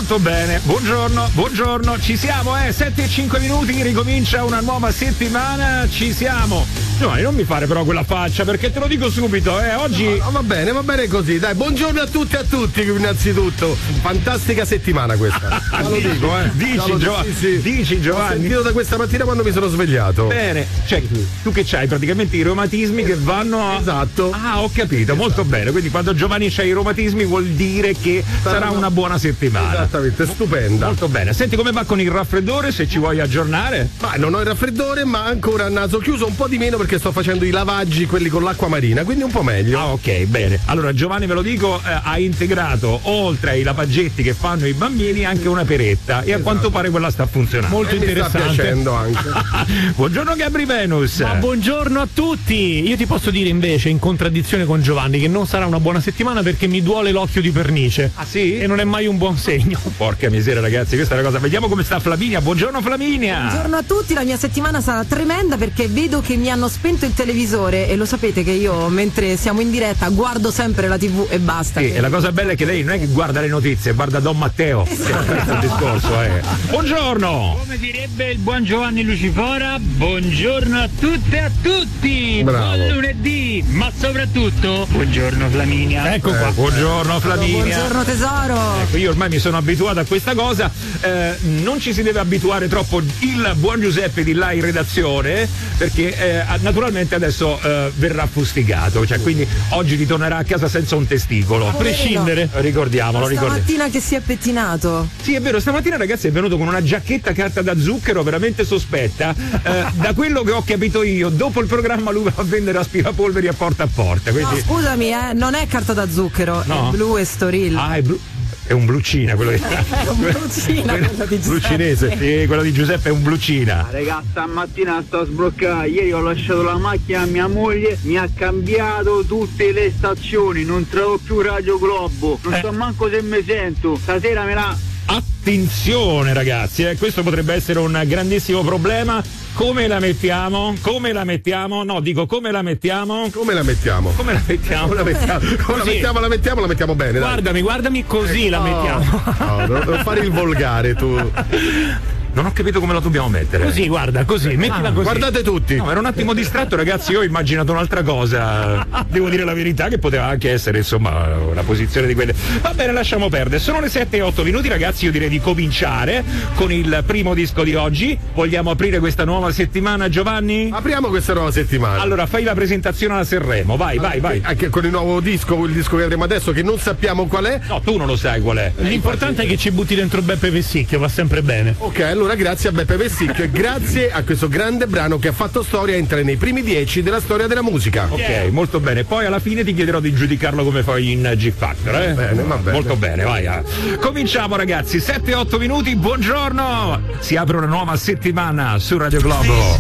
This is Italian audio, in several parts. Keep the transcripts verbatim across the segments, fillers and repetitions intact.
Molto bene, buongiorno, buongiorno, ci siamo, eh, sette e cinque minuti, ricomincia una nuova settimana, ci siamo. Giovanni, non mi fare però quella faccia, perché te lo dico subito, eh, oggi... No, no, va bene, va bene così, dai, buongiorno a tutti e a tutti, innanzitutto, fantastica settimana questa, te lo dico, eh. Dici, lo, Gio- sì, sì. dici Giovanni. Ho sentito da questa mattina quando mi sono svegliato. Bene, cioè, tu che c'hai praticamente i reumatismi che vanno a... Esatto. Ah, ho capito, esatto. Molto bene, quindi quando Giovanni c'ha i reumatismi vuol dire che sarà, sarà una buona settimana. Esattamente, stupenda. Molto bene, senti come va con il raffreddore, se ci vuoi aggiornare? Ma non ho il raffreddore, ma ancora a naso chiuso, un po' di meno perché sto facendo i lavaggi, quelli con l'acqua marina, quindi un po' meglio. Ah, ok, bene. Allora Giovanni, ve lo dico, eh, ha integrato oltre ai lavaggetti che fanno i bambini anche una peretta, e esatto. A quanto pare quella sta funzionando. Molto e interessante. Mi sta piacendo anche. Buongiorno Gabri Venus. Ma buongiorno a tutti. Io ti posso dire invece, in contraddizione con Giovanni, che non sarà una buona settimana perché mi duole l'occhio di pernice. Ah sì? E non è mai un buon segno. Porca miseria ragazzi, questa è una cosa. Vediamo come sta Flaminia. Buongiorno Flaminia. Buongiorno a tutti, la mia settimana sarà tremenda perché vedo che mi hanno spento il televisore e lo sapete che io mentre siamo in diretta guardo sempre la tivù e basta. Sì, che... e la cosa bella è che lei non è che guarda le notizie, guarda Don Matteo. Esatto. Questo è il discorso, eh. Buongiorno. Come direbbe il buon Giovanni Lucifora, buongiorno a tutte e a tutti. Bravo. Buon lunedì, ma soprattutto buongiorno Flaminia. Ecco qua. Eh, buongiorno Flaminia. Buongiorno tesoro. Ecco, io ormai mi sono abituato a questa cosa, eh, non ci si deve abituare troppo il buon Giuseppe di là in redazione, perché eh, naturalmente adesso eh, verrà fustigato, cioè quindi oggi ritornerà a casa senza un testicolo. A prescindere. Ricordiamolo, ricordiamo. Stamattina che si è pettinato. Sì, è vero, stamattina ragazzi è venuto con una giacchetta carta da zucchero veramente sospetta. Eh, da quello che ho capito io, dopo il programma lui va a vendere aspirapolveri a porta a porta. Quindi... No, scusami, eh, non è carta da zucchero, no? È blu e storil. Ah, è blu. È un blucina quello di è un blucina quello di Giuseppe. Blucinese, sì, quello di Giuseppe è un blucina. Ragazzi, stamattina sto a sbloccare. Ieri ho lasciato la macchina a mia moglie, mi ha cambiato tutte le stazioni, non trovo più Radio Globo, non eh. so manco se mi sento. Stasera me la... Attenzione ragazzi, eh, questo potrebbe essere un grandissimo problema. Come la mettiamo? Come la mettiamo? No, dico come la mettiamo? Come la mettiamo? Come la mettiamo? Come la mettiamo? Come la mettiamo? La mettiamo, la mettiamo bene. Guardami, dai. guardami così, ecco. La mettiamo. No, no, non fare il volgare tu. Non ho capito come la dobbiamo mettere. Così, guarda, così, mettila ah, così. Guardate tutti. No, ero un attimo distratto, ragazzi. Io ho immaginato un'altra cosa. Devo dire la verità, che poteva anche essere, insomma, una posizione di quelle. Va bene, lasciamo perdere. Sono le sette e otto minuti, ragazzi. Io direi di cominciare con il primo disco di oggi. Vogliamo aprire questa nuova settimana, Giovanni? Apriamo questa nuova settimana. Allora, fai la presentazione alla Sanremo. Vai, vai, vai. Anche con il nuovo disco, il disco che avremo adesso, che non sappiamo qual è. No, tu non lo sai qual è. L'importante è che ci butti dentro Beppe Vessicchio, va sempre bene. Ok, allora grazie a Beppe Vessicchio e grazie a questo grande brano che ha fatto storia, entra nei primi dieci della storia della musica. Ok, yeah. Molto bene. Poi alla fine ti chiederò di giudicarlo come fai in G Factor, eh? Va bene, va bene. Molto bene, vai. Eh. Cominciamo ragazzi, sette e otto minuti, buongiorno. Si apre una nuova settimana su Radio Globo.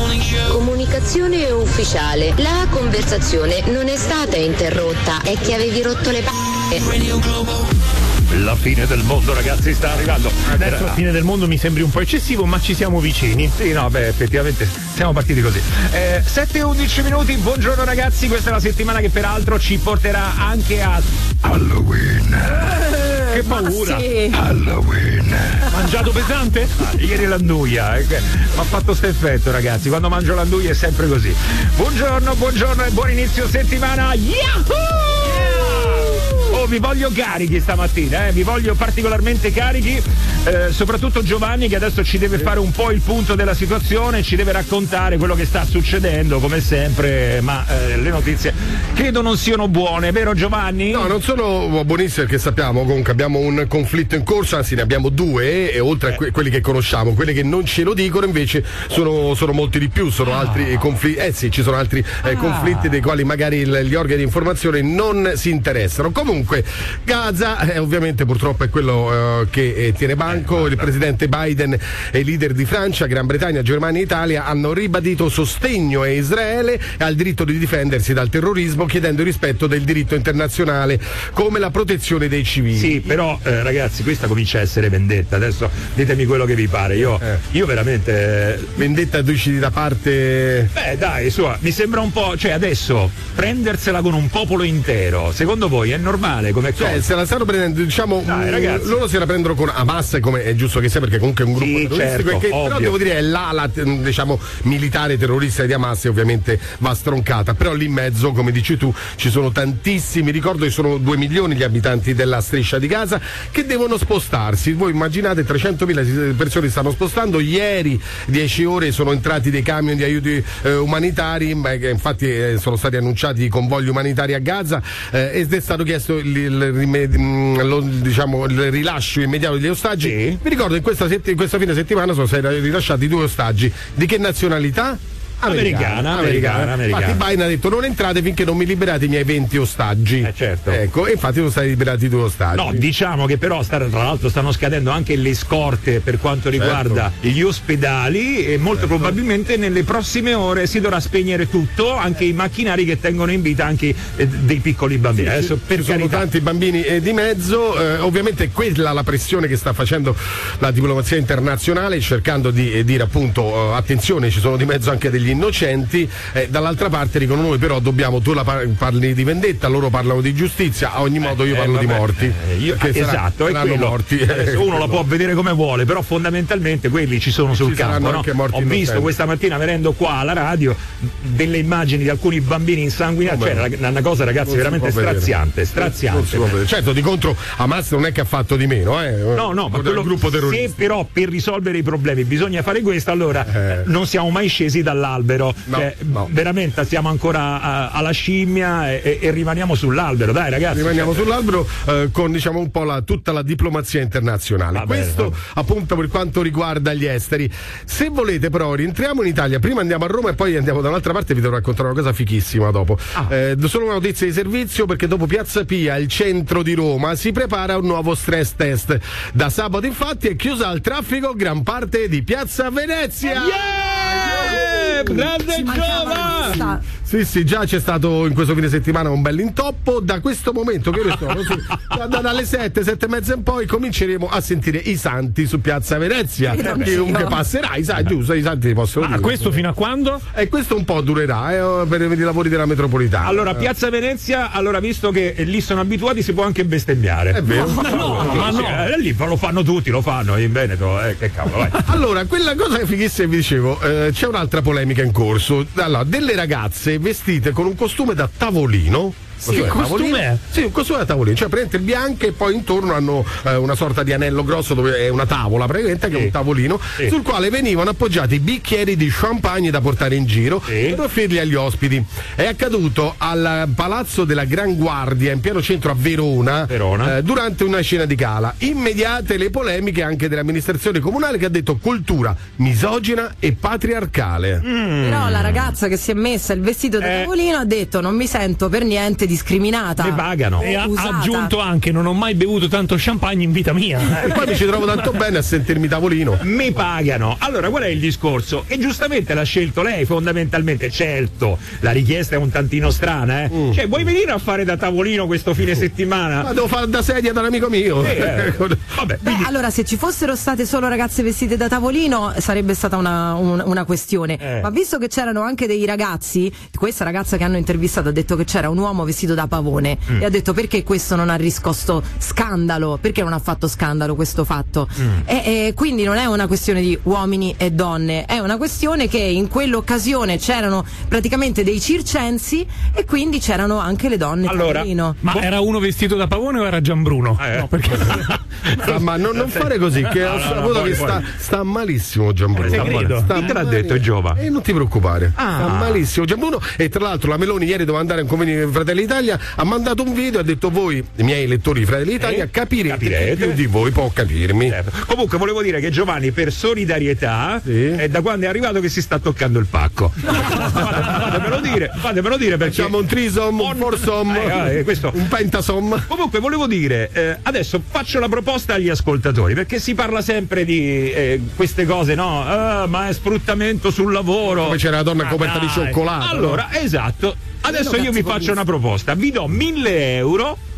Comunicazione ufficiale. La conversazione non è stata interrotta, è che avevi rotto le palle. La fine del mondo, ragazzi, sta arrivando. Adesso la fine del mondo mi sembri un po' eccessivo, ma ci siamo vicini. Sì, no, beh, effettivamente siamo partiti così. Eh, sette e undici minuti, buongiorno ragazzi, questa è la settimana che peraltro ci porterà anche a Halloween. Eh, che paura! Sì. Halloween. Mangiato pesante? Ah, ieri l'anduia, eh, mi ha fatto sto effetto, ragazzi. Quando mangio l'anduia è sempre così. Buongiorno, buongiorno e buon inizio settimana. Yahoo! Oh, vi voglio carichi stamattina, eh? Vi voglio particolarmente carichi, eh, soprattutto Giovanni che adesso ci deve fare un po' il punto della situazione, ci deve raccontare quello che sta succedendo come sempre, ma eh, le notizie credo non siano buone, vero Giovanni? No, non sono buonissime perché sappiamo comunque abbiamo un conflitto in corso, anzi ne abbiamo due, e oltre eh. a que- quelli che conosciamo, quelli che non ce lo dicono invece sono, sono molti di più, sono ah. altri conflitti, eh sì, ci sono altri eh, ah. conflitti dei quali magari il, gli organi di informazione non si interessano. Comunque Gaza eh, ovviamente purtroppo è quello eh, che eh, tiene banco. Il presidente Biden e i leader di Francia, Gran Bretagna, Germania e Italia hanno ribadito sostegno a Israele e al diritto di difendersi dal terrorismo, chiedendo il rispetto del diritto internazionale come la protezione dei civili. Sì, però eh, ragazzi, questa comincia a essere vendetta. Adesso ditemi quello che vi pare. Io, eh. io veramente eh... vendetta dici da parte. Beh dai, su, mi sembra un po', cioè adesso prendersela con un popolo intero, secondo voi è normale? male come cioè, cosa. se la stanno prendendo, diciamo, Dai, ragazzi. loro se la prendono con Hamas, come è giusto che sia, perché comunque è un gruppo Sì, terroristico, certo, e che, però ovvio. devo dire è l'ala, diciamo, militare terrorista di Hamas, e ovviamente va stroncata. Però lì in mezzo, come dici tu, ci sono tantissimi, ricordo che sono due milioni gli abitanti della striscia di Gaza che devono spostarsi. Voi immaginate, trecentomila persone stanno spostando. Ieri dieci ore sono entrati dei camion di aiuti eh, umanitari, beh, che infatti eh, sono stati annunciati i convogli umanitari a Gaza, eh, ed è stato chiesto il, il, il, lo, diciamo, il rilascio immediato degli ostaggi. Sì. Vi ricordo che in questa, sett- in questa fine settimana sono stati rilasciati due ostaggi. Di che nazionalità? Americana, americana, americana. Infatti Biden ha detto: non entrate finché non mi liberate i miei venti ostaggi. Eh, certo. Ecco, e infatti sono stati liberati due ostaggi. No, diciamo che però sta- tra l'altro stanno scadendo anche le scorte per quanto riguarda Certo. gli ospedali, e molto Certo. probabilmente nelle prossime ore si dovrà spegnere tutto, anche i macchinari che tengono in vita anche eh, dei piccoli bambini. Sì, Adesso ci, per ci sono carità. tanti bambini eh, di mezzo, eh, ovviamente quella la pressione che sta facendo la diplomazia internazionale, cercando di eh, dire appunto eh, attenzione, ci sono di mezzo anche degli innocenti. Eh, dall'altra parte dicono: noi però dobbiamo, tu la par- parli di vendetta, loro parlano di giustizia, a ogni modo io Eh, parlo vabbè, di morti. eh, io- Perché sarà- esatto, è saranno quello. morti. Adesso uno la può vedere come vuole, però fondamentalmente quelli ci sono sul Ci campo. saranno No? anche morti Ho visto innocenti. questa mattina venendo qua alla radio delle immagini di alcuni bambini insanguinati, Vabbè. cioè una- una cosa, ragazzi, Non si veramente può vedere. straziante, Non si straziante. può vedere. Certo, di contro Hamas non è che ha fatto di meno, eh. No, no, ma Quello è quello, un gruppo se terrorista. però per risolvere i problemi bisogna fare questo, allora Eh. non siamo mai scesi dall'albero. No, Cioè, no. veramente stiamo ancora a- alla scimmia e, e- e rimaniamo sull'albero, dai ragazzi. Rimaniamo sull'albero eh, con, diciamo, un po' la, tutta la diplomazia internazionale. Va bene, Questo va bene. appunto per quanto riguarda gli esteri. Se volete però rientriamo in Italia, prima andiamo a Roma e poi andiamo da un'altra parte, vi devo raccontare una cosa fichissima dopo. Ah. Eh, solo una notizia di servizio, perché dopo Piazza Pia, il centro di Roma, si prepara un nuovo stress test. Da sabato infatti è chiusa al traffico gran parte di Piazza Venezia. Yeah! Grande Ci mancava Giova! questa. Sì, sì, già c'è stato in questo fine settimana un bel intoppo. Da questo momento, che ore sono? Sì, da- da- dalle sette, sette e mezza in poi cominceremo a sentire i santi su Piazza Venezia. Credo Che comunque anch'io. passerà, i santi, giusto, i santi li possono Ma dire. questo fino a quando? E questo un po' durerà eh, per i lavori della metropolitana. Allora, Piazza Venezia, allora visto che lì sono abituati, si può anche bestemmiare. È vero. No, ma no, eh, lì lo fanno tutti, lo fanno in Veneto, eh, che cavolo, vai. Allora, quella cosa che fighissima vi dicevo, eh, c'è un'altra polemica in corso. Allora, delle ragazze vestite con un costume da tavolino. Sì, Cioè, che costume tavolino- è? Sì, un costume da tavolino, cioè praticamente bianche, e poi intorno hanno eh, una sorta di anello grosso dove è una tavola, praticamente che è Sì. un tavolino, Sì. sul quale venivano appoggiati bicchieri di champagne da portare in giro Sì. per offrirli agli ospiti. È accaduto al Palazzo della Gran Guardia in pieno centro a Verona, Verona. eh, durante una scena di gala. Immediate le polemiche anche dell'amministrazione comunale, che ha detto cultura misogina e patriarcale. Però la ragazza che si è messa il vestito da Eh. tavolino ha detto: non mi sento per niente discriminata. Ne pagano. E ha Usata. aggiunto anche: non ho mai bevuto tanto champagne in vita mia. E poi mi ci trovo tanto bene a sentirmi tavolino. Mi pagano. Allora, qual è il discorso? E giustamente l'ha scelto lei, fondamentalmente. Certo, la richiesta è un tantino strana, eh. Cioè, vuoi venire a fare da tavolino questo fine settimana? Ma devo fare da sedia da un amico mio. Eh, eh. Vabbè, Beh, quindi- allora, se ci fossero state solo ragazze vestite da tavolino sarebbe stata una, un- una questione. Eh. Ma visto che c'erano anche dei ragazzi, questa ragazza che hanno intervistato ha detto che c'era un uomo vestito da pavone Mm. e ha detto: perché questo non ha riscosso scandalo? Perché non ha fatto scandalo questo fatto? Mm. E, e quindi non è una questione di uomini e donne, è una questione che in quell'occasione c'erano praticamente dei circensi e quindi c'erano anche le donne Allora, tavolino. Ma era uno vestito da pavone o era Gianbruno? Eh. No, perché Ah, ma non, non fare così, che ho no, saputo no, che poi, sta, poi. sta malissimo Gianbruno. Te credo. Sta Chi te l'ha mali- detto, Giova? E non ti preoccupare. Ah. Sta malissimo Gianbruno. E tra l'altro la Meloni ieri doveva andare a un convegno di Fratelli d'Italia, ha mandato un video e ha detto: voi, i miei elettori di Fratelli d'Italia, Eh, capirete, capirete. che più di voi può capirmi. Certo. Comunque volevo dire che Giovanni, per solidarietà, Sì. è da quando è arrivato che si sta toccando il pacco. fatemelo dire, fatemelo dire perché Facciamo un trisom, un On- forsom, Eh, eh, questo. un pentasom. Comunque volevo dire, eh, adesso faccio la proposta agli ascoltatori, perché si parla sempre di eh, queste cose, no? Ah, ma è sfruttamento sul lavoro. Come c'era la donna Ma coperta di dai. cioccolato. Allora, esatto. Adesso io vi cazzo faccio una proposta, vi do mille euro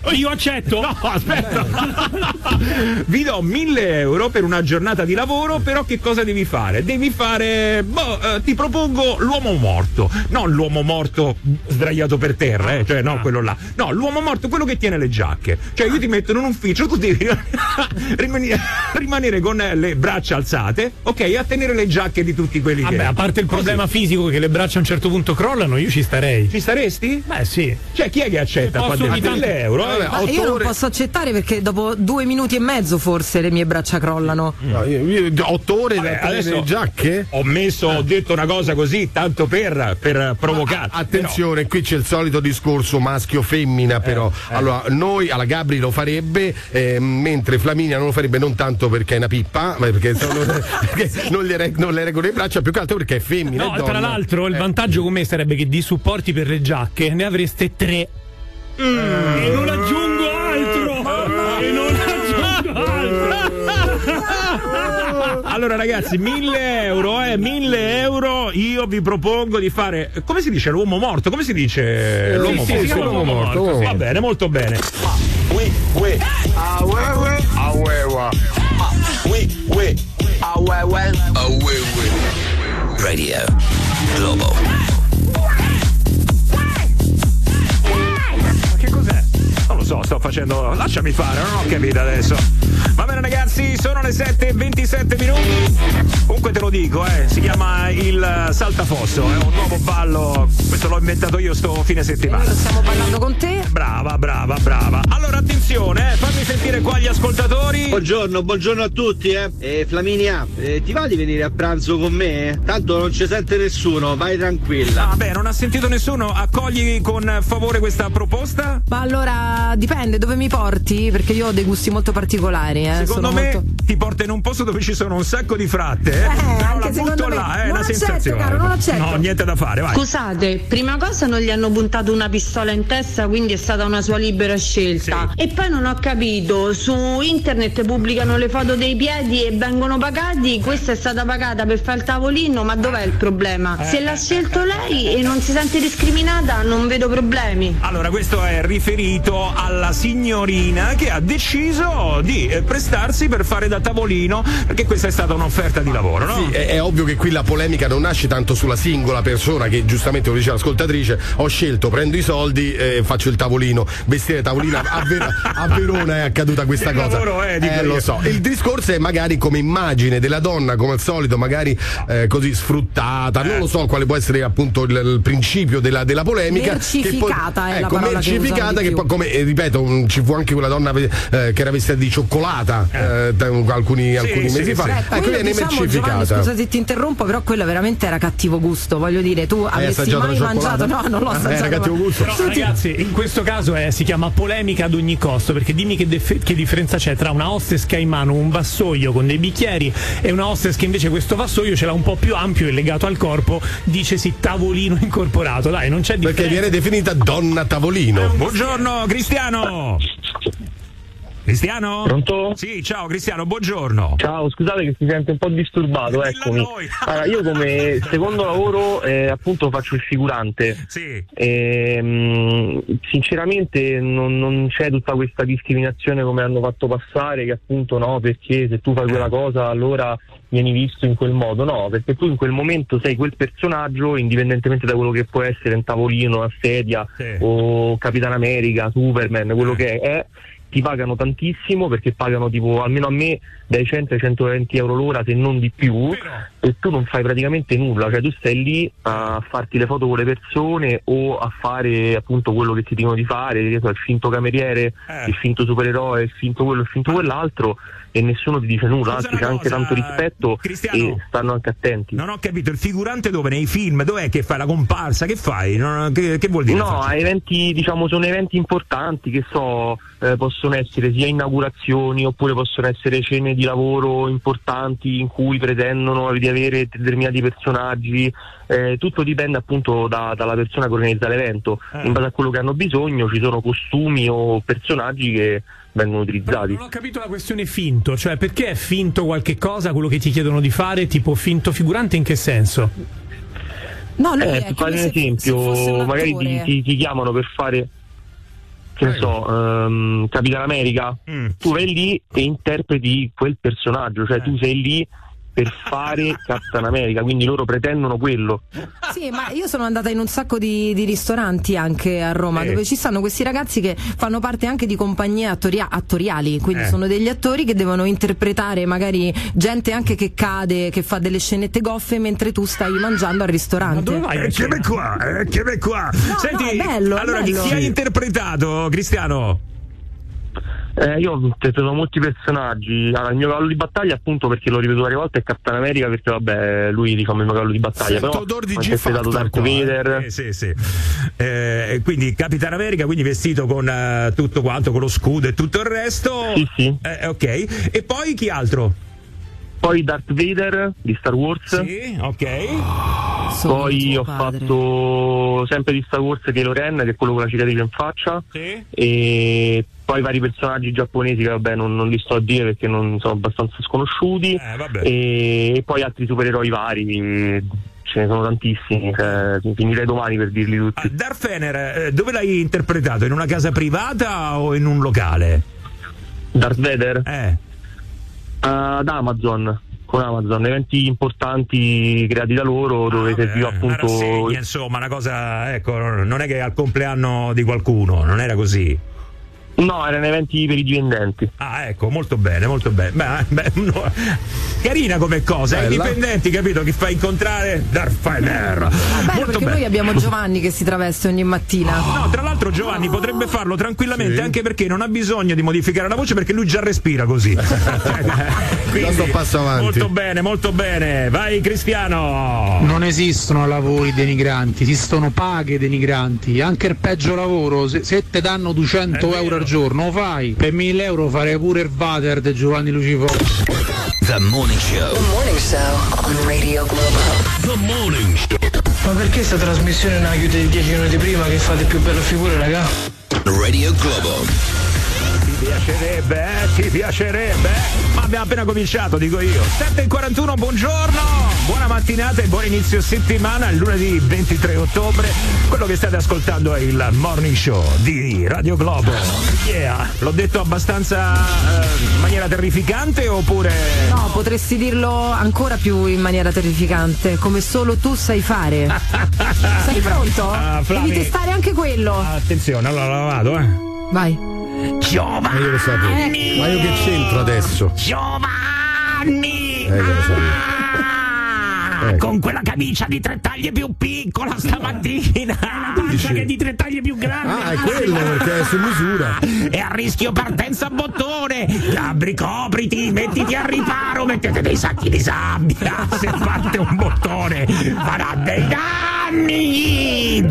Io accetto. No, aspetta. Vi do mille euro per una giornata di lavoro, però che cosa devi fare? Devi fare, boh, eh, ti propongo l'uomo morto, non l'uomo morto sdraiato per terra, eh, cioè no, quello là. No, l'uomo morto, quello che tiene le giacche. Cioè io ti metto in un ufficio, tu devi rimanere, rimanere con le braccia alzate, ok, a tenere le giacche di tutti quelli Vabbè, che... a parte il problema Così. fisico che le braccia a un certo punto crollano, io ci starei. Ci staresti? Beh, sì. Cioè chi è che accetta qua dentro? mille euro? Vabbè, ma io non posso accettare perché dopo due minuti e mezzo forse le mie braccia crollano. No, io, io, otto ore Vabbè, da adesso le giacche? Ho messo, ho detto una cosa così, tanto per, per provocare. Ma, attenzione, però. Qui c'è il solito discorso maschio-femmina, però. Eh, eh. Allora, noi alla Gabri lo farebbe, eh, mentre Flaminia non lo farebbe non tanto perché è una pippa, ma perché, sono, perché non, le reg- non le regole le braccia, più che altro perché è femmina. No, è donna. Tra l'altro, il eh. vantaggio con me sarebbe che di supporti per le giacche ne avreste tre. Mm. E non aggiungo altro! Mamma. E non aggiungo altro! Allora ragazzi, mille euro, eh, mille euro, io vi propongo di fare, come si dice, l'uomo morto? Come si dice? Eh, l'uomo sì, morto? sì, sì, l'uomo morto, morto. sì. Va bene, molto bene. Oui, oui. Ah ouais, ouais. Ah ouais, ouais. Oui, oui. Ah ouais, ouais. Ah ouais, ouais. Radio Globo. Che cos'è? Non lo so, sto facendo. Lasciami fare, non ho capito adesso. Va bene ragazzi, sono le sette e ventisette minuti. Comunque te lo dico, eh, si chiama il saltafosso, è un nuovo ballo. Questo l'ho inventato io sto fine settimana. Lo stiamo ballando con te. Brava, brava, brava. Allora attenzione, eh, fammi sentire qua gli ascoltatori. Buongiorno, buongiorno a tutti, eh. eh Flaminia, eh, ti va di venire a pranzo con me? Eh? Tanto non ci sente nessuno, vai tranquilla. Vabbè, non ha sentito nessuno, accogli con favore questa proposta? Ma allora dipende dove mi porti, perché io ho dei gusti molto particolari. Eh. Secondo sono me molto... ti porta in un posto dove ci sono un sacco di fratte, eh? Eh, Però anche la secondo butto me. là, è Non una accetto, sensazione. caro, non accetto. No, niente da fare, vai. Scusate, prima cosa non gli hanno puntato una pistola in testa, quindi è stata una sua libera scelta. Sì. E poi non ho capito, su internet pubblicano le foto dei piedi e vengono pagati, questa è stata pagata per fare il tavolino, ma dov'è il problema? Eh, Se l'ha scelto lei e non si sente discriminata, non vedo problemi. Allora, questo è riferito alla signorina che ha deciso di eh, prestarsi per fare da tavolino, perché questa è stata un'offerta di lavoro, no? Sì, è, è ovvio che qui la polemica non nasce tanto sulla singola persona che giustamente lo dice l'ascoltatrice, ho scelto, prendo i soldi e faccio il tavolino, vestire tavolino a, Ver- a Verona è accaduta questa Che cosa. lavoro è, dico eh, lo io. so. Il discorso è magari come immagine della donna, come al solito, magari eh, così sfruttata, non lo so quale può essere appunto il, il principio della, della polemica. Mercificata che poi, è la ecco, parola che mercificata usano di che più. poi, come eh, ripeto, mh, ci fu anche quella donna eh, che era vestita di cioccolata eh. Eh, alcuni, Sì, alcuni sì, mesi sì. fa. Eh, Ecco, quello, viene diciamo, mercificata. Giovanni, scusa se ti interrompo, però quello veramente era cattivo gusto, voglio dire, tu Hai avresti assaggiato mai la cioccolata? mangiato? No, non l'ho Eh, assaggiato. era cattivo gusto. Però, ragazzi, in questo caso è, si chiama polemica ad ogni costo, perché dimmi che, def- che differenza c'è tra una hostess che ha in mano un vassoio con dei bicchieri e una hostess che invece questo vassoio ce l'ha un po' più ampio e legato al corpo, dicesi tavolino incorporato. Dai, non c'è differenza. Perché viene definita donna tavolino. Buongiorno Cristiano. Cristiano? Pronto? Sì, ciao Cristiano, buongiorno. Ciao, scusate che si sente un po' disturbato, Dillo a eccomi. noi. Allora, io come secondo lavoro eh, appunto faccio il figurante. Sì. E, mh, sinceramente non, non c'è tutta questa discriminazione come hanno fatto passare, che appunto no, perché se tu fai quella cosa allora vieni visto in quel modo. No, perché tu in quel momento sei quel personaggio, indipendentemente da quello che può essere un tavolino, una sedia, Sì. o Capitan America, Superman, quello che è. Ti pagano tantissimo, perché pagano tipo, almeno a me, dai cento ai centoventi euro l'ora, se non di più, e tu non fai praticamente nulla, cioè tu stai lì a farti le foto con le persone o a fare appunto quello che ti dicono di fare, che so, il finto cameriere, Eh. il finto supereroe, il finto quello, il finto quell'altro, e nessuno ti dice nulla, Scusa anzi c'è una anche cosa, tanto rispetto Cristiano. e stanno anche attenti. Non ho capito, il figurante dove? Nei film? Dov'è che fai la comparsa? Che fai? Non- che, che vuol dire? No, a eventi, diciamo, sono eventi importanti, che so, eh, possono essere sia inaugurazioni oppure possono essere cene di lavoro importanti in cui pretendono di avere determinati personaggi, eh, tutto dipende appunto da, dalla persona che organizza l'evento. Eh. In base a quello che hanno bisogno ci sono costumi o personaggi che vengono Però utilizzati. non ho capito la questione finto, cioè perché è finto qualche cosa, quello che ti chiedono di fare, tipo finto figurante in che senso? No, lui Eh, è per come fare un se- se fosse un esempio, magari ti, attore. ti- ti chiamano per fare. che ne so, um, Capitan America, Mm. tu vai lì e interpreti quel personaggio, cioè tu sei lì per fare Captain America, quindi loro pretendono quello. Sì, ma io sono andata in un sacco di, di ristoranti anche a Roma, Eh. dove ci stanno questi ragazzi che fanno parte anche di compagnie attoria- attoriali, quindi Eh. sono degli attori che devono interpretare magari gente anche che cade, che fa delle scenette goffe mentre tu stai mangiando al ristorante. Ma dove vai? Eccomi qua, eccomi qua. No, Senti, no, è bello, è allora bello. chi hai Sì. interpretato, Cristiano? Eh, io ho interpretato molti personaggi. Allora, il mio cavallo di battaglia, appunto, perché l'ho ripetuto varie volte, è Captain America, perché vabbè, lui diciamo è il mio cavallo di battaglia. Sento Però odor di ho interpretato G-Factor Darth qua, eh. Vader. Eh, sì, sì. Eh, quindi Capitan America, quindi vestito con eh, tutto quanto, con lo scudo e tutto il resto. Sì, sì. Eh, ok. E poi chi altro? Poi Darth Vader di Star Wars. Sì, ok. Sono Poi tuo ho padre. fatto sempre di Star Wars Kylo Ren, che è quello con la cicatrice in faccia. Sì. E poi vari personaggi giapponesi che vabbè non, non li sto a dire perché non sono abbastanza sconosciuti. Eh, vabbè. E, e poi altri supereroi vari, ce ne sono tantissimi, cioè, finirei domani per dirli tutti. Ah, Darth Vader, eh, dove l'hai interpretato? In una casa privata o in un locale? Darth Vader? Eh. Ad Amazon, con Amazon, eventi importanti creati da loro dove Ah, serviva beh, appunto. una rassegna, insomma, una cosa, ecco, non è che al compleanno di qualcuno, non era così. No, erano eventi per i dipendenti. Ah, ecco, molto bene, molto bene. Beh, beh, no. Carina come cosa, i Bella. dipendenti, capito? Che fa incontrare Darth Vader. Bello Molto perché bene. noi abbiamo Giovanni che si traveste ogni mattina. No, tra l'altro Giovanni potrebbe farlo tranquillamente, anche perché non ha bisogno di modificare la voce perché lui già respira così. Quindi, Quando passo avanti. molto bene, molto bene. Vai Cristiano. Non esistono lavori denigranti, esistono paghe denigranti. Anche il peggio lavoro, se, se te danno duecento È vero. euro al giorno, fai. Per mille euro farei pure il Vader di Giovanni Luciforo. The Morning Show. The Morning Show on Radio Globo. The Morning Show. Ma perché sta trasmissione non la chiudete dieci minuti prima che fate più bella figura, raga? Radio Globo. Ti piacerebbe, eh? Ti piacerebbe? Ma abbiamo appena cominciato, dico io. sette e quarantuno, buongiorno, buona mattinata e buon inizio settimana, lunedì ventitré ottobre. Quello che state ascoltando è il Morning Show di Radio Globo. Yeah, l'ho detto abbastanza eh, in maniera terrificante oppure... No, potresti dirlo ancora più in maniera terrificante, come solo tu sai fare. Sei pronto? Ah, Flavio. Devi testare anche quello. Attenzione, allora vado, eh. Vai. Giovanni! Ma io lo sapevo. Ma io che c'entro adesso? Giovanni! Eh, io lo sapevo. Ah, Ecco. con quella camicia di tre taglie più piccola stamattina, la pancia che è di tre taglie più grande. Ah, è quello perché è su misura. È a rischio partenza a bottone. Gabri, copriti, mettiti a riparo, mettete dei sacchi di sabbia. Se fate un bottone farà dei danni.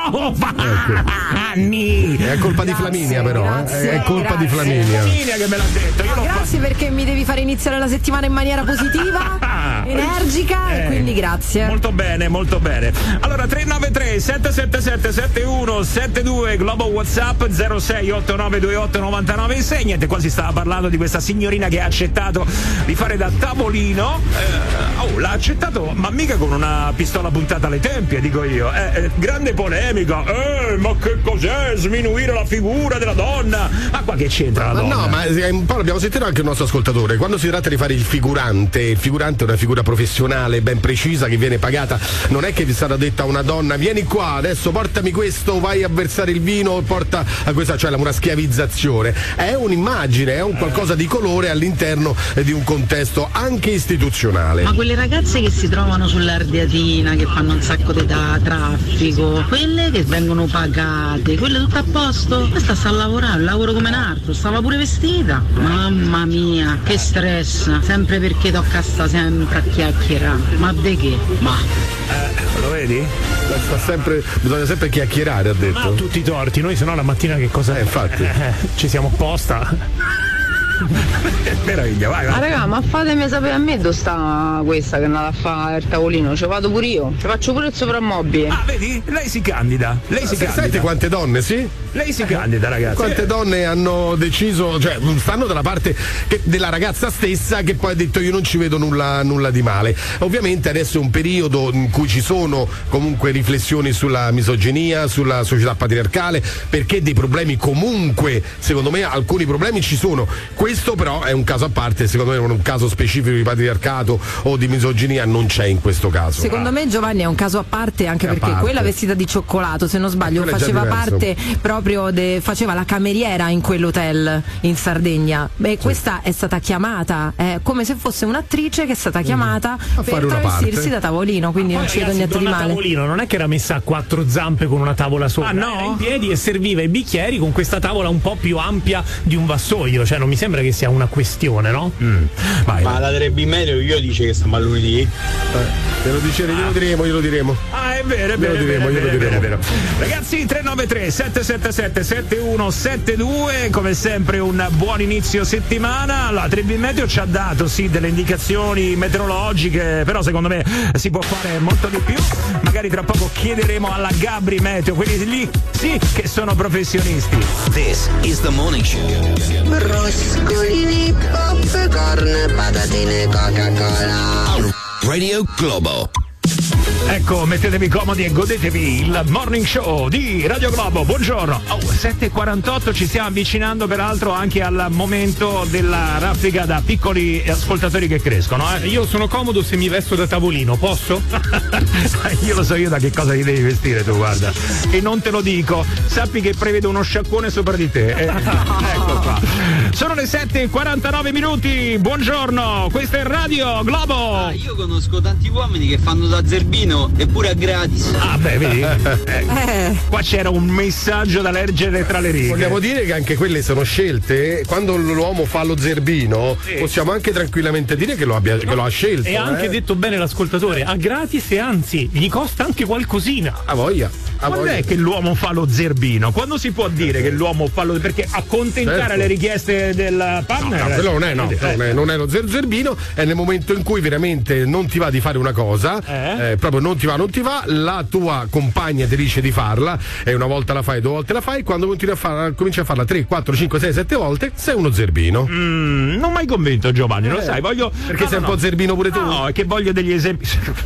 Giovanni. È colpa di Flaminia però, eh. grazie, È colpa di grazie. Flaminia. Flaminia che me l'ha detto. Io l'ho Grazie perché mi devi fare iniziare la settimana in maniera positiva, energica, Eh, e quindi grazie. Molto bene, molto bene. Allora tre nove tre sette sette sette sette uno sette due Globo WhatsApp zero sei otto nove due otto nove nove sei. Niente, qua si stava parlando di questa signorina che ha accettato di fare da tavolino. Eh, oh, l'ha accettato, ma mica con una pistola puntata alle tempie, dico io. Eh, eh, grande polemica. Eh, ma che cos'è sminuire la figura della donna? Ma qua che c'entra la Ma donna? no, ma eh, un po' l'abbiamo sentito anche il nostro ascoltatore. Quando si tratta di fare il figurante, il figurante è una figura professionale, ben precisa, che viene pagata. Non è che vi sarà detta a una donna: vieni qua, adesso portami questo, vai a versare il vino, porta a questa, cioè una schiavizzazione. È un'immagine, è un qualcosa di colore all'interno eh, di un contesto anche istituzionale. Ma quelle ragazze che si trovano sull'Ardeatina, che fanno un sacco di da- traffico, quelle che vengono pagate, quelle tutte a posto, questa sta a lavorare, lavoro come un altro, stava pure vestita. Mamma mia, che stress, sempre perché tocca sta sempre a chiacchierare. Ma de che? Ma Eh, lo vedi? Sta sempre, bisogna sempre chiacchierare, ha detto. Ma tutti i torti, noi se no la mattina che cosa... Eh, infatti. Eh, ci siamo apposta. Meraviglia, vai, Ma vai. raga, ma fatemi sapere a me dove sta questa che è andata a fare il tavolino, ci vado pure io, ci faccio pure il soprammobile. Ah, vedi? Lei si candida. Lei si Se candida. senti quante donne, sì? Lei si candida, ragazzi. Quante donne hanno deciso, cioè stanno dalla parte che, della ragazza stessa che poi ha detto io non ci vedo nulla, nulla di male. Ovviamente adesso è un periodo in cui ci sono comunque riflessioni sulla misoginia, sulla società patriarcale, perché dei problemi comunque, secondo me alcuni problemi ci sono. Questo però è un caso a parte, secondo me un caso specifico di patriarcato o di misoginia non c'è in questo caso. Secondo ah. me Giovanni è un caso a parte, anche è perché parte. quella vestita di cioccolato, se non sbaglio, Quello faceva parte proprio de, faceva la cameriera in quell'hotel in Sardegna. Beh, sì. Questa è stata chiamata, è come se fosse un'attrice che è stata chiamata mm. per travestirsi da tavolino, quindi ah, non ci vedo niente di male. Tavolino non è che era messa a quattro zampe con una tavola sopra, ah, no? Era in piedi e serviva i bicchieri con questa tavola un po' più ampia di un vassoio, cioè non mi sembra che sia una questione, no? Mm. Vai, ma la tre B medio io dice che stiamo a lunedì. Eh, te lo dice, glielo diremo, glielo diremo. Ah, è vero, è vero, glielo diremo, vero, glielo diremo. vero, vero. Ragazzi, tre nove tre sette sette sette sette uno sette due, come sempre un buon inizio settimana. La tre B Meteo ci ha dato sì delle indicazioni meteorologiche, però secondo me si può fare molto di più. Magari tra poco chiederemo alla Gabri Meteo, quelli lì sì che sono professionisti. This is the morning show. Broscolini, popcorn, patatine, Coca-Cola. Radio Globo. Ecco, mettetevi comodi e godetevi il morning show di Radio Globo. Buongiorno. Oh, sette e quarantotto, ci stiamo avvicinando peraltro anche al momento della raffica da piccoli ascoltatori che crescono. Eh? Io sono comodo se mi vesto da tavolino, posso? Io lo so io da che cosa ti devi vestire tu, guarda. E non te lo dico. Sappi che prevedo uno sciacquone sopra di te. Eh, ecco qua. Sono le sette e quarantanove minuti. Buongiorno, questa è Radio Globo. Ah, io conosco tanti uomini che fanno da zerbino eppure a gratis. Ah beh, vedi? Eh, eh. Qua c'era un messaggio da leggere tra le righe. Vogliamo dire che anche quelle sono scelte. Quando l'uomo fa lo zerbino, sì. possiamo anche tranquillamente dire che lo, abbia, che lo ha scelto. E ha anche eh. detto bene l'ascoltatore, a gratis e anzi gli costa anche qualcosina. A voglia. A Quando voglia. è che l'uomo fa lo zerbino? Quando si può dire che l'uomo fa lo perché accontentare certo. le richieste del partner? No, no, quello non è, no, non è, non è lo zer zerbino, è nel momento in cui veramente non ti va di fare una cosa, eh? Eh, proprio non ti va, non ti va, la tua compagna ti dice di farla e una volta la fai, due volte la fai, quando continui a farla, cominci a farla tre, quattro, cinque, sei, sette volte, sei uno zerbino. Mm, non mai convinto Giovanni, eh, lo sai, voglio. Perché no, sei no, un po' zerbino pure tu? No, è che voglio degli esempi.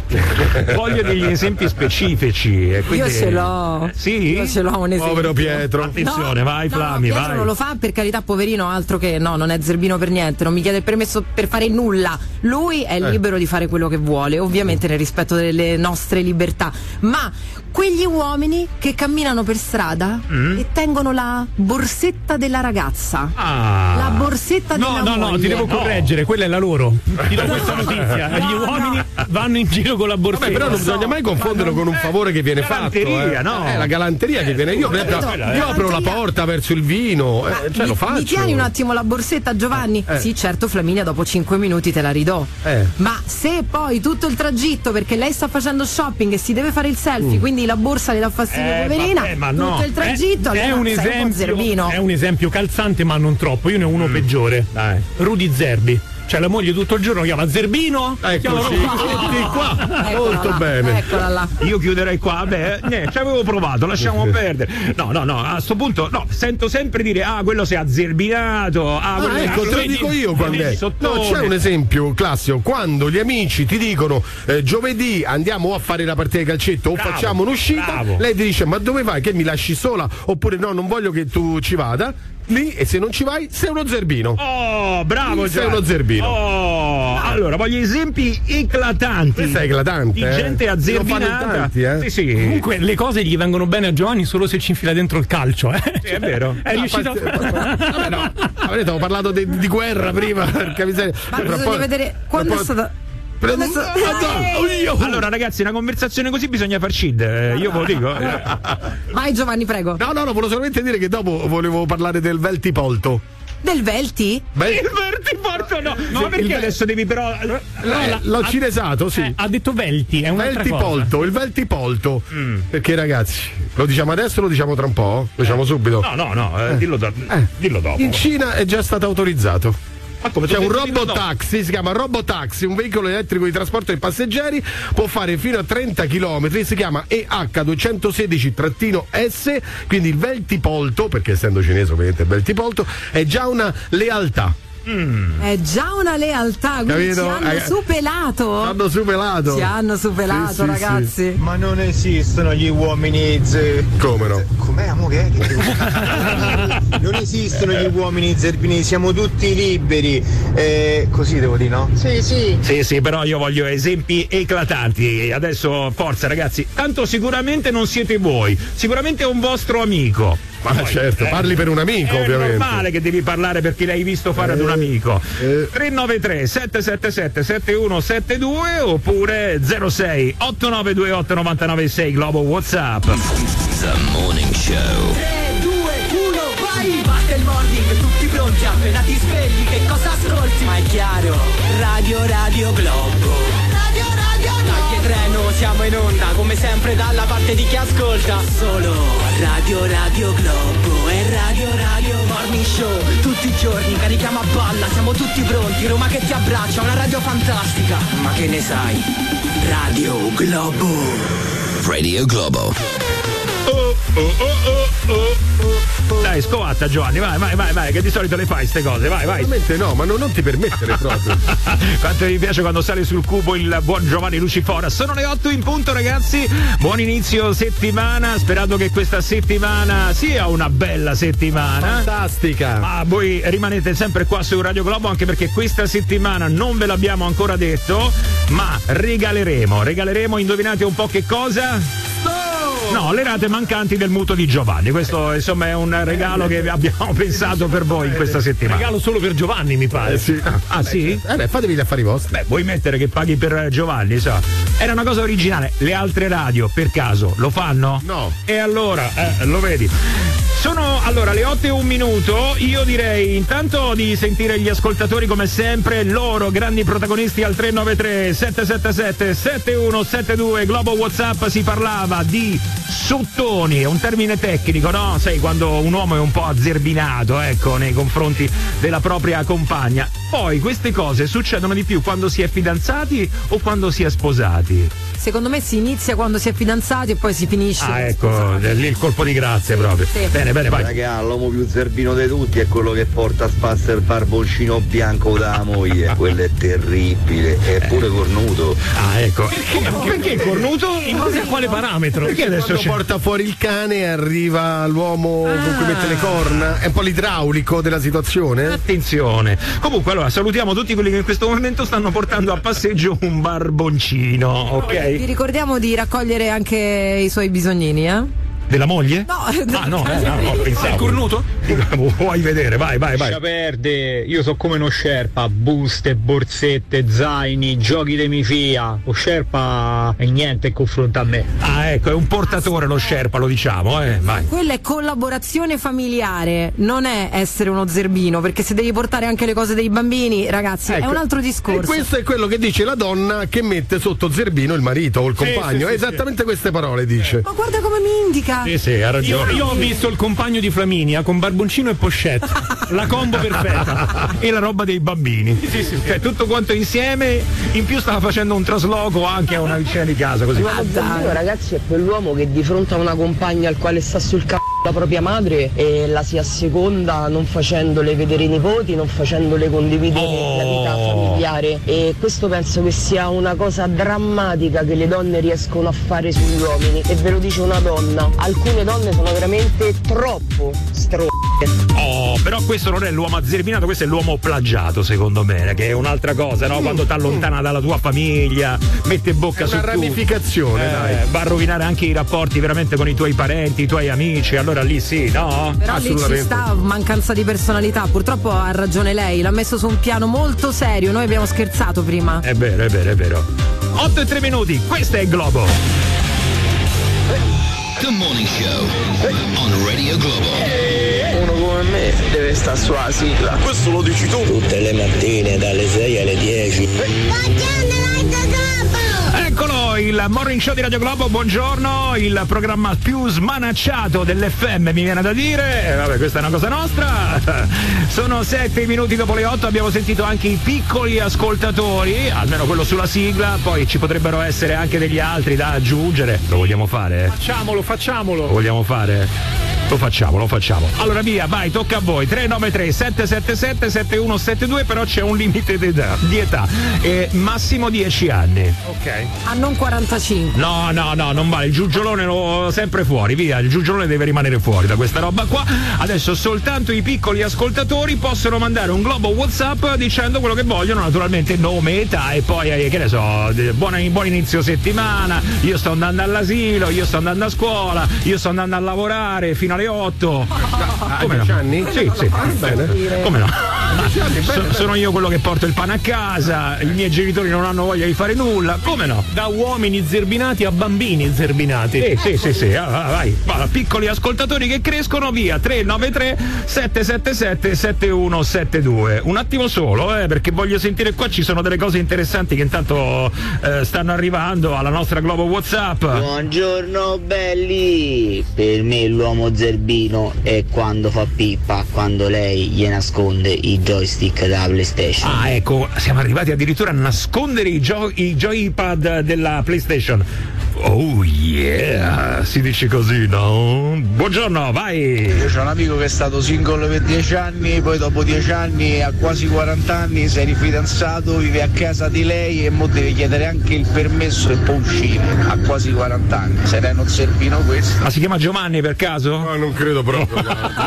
voglio degli esempi specifici. E quindi... Io ce l'ho. Sì? Io ce l'ho un esempio. Povero Pietro. Attenzione, no, vai no, Flami, no, Pietro vai. non lo fa, per carità, poverino, altro che no, non è zerbino per niente, non mi chiede il permesso per fare nulla. Lui è Eh. libero di fare quello che vuole, ovviamente nel rispetto delle nostre libertà. Ma quegli uomini che camminano per strada Mm. e tengono la borsetta della ragazza. Ah. La borsetta No, della no, no, moglie. ti devo correggere, quella è la loro. Ti do questa notizia. No, Gli no. uomini vanno in giro con la borsetta. Vabbè, però non so, bisogna mai confonderlo con un favore che viene fatto. galanteria, eh. no? Eh, la galanteria che viene. Io, Ho capito. io apro la porta verso il vino, eh, cioè mi, lo faccio. mi tieni un attimo la borsetta, Giovanni? Eh. Sì, certo, Flaminia, dopo cinque minuti te la ridò. Eh. Ma se poi tutto il tragitto, perché lei sta facendo shopping e si deve fare il selfie, quindi la borsa le dà fastidio, Eh, poverina, vabbè, ma tutto no. il tragitto, è, è allora un sei po' esempio, zerbino. è un esempio calzante, ma non troppo. Io ne ho uno peggiore. Dai. Rudy Zerbi. Cioè la moglie tutto il giorno chiama Zerbino. Eccoci, tutti qua. Eccola Molto là, bene. Eccola là. Io chiuderei qua, vabbè, eh, ci avevo provato, lasciamo perdere. No, no, no, a sto punto, no, sento sempre dire, ah, quello si è azzerbinato, ah, quello Ah, è ecco, te lo vedi- dico io quando vedi è. sottone. No, c'è un esempio classico, quando gli amici ti dicono eh, giovedì andiamo a fare la partita di calcetto o Bravo, facciamo un'uscita, bravo. lei ti dice ma dove vai, che mi lasci sola oppure no, non voglio che tu ci vada. Lì, e se non ci vai sei uno zerbino. Oh, bravo, sei Giovanni. uno zerbino. Oh, allora voglio esempi eclatanti. Questo è eclatante, di eh. gente Lo fanno in azzerbinata. tanti, eh. Sì, sì. Comunque le cose gli vengono bene a Giovanni solo se ci infila dentro il calcio, eh. Sì, è vero. È riuscito a Vabbè, no, avevo parlato di, di guerra prima, porca miseria. Ma Tra bisogna poi- vedere quando è tra poi- stata. Prendo- quando è sta- Madonna, oh, io. Allora, ragazzi, una conversazione così bisogna far cid. Eh, io ve lo dico. eh. Vai Giovanni, prego. No, no, no, volevo solamente dire che dopo volevo parlare del Veltipolto. Del Velti? Beh, Il vertiporto no. No, Sì, perché il- adesso devi però. eh, l'ho cinesato, sì. Eh, ha detto Velti, è un'altra cosa. Veltipolto, il Veltipolto. Mm. Perché ragazzi, lo diciamo adesso o lo diciamo tra un po'? Lo diciamo subito. No, no, no, eh, dillo, do- Eh. dillo dopo. In Cina è già stato autorizzato. C'è un robotaxi, si chiama robotaxi, un veicolo elettrico di trasporto dei passeggeri, può fare fino a trenta chilometri, si chiama E H duecentosedici S, quindi il Veltipolto, perché essendo cinese ovviamente il Veltipolto, è già una lealtà. Mm. È già una lealtà, quindi Capito? ci hanno Eh, supelato. Hanno supelato. Ci hanno supelato, Sì, sì, ragazzi. sì. Ma non esistono gli uomini ze... Come no? Com'è, amo che è? Non esistono gli uomini zerbini, siamo tutti liberi. Eh, così devo dire, no? Sì, sì. Sì, sì, però io voglio esempi eclatanti. Adesso, forza, ragazzi. Tanto sicuramente non siete voi. Sicuramente è un vostro amico. Ma poi, certo, eh, parli per un amico, è ovviamente. È normale che devi parlare perché l'hai visto fare eh, ad un amico. Eh. tre nove tre sette sette sette sette uno sette due oppure zero sei otto nove due otto nove nove sei Globo WhatsApp. The Morning Show. tre, due, uno, vai! Batte il morning, tutti pronti, appena ti svegli, che cosa ascolti? Ma è chiaro, Radio Radio Globo. Radio Radio Globo. Dai che treno, siamo in onda, come sempre dalla parte di chi ascolta. Solo Radio Radio Globo e Radio Radio Morning Show. Tutti i giorni carichiamo a balla, siamo tutti pronti, Roma che ti abbraccia, una radio fantastica. Ma che ne sai? Radio Globo. Radio Globo. Oh, oh, oh, oh, oh, oh. Dai, scovatta Giovanni, vai, vai, vai, vai, che di solito le fai ste cose, vai, vai. Veramente no, ma non, non ti permettere proprio. Quanto mi piace quando sale sul cubo il buon Giovanni Lucifora. Sono le otto in punto, ragazzi. Buon inizio settimana, sperando che questa settimana sia una bella settimana. Fantastica. Ma voi rimanete sempre qua su Radio Globo, anche perché questa settimana non ve l'abbiamo ancora detto, ma regaleremo, regaleremo, indovinate un po' che cosa? No, le rate mancanti del mutuo di Giovanni. Questo insomma è un regalo che abbiamo pensato per voi in questa settimana. Regalo solo per Giovanni, mi pare. Eh, sì. Ah, ah sì? Eh beh, fatevi gli affari vostri. Beh, vuoi mettere che paghi per Giovanni, sa? Era una cosa originale. Le altre radio, per caso, lo fanno? No. E allora, eh, lo vedi. Sono allora le otto e un minuto. Io direi intanto di sentire gli ascoltatori come sempre, loro grandi protagonisti al tre nove tre sette sette sette sette uno sette due Globo WhatsApp. Si parlava di sottoni, è un termine tecnico, no? Sai, quando un uomo è un po' azzerbinato, ecco, nei confronti della propria compagna. Poi queste cose succedono di più quando si è fidanzati o quando si è sposati? Secondo me si inizia quando si è fidanzati e poi si finisce. Ah, ecco, lì il colpo di grazia sì, proprio. Sì. Bene, bene, vai. Raga, l'uomo più zerbino di tutti è quello che porta a spasso il barboncino bianco della moglie. Quello è terribile, è pure cornuto. Ah, ecco. Perché, perché cornuto? In base a quale parametro? Perché adesso quando porta fuori il cane e arriva l'uomo ah. con cui mette le corna? È un po' l'idraulico della situazione? Attenzione. Comunque, allora, salutiamo tutti quelli che in questo momento stanno portando a passeggio un barboncino, ok? Vi ricordiamo di raccogliere anche i suoi bisognini, eh? Della moglie? No, ah no, eh, no, no, pensavo. Il cornuto? Vuoi vedere, vai, vai, vai. Lascia perde, io so come uno sherpa, buste, borsette, zaini, giochi de mi fia. Lo sherpa è niente in confronto a me. Ah, ecco, è un portatore lo sherpa, lo diciamo, eh, vai. Quella è collaborazione familiare, non è essere uno zerbino, perché se devi portare anche le cose dei bambini, ragazzi, ecco, è un altro discorso. E questo è quello che dice la donna che mette sotto zerbino il marito o il sì, compagno, sì, sì, esattamente sì. queste parole dice. Ma guarda come mi indica. Sì, sì, ha ragione. Io, io ho visto il compagno di Flaminia con barboncino e pochette. La combo perfetta. E la roba dei bambini. Sì, sì, sì. Cioè, tutto quanto insieme, in più stava facendo un trasloco anche a una vicina di casa, così. Ma davvero, ragazzi, è quell'uomo che di fronte a una compagna al quale sta sul c***o la propria madre e la si asseconda non facendole vedere i nipoti, non facendole condividere oh. la vita familiare, e questo penso che sia una cosa drammatica che le donne riescono a fare sugli uomini, e ve lo dice una donna, alcune donne sono veramente troppo stronze. Oh, però questo non è l'uomo azzerbinato, questo è l'uomo plagiato, secondo me, che è un'altra cosa, no? Mm. Quando ti allontana mm. dalla tua famiglia, mette bocca è su una ramificazione, eh, dai. Va a rovinare anche i rapporti veramente con i tuoi parenti, i tuoi amici, allora lì sì, no? Però lì ci sta mancanza di personalità, purtroppo ha ragione lei, l'ha messo su un piano molto serio, noi abbiamo scherzato prima. È vero, è vero, è vero. otto e tre minuti, questo è Globo. The Morning Show on Radio Globo. Uno come me deve stare sulla sigla. Questo lo dici tu. Tutte le mattine dalle sei alle dieci. Eccolo, il il Morning Show di Radio Globo, buongiorno, il programma più smanacciato dell'F M, mi viene da dire, eh, vabbè, questa è una cosa nostra. Sono sette minuti dopo le otto, abbiamo sentito anche i piccoli ascoltatori, almeno quello sulla sigla, poi ci potrebbero essere anche degli altri da aggiungere. Lo vogliamo fare? Facciamolo, facciamolo. Lo vogliamo fare? Lo facciamo, lo facciamo. Allora via, vai, tocca a voi. tre nove tre sette sette sette sette uno sette due, però c'è un limite di età, di età. Eh, massimo dieci anni. Ok. A non quarantacinque. No, no, no, non vale. Il giugiolone lo sempre fuori, via. Il giugiolone deve rimanere fuori da questa roba qua. Adesso soltanto i piccoli ascoltatori possono mandare un globo WhatsApp dicendo quello che vogliono, naturalmente nome, età e poi, eh, che ne so, buon, buon inizio settimana, io sto andando all'asilo, io sto andando a scuola, io sto andando a lavorare fino alle otto. Ah, come no? Anni? Sì, sì. Bene. Come no? So, sono io quello che porto il pane a casa, i miei genitori non hanno voglia di fare nulla, come no? Da uomini zerbinati a bambini zerbinati. Sì, sì, sì, sì. Ah, vai, vai. Piccoli ascoltatori che crescono, via. tre nove tre sette sette sette sette uno sette due. Un attimo solo, eh, perché voglio sentire qua, ci sono delle cose interessanti che intanto eh, stanno arrivando alla nostra Globo WhatsApp. Buongiorno belli. Per me l'uomo zerbino è quando fa pippa, quando lei gli nasconde i joystick della PlayStation. Ah, ecco, siamo arrivati addirittura a nascondere i, gio- i joypad della PlayStation. Oh yeah, si dice così, no? Buongiorno, vai! Io c'ho un amico che è stato single per dieci anni, poi dopo dieci anni, a quasi quaranta anni, si è rifidanzato, vive a casa di lei e mo deve chiedere anche il permesso e può uscire. A quasi quaranta anni, sereno zerbino questo. Ma si chiama Giovanni per caso? No, non credo proprio.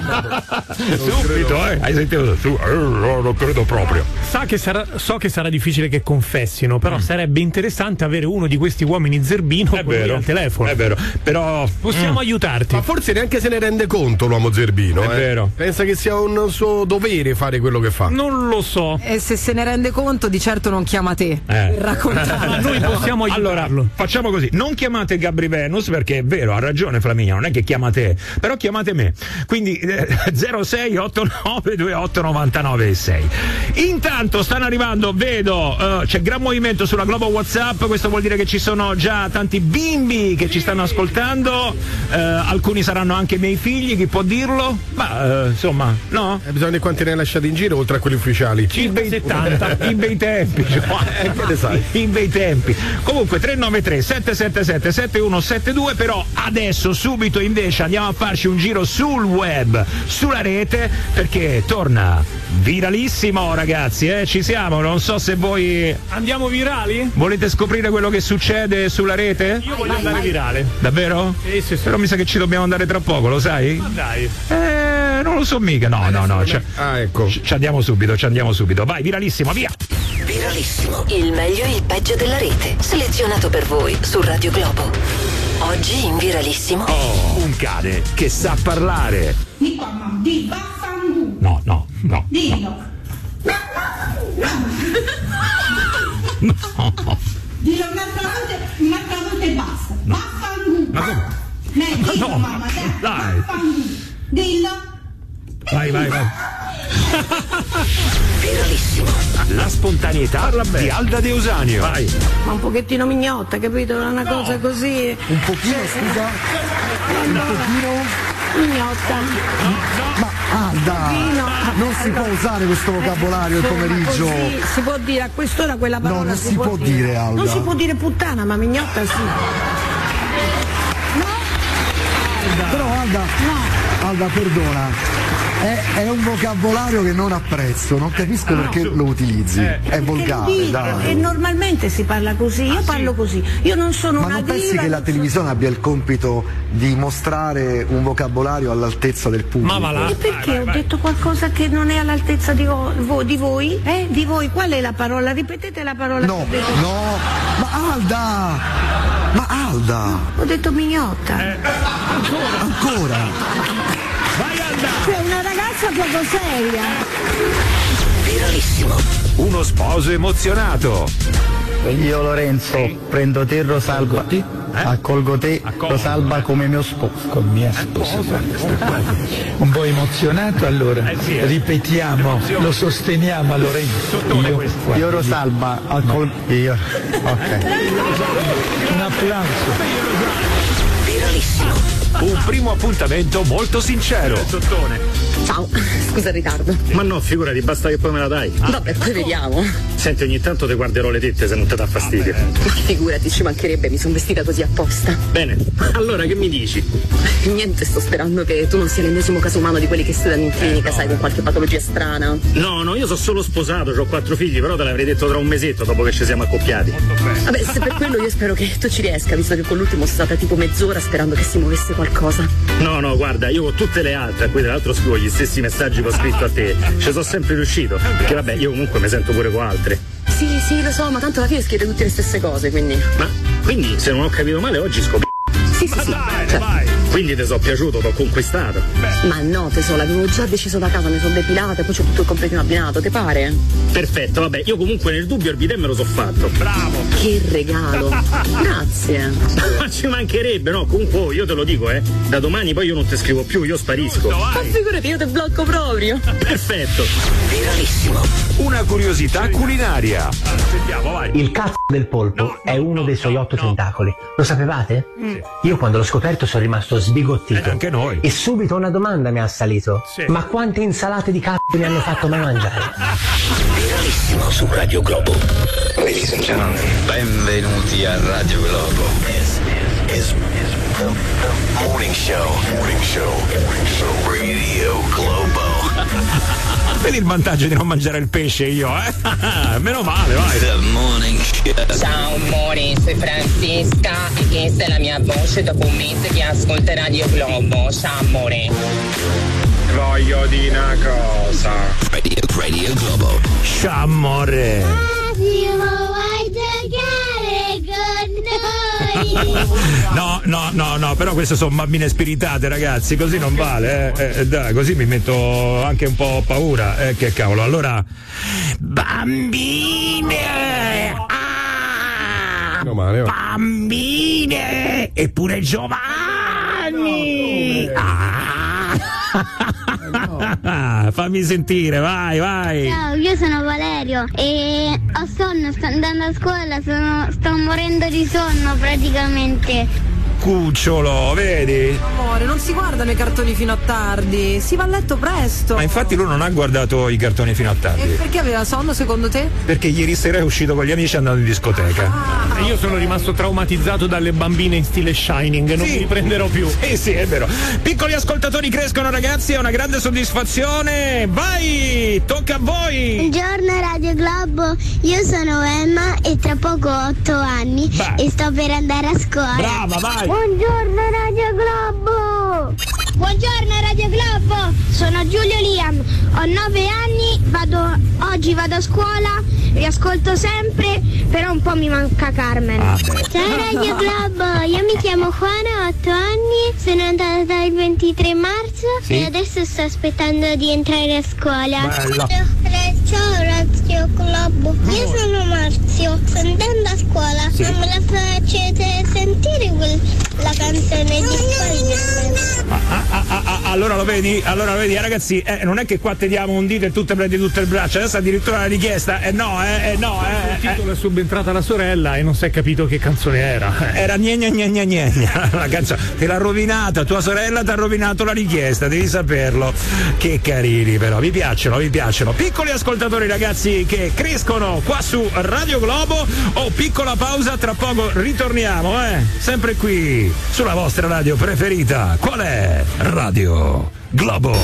Subito, eh? Hai sentito? Su, eh, non credo proprio. Sa che sarà, so che sarà difficile che confessino, però mm. sarebbe interessante avere uno di questi uomini zerbino è vero, al telefono. È vero, però possiamo mm. aiutarti. Ma forse neanche se ne rende conto l'uomo zerbino. È eh. vero. Pensa che sia un suo dovere fare quello che fa. Non lo so. E se se ne rende conto, di certo non chiama te. Eh. Per raccontare. Ma noi possiamo aiutarlo. Allora, facciamo così: non chiamate Gabri Venus, perché è vero, ha ragione Flaminia, non è che chiamate, però chiamate me. Quindi eh, zero sei otto nove due otto nove nove sei. Intanto stanno arrivando, vedo, uh, c'è gran movimento sulla Globo WhatsApp, questo vuol dire che ci sono già tanti bimbi che ci stanno ascoltando, uh, alcuni saranno anche miei figli, chi può dirlo? Ma uh, insomma, no? Eh, bisogna quanti ne hai lasciati in giro oltre a quelli ufficiali. In bei settanta, in bei tempi, cioè, che ne sai? In bei tempi. Comunque tre nove tre sette sette sette sette uno sette due, però adesso subito invece andiamo a farci un giro sul web, sulla rete, perché torna viralissimo, ragazzi, eh? Ci siamo, non so se voi andiamo virali? Volete scoprire quello che succede sulla rete? Io voglio andare virale. Davvero? Sì, sì, sì. Però mi sa che ci dobbiamo andare tra poco, lo sai? Ma dai. Eh, non lo so mica. No, no, no. Ci, ah, ecco. Ci andiamo subito, ci andiamo subito. Vai, viralissimo, via. Viralissimo. Il meglio e il peggio della rete. Selezionato per voi su Radio Globo. Oggi in Viralissimo. Oh, un cane che sa parlare. Di qua, mamma, di vaffanculo. No, no, no. Dillo. No. Dillo un'altra volta, un'altra volta e basta. No. Vaffanculo. Ma come? Lei, dillo, no, mamma, dai. dai. Vaffanculo. Dillo. Vai, vai, vai. Viralissimo. La spontaneità di Alda De Usanio. Vai. Ma un pochettino mignotta, capito? Una no. cosa così. Un pochino, scusa? Un pochino? Mignotta. No, no. Ma Alda, non si può usare questo vocabolario il pomeriggio. Così, si può dire a quest'ora quella parola. No, non si, si può, può dire. dire, Alda. Non si può dire puttana, ma mignotta sì. No? Alda. Però Alda, no. Alda, perdona. È, è un vocabolario che non apprezzo, non capisco eh, perché no. lo utilizzi, eh, è volgare. Dite, dai. E normalmente si parla così, io ah, parlo sì. così, io non sono Ma una non pensi diva, che la televisione abbia il compito di mostrare un vocabolario all'altezza del pubblico? Ma va là. E perché vai, vai, ho vai. detto qualcosa che non è all'altezza di, vo- di voi? Eh? Di voi? Qual è la parola? Ripetete la parola. No, no, ma Alda! Ma Alda! Ho detto mignotta. Eh. Ancora? Ancora? Vai Alda! Cioè una ragazza poco seria. Viralissimo. Uno sposo emozionato. Io Lorenzo prendo te Rosalba, eh? accolgo te accolgo. Rosalba come mio sposo. Con mia sposa. Un po' emozionato allora, eh sì, eh. ripetiamo, lo sosteniamo a Lorenzo. Io, io Rosalba, accolgo. Io. Ok. Un applauso. Viralissimo. Un primo appuntamento molto sincero. Ciao, scusa il ritardo. Ma no, figurati, basta che poi me la dai. Ah. Vabbè, poi vediamo. Senti, ogni tanto ti guarderò le tette se non ti dà fastidio. Ma figurati, ci mancherebbe, mi sono vestita così apposta. Bene, allora che mi dici? Niente, sto sperando che tu non sia l'ennesimo caso umano di quelli che studiano in clinica, eh, no. sai, con qualche patologia strana. No, no, io sono solo sposato, ho quattro figli, però te l'avrei detto tra un mesetto dopo che ci siamo accoppiati. Vabbè, se per quello io spero che tu ci riesca, visto che con l'ultimo sono stata tipo mezz'ora sperando che si muovesse qualcosa. No, no, guarda, io con tutte le altre, a cui tra l'altro scrivo gli stessi messaggi che ho scritto a te, ci sono sempre riuscito. Perché vabbè, io comunque mi sento pure con altre. Sì, sì, lo so, ma tanto alla fine scrive tutte le stesse cose, quindi. Ma quindi, se non ho capito male, oggi scopri. Sì, sì, ma sì. dai, cioè. vai. Quindi ti sono piaciuto, ti ho conquistato. Beh. Ma no, tesoro, l'avevo già deciso da casa, mi sono depilata e poi c'ho tutto il completino abbinato, te pare? Perfetto, vabbè, io comunque nel dubbio il bidet me lo so fatto. Bravo! Che regalo! Grazie! Ma ci mancherebbe, no? Comunque oh, io te lo dico, eh. Da domani poi io non ti scrivo più, io sparisco. Ma figurati, io te blocco proprio! Perfetto! Viralissimo. Una curiosità culinaria. Sentiamo, vai. Il cazzo del polpo no, è uno no, dei suoi otto no. tentacoli. Lo sapevate? Mm. Io quando l'ho scoperto sono rimasto sbigottito. Eh, anche noi. E subito una domanda mi ha assalito. Sì. Ma quante insalate di cazzo mi hanno fatto mai mangiare? Viralissimo su Radio Globo. Ladies and gentlemen, benvenuti a Radio Globo. This is the morning show. Morning show. Radio Globo. Vedi il vantaggio di non mangiare il pesce io, eh? Meno male, vai. The morning show. Ciao amore, sono Francesca e questa è la mia voce dopo un mese che ascolta Radio Globo. Ciao amore. Voglio di una cosa. Radio, Radio Globo. Ciao amore. No, no, no, no, però queste sono bambine spiritate, ragazzi, così non vale, eh. Eh, dai, così mi metto anche un po' paura, eh, che cavolo. Allora, bambine, ah, no, male, oh. bambine, eppure Giovanni. Ah. Fammi sentire, vai, vai. Ciao, io sono Valerio e ho sonno, sto andando a scuola, sono, sto morendo di sonno praticamente. Cucciolo, vedi? Amore, non si guardano i cartoni fino a tardi, si va a letto presto. Ma infatti lui non ha guardato i cartoni fino a tardi. E perché aveva sonno secondo te? Perché ieri sera è uscito con gli amici andando in discoteca. Ah, io sono rimasto traumatizzato dalle bambine in stile Shining, non sì. mi riprenderò più. Sì, sì, è vero. Piccoli ascoltatori crescono, ragazzi, è una grande soddisfazione. Vai, tocca a voi. Buongiorno Radio Globo, io sono Emma e tra poco ho otto anni Beh. e sto per andare a scuola. Brava, vai. Buongiorno Radio Globo! Buongiorno Radio Globo! Sono Giulio Liam, ho nove anni, vado, oggi vado a scuola, vi ascolto sempre, però un po' mi manca Carmen. Ah, Ciao Radio Globo, io mi chiamo Juana, ho otto anni, sono andata il ventitré marzo sì? e adesso sto aspettando di entrare a scuola. Bella. Ciao Radio Globo, io sono Marzio, sto andando a scuola, sì. non me la facete sentire quel, la canzone di Spider-Man? Ah, ah, ah, ah, allora lo vedi? Allora lo vedi, eh, ragazzi, eh, non è che qua ti diamo un dito e tu te prendi tutto il braccio, adesso addirittura la richiesta, eh no, eh, eh no, eh. Il titolo è subentrata la sorella e non si è capito che canzone era. Era gna gna gna gna gna, la canzone, te l'ha rovinata, tua sorella ti ha rovinato la richiesta, devi saperlo. Che carini però, mi piacciono, mi piacciono. Piccoli ascoltatori, ragazzi, che crescono qua su Radio Globo. Oh, piccola pausa, tra poco ritorniamo, eh, sempre qui, sulla vostra radio preferita. Qual è? Radio Globo.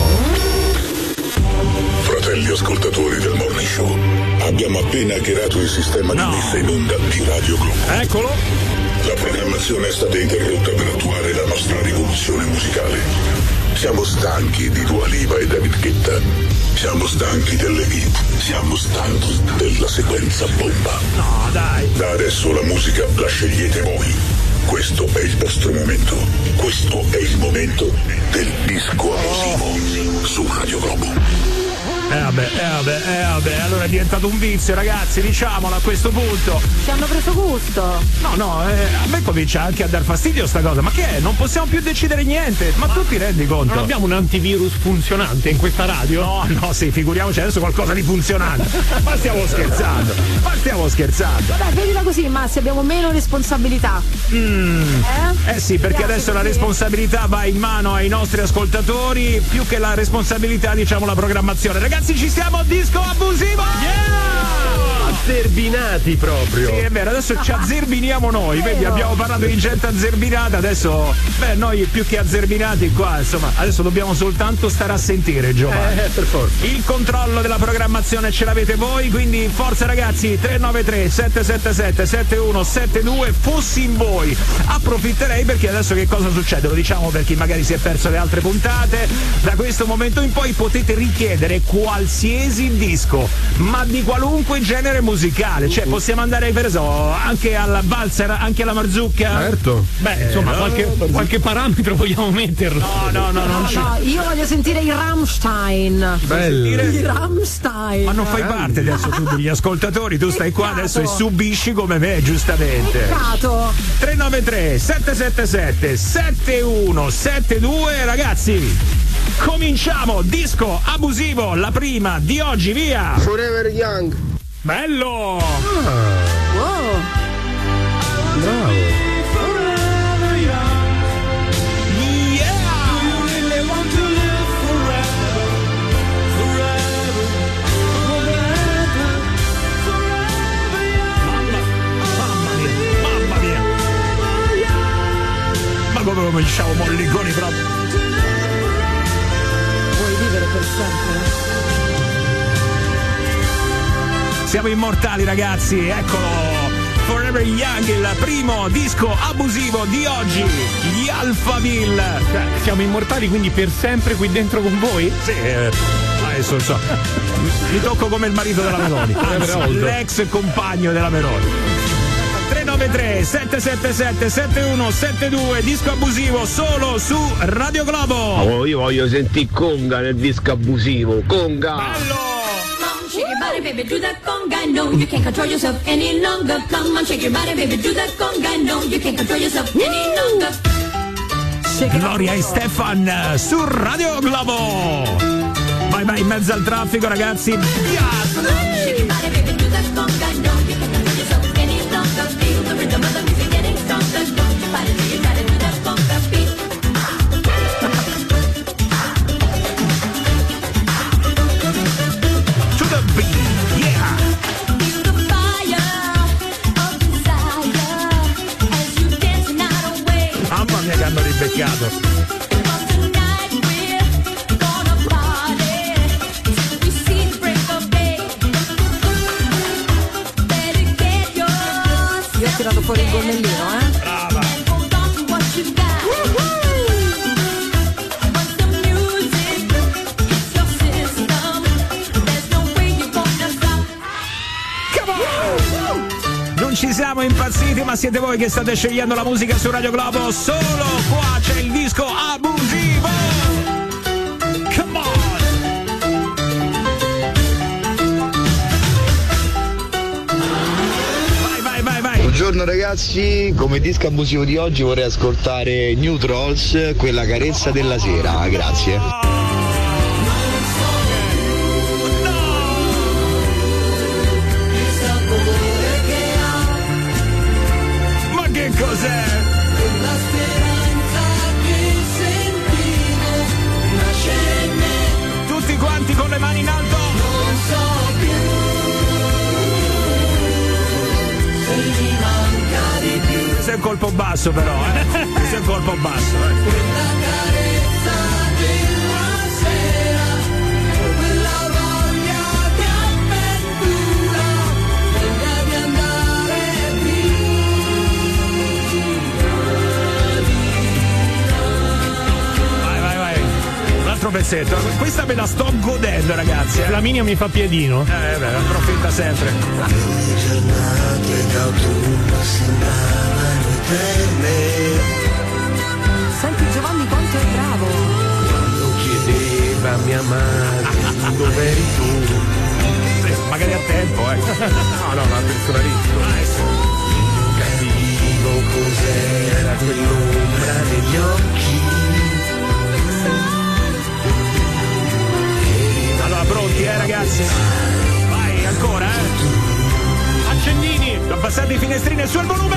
Fratelli ascoltatori del Morning Show, abbiamo appena hackerato il sistema no. di messa in onda di Radio Globo. Eccolo. La programmazione è stata interrotta per attuare la nostra rivoluzione musicale. Siamo stanchi di Dua Lipa e David Guetta. Siamo stanchi delle hit. Siamo stanchi della sequenza bomba. No, dai. Da adesso la musica la scegliete voi. Questo è il vostro momento. Questo è il momento del disco abusivo su Radio Globo. Eh vabbè, eh vabbè, eh vabbè, allora è diventato un vizio, ragazzi, diciamolo a questo punto. Ci hanno preso gusto. No, no, eh, a me comincia anche a dar fastidio sta cosa, ma che è? Non possiamo più decidere niente, ma, ma tu ti rendi conto? Non abbiamo un antivirus funzionante in questa radio? No, no, sì, figuriamoci adesso qualcosa di funzionante. Ma stiamo scherzando, ma stiamo scherzando. Dai, vedila così, Massi, abbiamo meno responsabilità. Mm. Eh? eh sì, perché adesso la responsabilità va in mano ai nostri ascoltatori, più che la responsabilità, diciamo, la programmazione. Ragazzi, ci siamo, disco abusivo! Yeah! Azzerbinati proprio. Sì, è vero, adesso ci azzerbiniamo noi, vedi, abbiamo parlato di gente azzerbinata, adesso, beh, noi più che azzerbinati qua, insomma, adesso dobbiamo soltanto stare a sentire, Giovanni. Eh, per forza. Il controllo della programmazione ce l'avete voi, quindi forza ragazzi, tre nove tre sette sette sette sette uno sette due, fossi in voi. Approfitterei perché adesso che cosa succede? Lo diciamo per chi magari si è perso le altre puntate. Da questo momento in poi potete richiedere qualsiasi disco, ma di qualunque genere musicale, cioè possiamo andare per esempio anche alla valzer, anche alla marzucca. Certo. Beh, insomma, no, qualche, qualche parametro vogliamo metterlo. No, no, no, non no, no, io voglio sentire i Rammstein. Bello. I Rammstein. Ma non fai parte adesso tu degli ascoltatori, tu stai qua adesso e subisci come me, giustamente. Peccato. tre nove tre sette sette sette sette uno sette due, ragazzi. Cominciamo, disco abusivo, la prima di oggi, via. Forever Young. Bello. Ah. Wow. Bravo. Come cominciamo molliconi proprio. Vuoi vivere per sempre? Siamo immortali ragazzi, eccolo. Forever Young, il primo disco abusivo di oggi, gli Alphaville. Cioè, siamo immortali quindi per sempre qui dentro con voi? Sì, eh, adesso so. Mi tocco come il marito della Meloni, anzi, l'ex compagno della Meloni. tre nove tre sette sette sette sette uno sette due, disco abusivo solo su Radio Globo. Oh, io voglio sentire conga nel disco abusivo. Conga. Bello. Shake your body, baby, do that conga. No, you can't control yourself any longer. Come on, shake your body, baby, do that conga. No, you can't control yourself any longer. Gloria e Stefan su Radio Globo. Vai vai in mezzo al traffico ragazzi. Shake your body, baby, do that conga. No, you can't control yourself any longer. Feel the rhythm of the music getting stronger. Move your body till you try to do that conga beat. To the beat, yeah. Feel the fire of desire as you dance the night away. Mamma mia che hanno ribeccato. Io ho tirato fuori il gonnellino, eh? Brava. Non ci siamo impazziti, ma siete voi che state scegliendo la musica su Radio Globo. Solo qua c'è il disco abusivo. Come on. Buongiorno ragazzi, come disco abusivo di oggi vorrei ascoltare New Trolls, quella carezza della sera, grazie. Ma che cos'è? La speranza che sentivo nasce in me. Tutti quanti con le mani in alto. Non so più se mi manca di più. Questo è un colpo basso però, eh? Questo è un colpo basso, eh? Quella carezza della sera, quella voglia di avventura, voglia di andare Vai, vai, vai. Un altro pezzetto. Questa me la sto godendo, ragazzi. Eh? Flaminia mi fa piedino. Eh, beh, approfitta sempre. Le giornate d'autunno sembravano eterne. Senti Giovanni quanto è bravo. Quando chiedeva a mia madre quando eri tu. Sì, magari a tempo, eh. No, no, la personalizzo. Capivo cos'era quell'ombra degli occhi. Allora, pronti, eh, ragazzi? Vai, ancora, eh? Accendini, abbassate i finestrini e su il volume!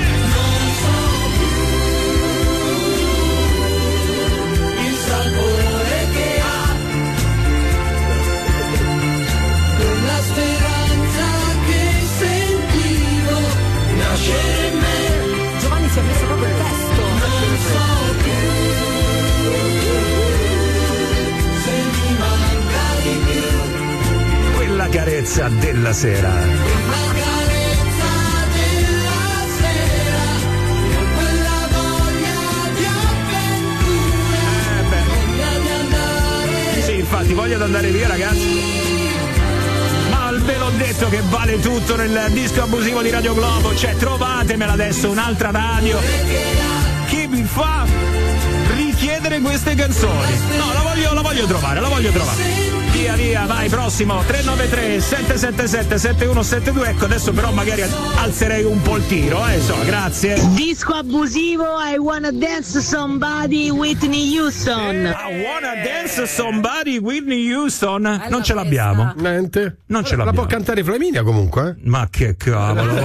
Il sapore che ha la speranza che sentivo nascere in me. Giovanni si è messo proprio il testo. Non so più se mi manca di più Quella carezza della sera. la carezza della sera, quella voglia di avventura, voglia di andare. Sì, infatti, voglia di andare via, ragazzi. Ma ve l'ho detto che vale tutto nel disco abusivo di Radio Globo. Cioè, trovatemela adesso un'altra radio che vi fa richiedere queste canzoni. No, la voglio, la voglio trovare, la voglio trovare. Via, via, vai, prossimo. tre nove tre sette sette sette sette uno sette due. Ecco, adesso però magari alzerei un po' il tiro, eh, so, grazie. Disco abusivo, I wanna dance somebody, Whitney Houston. I wanna dance somebody, Whitney Houston. Non ce l'abbiamo. Niente. Non ce La l'abbiamo. può cantare Flaminia comunque, eh? Ma che cavolo.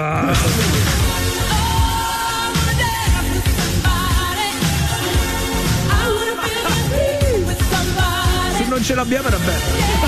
Se non ce l'abbiamo era bello.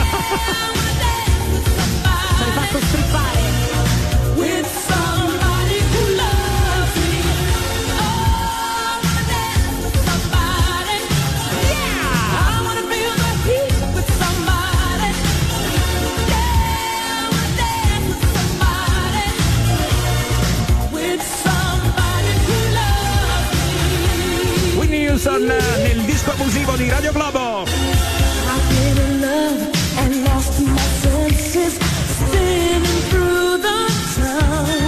Ci hai fatto strippare. With somebody who loves me. Oh, I wanna dance with somebody. Yeah, I wanna feel the heat with somebody. Yeah, I wanna dance with somebody. With somebody who loves me. Whitney Houston nel disco abusivo di Radio Globo. I've been in love and lost my senses, spinning through the town.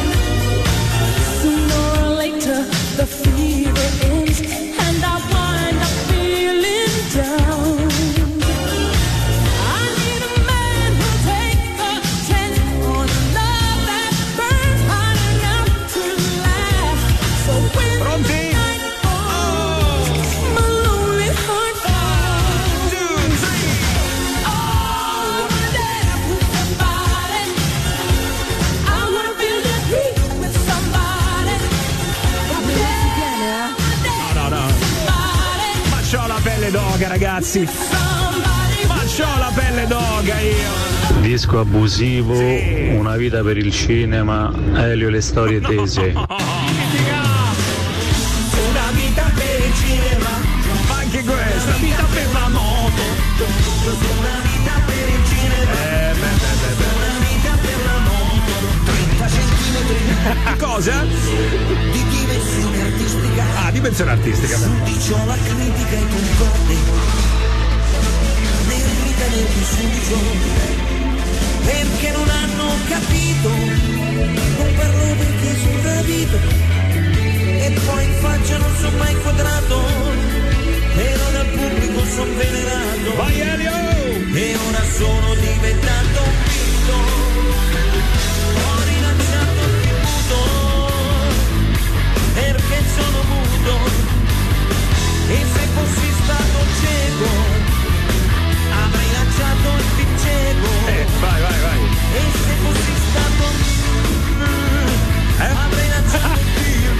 Sooner or later, the fever ends, and I wind up feeling down. I need a man who'll take a chance on a love that burns hot enough to last. So when Pronti? the night falls, my lonely heart falls. Two, three. I wanna dance with somebody. I wanna feel the heat with somebody. Yeah, No, no, no. somebody, Ma c'ho la pelle d'oca, ragazzi. somebody. Ma c'ho la pelle d'oca io. Disco abusivo, una vita per il cinema, Elio e le storie tese. Una vita per il cinema. Ma anche questa. Una vita per la moto. Una vita per il cinema. Eh, beh, beh, beh, beh. Una vita per la moto. trenta centimetri. Cosa? Di dimensione artistica. Ah, dimensione artistica. beh. Sudicio la critica e concorde. Ne ridere più sudicio. Perché non hanno capito. Non parlo perché sono capito. E poi in faccia non sono mai quadrato. Però dal pubblico son venerato. Vai Elio! E ora sono diventato un mito. Ho rilanciato il tributo. Perché sono muto. E se fossi stato cieco avrei lanciato il piccego. Eh, vai, vai, vai. E se fossi stato Eh? avrei lanciato il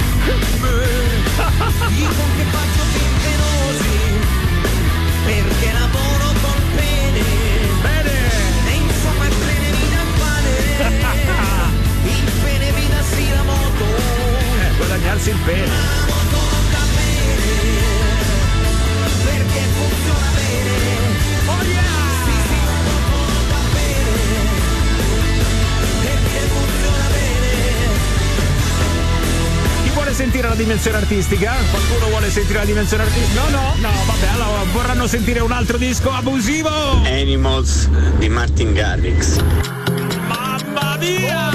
dico che faccio film penosi perché lavoro col pene. Bene! E insomma il pene mi dà pane. Il pene mi dà sì la moto. Eh, guadagnarsi il pene. La moto non va bene perché funziona bene. Oh yeah! Sì, sì, la moto non va bene perché funziona bene. Chi vuole sentire la dimensione artistica? Qualcuno vuole sentire la dimensione artistica? No, no, no, vabbè, allora vorranno sentire un altro disco abusivo? Animals di Martin Garrix. Mamma mia!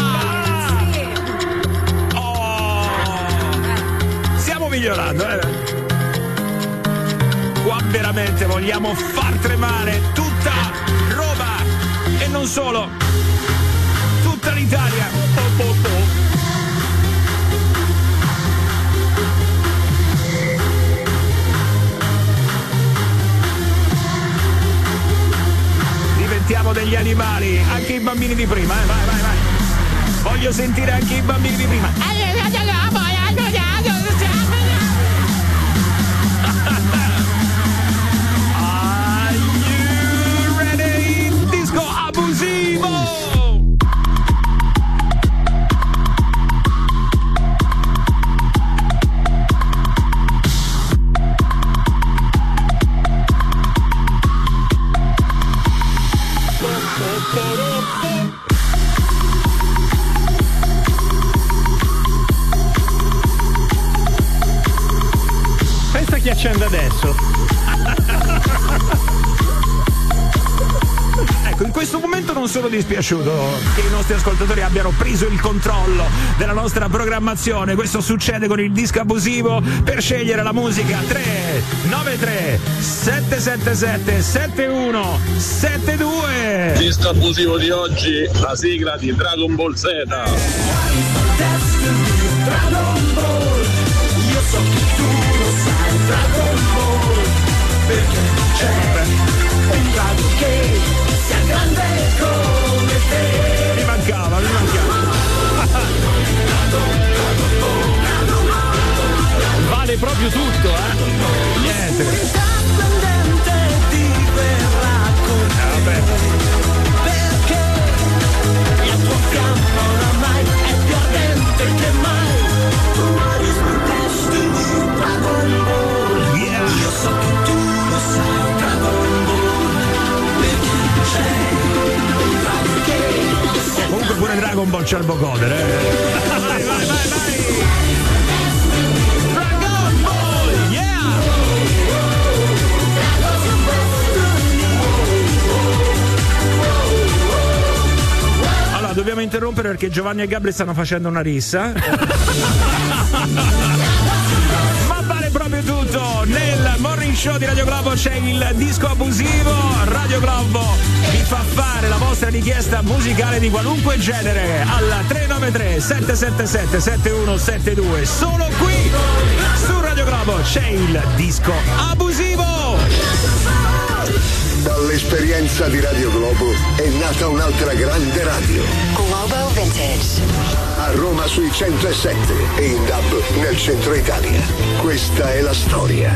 Oh! Stiamo migliorando, eh? Qua veramente vogliamo far tremare tutti tutta Roma e non solo, tutta l'Italia. Oh, oh, oh. Diventiamo degli animali, anche i bambini di prima, eh? Vai, vai, vai. Voglio sentire anche i bambini di prima. Are you ready? Disco abusivo! Pensa chi accende adesso. Ecco, in questo momento non sono dispiaciuto che i nostri ascoltatori abbiano preso il controllo della nostra programmazione. Questo succede con il disco abusivo. Per scegliere la musica tre nove tre sette sette sette sette uno sette due. Disco abusivo di oggi, la sigla di Dragon Ball Z. Dragon Ball, io so che tu lo sai, Dragon Ball, perché c'è un drago che sia grande come te. Mi mancava, mi mancava. Vale proprio tutto, eh? Niente. Splendente diverrà con te. Eh, vabbè. Perché la tua fiamma oramai è più ardente che mai. What is my destiny, Dragon Ball? Yeah. Io so che tu lo sai, Dragon Ball, perché c'è un drago che sia Comunque pure Dragon Ball c'ha il vocoder, eh? Vai, vai, vai, vai! Dragon Ball, yeah! Allora, dobbiamo interrompere perché Giovanni e Gabri stanno facendo una rissa. Ma vale proprio tutto. Nel morning show di Radio Globo c'è il disco abusivo. Radio Globo vi fa fare la vostra richiesta musicale di qualunque genere al tre nove tre sette sette sette sette uno sette due. Solo qui su Radio Globo c'è il disco abusivo. Dall'esperienza di Radio Globo è nata un'altra grande radio. Globo Vintage. A Roma sui centosette e in D A B nel centro Italia. Questa è la storia.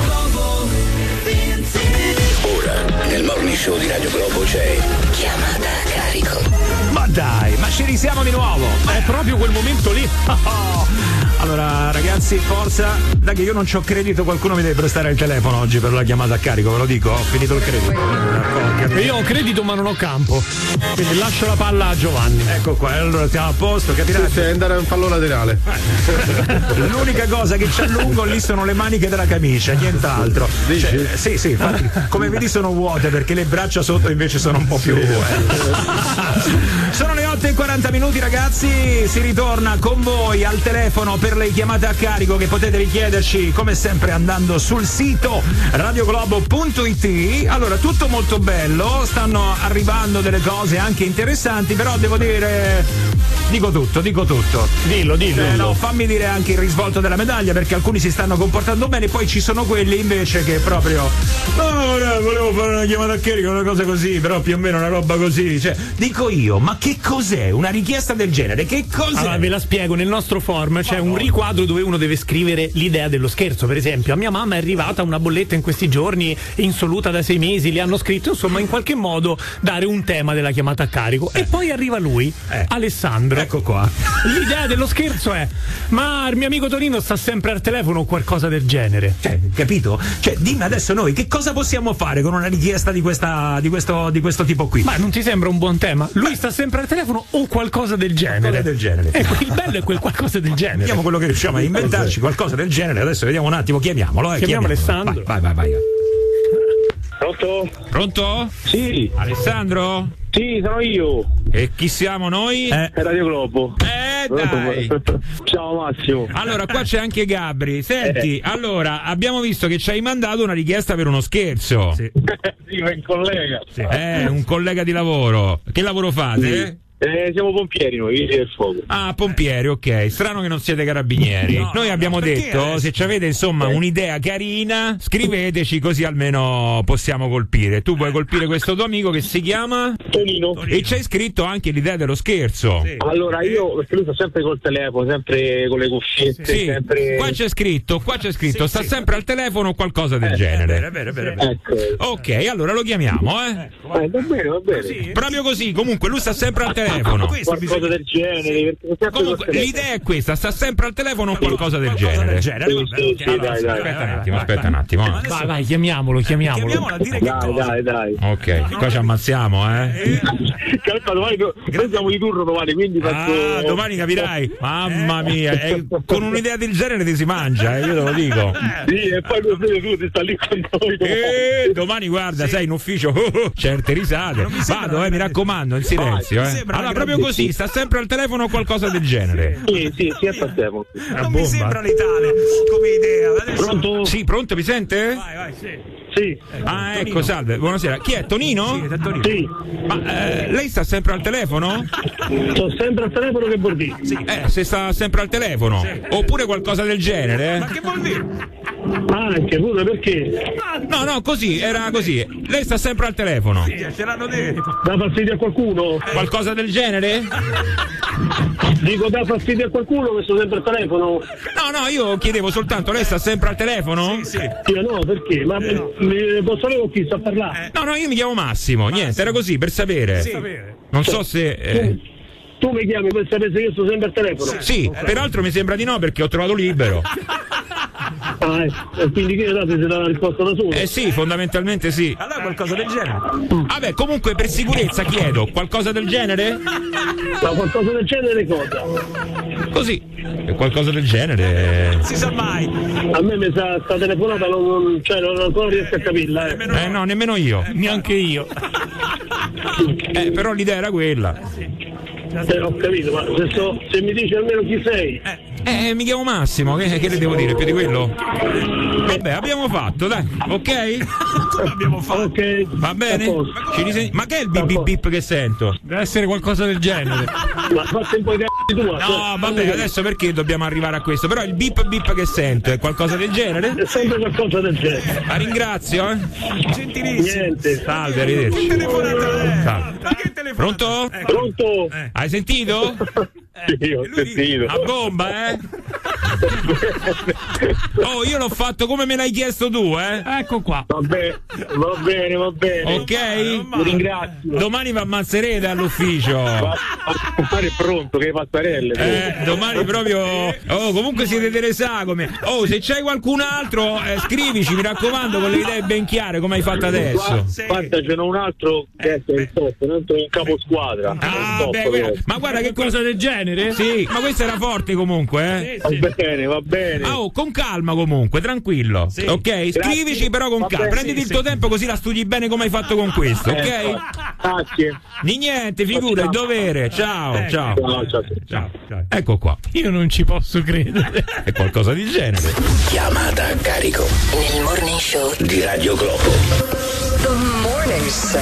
Ora, nel morning show di Radio Globo c'è Chiamata a carico. Ma dai, ma ci risiamo di nuovo. È proprio quel momento lì. Allora ragazzi, forza, dai che io non c'ho credito, qualcuno mi deve prestare il telefono oggi per la chiamata a carico, ve lo dico, ho finito il credito. Io ho credito ma non ho campo, quindi lascio la palla a Giovanni. Ecco qua, allora siamo a posto, capirete? Sì, andare a un fallo laterale. L'unica cosa che c'è lungo lì sono le maniche della camicia, nient'altro. Cioè, sì, sì, infatti, come vedi sono vuote perché le braccia sotto invece sono un po' più. Eh. Sono le otto e quaranta minuti ragazzi, si ritorna con voi al telefono per le chiamate a carico che potete richiederci come sempre andando sul sito radioglobo punto it. Allora, tutto molto bello, stanno arrivando delle cose anche interessanti, però devo dire, dico tutto, dico tutto. Dillo, dillo. Eh, no, fammi dire anche il risvolto della medaglia, perché alcuni si stanno comportando bene, poi ci sono quelli invece che proprio no, no, volevo fare una chiamata a carico, una cosa così, però più o meno una roba così, cioè, dico io, ma che cos'è una richiesta del genere? Che cos'è? Allora, ve la spiego, nel nostro form c'è un riquadro dove uno deve scrivere l'idea dello scherzo. Per esempio, a mia mamma è arrivata una bolletta in questi giorni insoluta da sei mesi, le hanno scritto, insomma, in qualche modo dare un tema della chiamata a carico. Eh. E poi arriva lui, eh. Alessandro. Ecco qua. L'idea dello scherzo è: ma il mio amico Tonino sta sempre al telefono o qualcosa del genere. Cioè, capito? Cioè, dimmi adesso noi che cosa possiamo fare con una richiesta di questa di questo di questo tipo qui? Ma non ti sembra un buon tema? Lui Beh. sta sempre al telefono o qualcosa del genere. Qualcosa del genere. Ecco, il bello è quel qualcosa del genere. Vediamo quello che riusciamo a inventarci, qualcosa del genere. Adesso vediamo un attimo, chiamiamolo, eh, chiamiamo Alessandro. Vai, vai, vai, vai. Pronto? Pronto? Sì. Alessandro? Sì, sono io. E chi siamo noi? Eh. È Radio Globo. Eh, Eh dai. Ciao Massimo. Allora, qua c'è anche Gabri. Senti, Eh. allora, abbiamo visto che ci hai mandato una richiesta per uno scherzo. Sì, sì, un collega. Eh, un collega di lavoro. Che lavoro fate? Eh, siamo pompieri noi, vigili del fuoco. Ah, pompieri, ok. Strano che non siete carabinieri. No, Noi no, abbiamo perché detto, adesso? se ci avete insomma un'idea carina, scriveteci così almeno possiamo colpire. Tu puoi colpire questo tuo amico che si chiama Tonino. E c'hai scritto anche l'idea dello scherzo. Allora io, perché lui sta sempre col telefono, sempre con le cuffiette, Sì, sempre... qua c'è scritto, qua c'è scritto, sta sempre al telefono o qualcosa del genere. È vero, è vero, è vero. Ecco. Ok, allora lo chiamiamo, eh. Eh, va bene, va bene. Proprio così, comunque lui sta sempre al telefono. Qualcosa del genere. perché sempre Comunque col telefono. l'idea è questa, sta sempre al telefono o qualcosa del genere. Sì, sì, sì, dai, dai. Aspetta un attimo, aspetta un attimo. eh. Vai, vai, chiamiamolo, chiamiamolo. Dai, dai, dai. Ok, qua ci ammazziamo, eh. Calma, domani noi siamo di turno domani, quindi faccio... Ah, domani capirai. Mamma mia, eh, con un'idea del genere ti si mangia, eh, io te lo dico. Sì, e poi lui tu ti sta lì con noi. Eh, domani guarda, sei in ufficio, oh, oh, certe risate. Vado, eh, mi raccomando, in silenzio, eh. Allora, proprio così, sta sempre al telefono o qualcosa del genere. Sì, sì, sì, aspettiamo. Non mi sembra letale come idea. Adesso... Pronto? Sì, pronto, mi sente? Vai, vai, sì. Sì. Ah, ecco, salve, buonasera. Chi è? Tonino? Sì, è Tonino. Sì. Ma eh, lei sta sempre al telefono? Sto sempre al telefono, che vuol dire? Sì. Eh, se sta sempre al telefono. Sì. Oppure qualcosa del genere. Ma che vuol dire? Ah, anche pure perché? No, no, così, era così. Lei sta sempre al telefono. Sì, ce l'hanno detto. Dà fastidio a qualcuno? Qualcosa del genere? Dico, dà fastidio a qualcuno che sto sempre al telefono? No, no, io chiedevo soltanto, lei sta sempre al telefono? Sì, sì. Io no, perché? Ma eh, no. Mi, posso sapere con chi sta a parlare? No, no, io mi chiamo Massimo, niente, era così, per sapere. Sì. Non so se... Eh... Tu mi chiami per sapere se io sto sempre al telefono? Sì, peraltro mi sembra di no perché ho trovato libero. Ah, e quindi che date se dà la risposta da solo? Eh sì, fondamentalmente sì. Allora qualcosa del genere. Vabbè, comunque per sicurezza chiedo, qualcosa del genere? Ma qualcosa del genere cosa? Così, qualcosa del genere. Si sa mai. A me mi sa sta telefonata, non, non, cioè non ancora riesco a capirla. Eh, eh no, nemmeno io. Eh, neanche io. Eh, però l'idea era quella. Eh, ho capito, ma se, so, se mi dici almeno chi sei. Eh, mi chiamo Massimo, che, che le devo dire più di quello? Vabbè, abbiamo fatto, dai, ok? Abbiamo fatto. Ok. Va bene? Ci riseg- ma che è il bip bip bip che sento? Deve essere qualcosa del genere. Ma fatti un po' di c***i tua. No, vabbè, adesso perché dobbiamo arrivare a questo? Però il bip bip che sento è qualcosa del genere? È sempre qualcosa del genere. La ringrazio, eh? Gentilissimo. Niente. Salve, arrivederci. Salve. Pronto? Pronto? Hai sentito? Sì, ho sentito. A bomba, eh? Oh, io l'ho fatto come me l'hai chiesto tu, eh? Ecco qua. Va bene, va bene, va bene. Ok? Vi ringrazio. Domani vi ammazzerete all'ufficio. Va a fare pronto che le pastarelle. Eh, domani proprio. Oh, comunque siete delle sagome. Oh, se c'hai qualcun altro, eh, scrivici, mi raccomando, con le idee ben chiare, come hai fatto adesso. Guarda, ce n'ho un altro che è il top, un altro un capo squadra. Ah, top, beh, guarda, ma guarda che cosa del genere? Sì, ma questo era forte comunque, eh? Va bene, va bene. Oh, con calma comunque, tranquillo. Sì. Ok? Scrivici però con calma. Prenditi il tuo tempo così la studi bene come hai fatto con questo, ok? Eh, grazie. Di niente, figura, è dovere. Ciao, eh, ciao. Ciao, ciao, ciao. Ciao. Ecco qua. Io non ci posso credere. È qualcosa di genere. Chiamata a carico Nel morning show di Radio Globo. The Morning Show.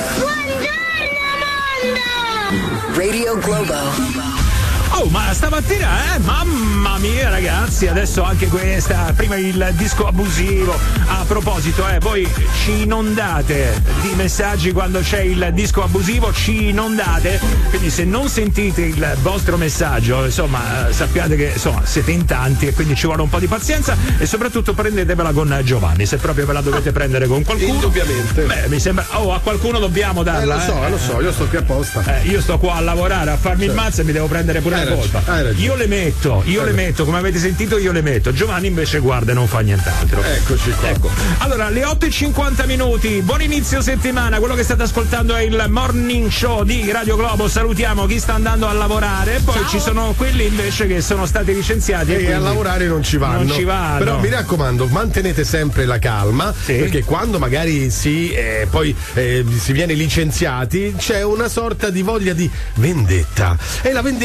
Radio Globo. Oh, ma stamattina, eh? Mamma mia, ragazzi, adesso anche questa. Prima il disco abusivo. A proposito, eh, voi ci inondate di messaggi quando c'è il disco abusivo, ci inondate. Quindi se non sentite il vostro messaggio, insomma, sappiate che insomma siete in tanti e quindi ci vuole un po' di pazienza e soprattutto prendetevela con Giovanni, se proprio ve la dovete prendere con qualcuno. Indubbiamente. Beh, mi sembra. Oh, a qualcuno dobbiamo darla. Eh, lo so, eh. lo so, io sto qui apposta. Eh, io sto qua a lavorare, a farmi il mazzo e mi devo prendere pure la colpa. Io le metto, io hai le metto, come avete sentito io le metto. Giovanni invece guarda e non fa nient'altro. Eccoci qua. Ecco. Allora, le otto e cinquanta minuti, buon inizio settimana. Quello che state ascoltando è il morning show di Radio Globo. Salutiamo chi sta andando a lavorare. Poi Ciao. Ci sono quelli invece che sono stati licenziati e, e a lavorare non ci vanno. Non ci vanno. Però mi raccomando, mantenete sempre la calma, sì. Perché quando magari si eh, poi eh, si viene licenziati c'è una sorta di voglia di vendetta. E la vendetta ovviamente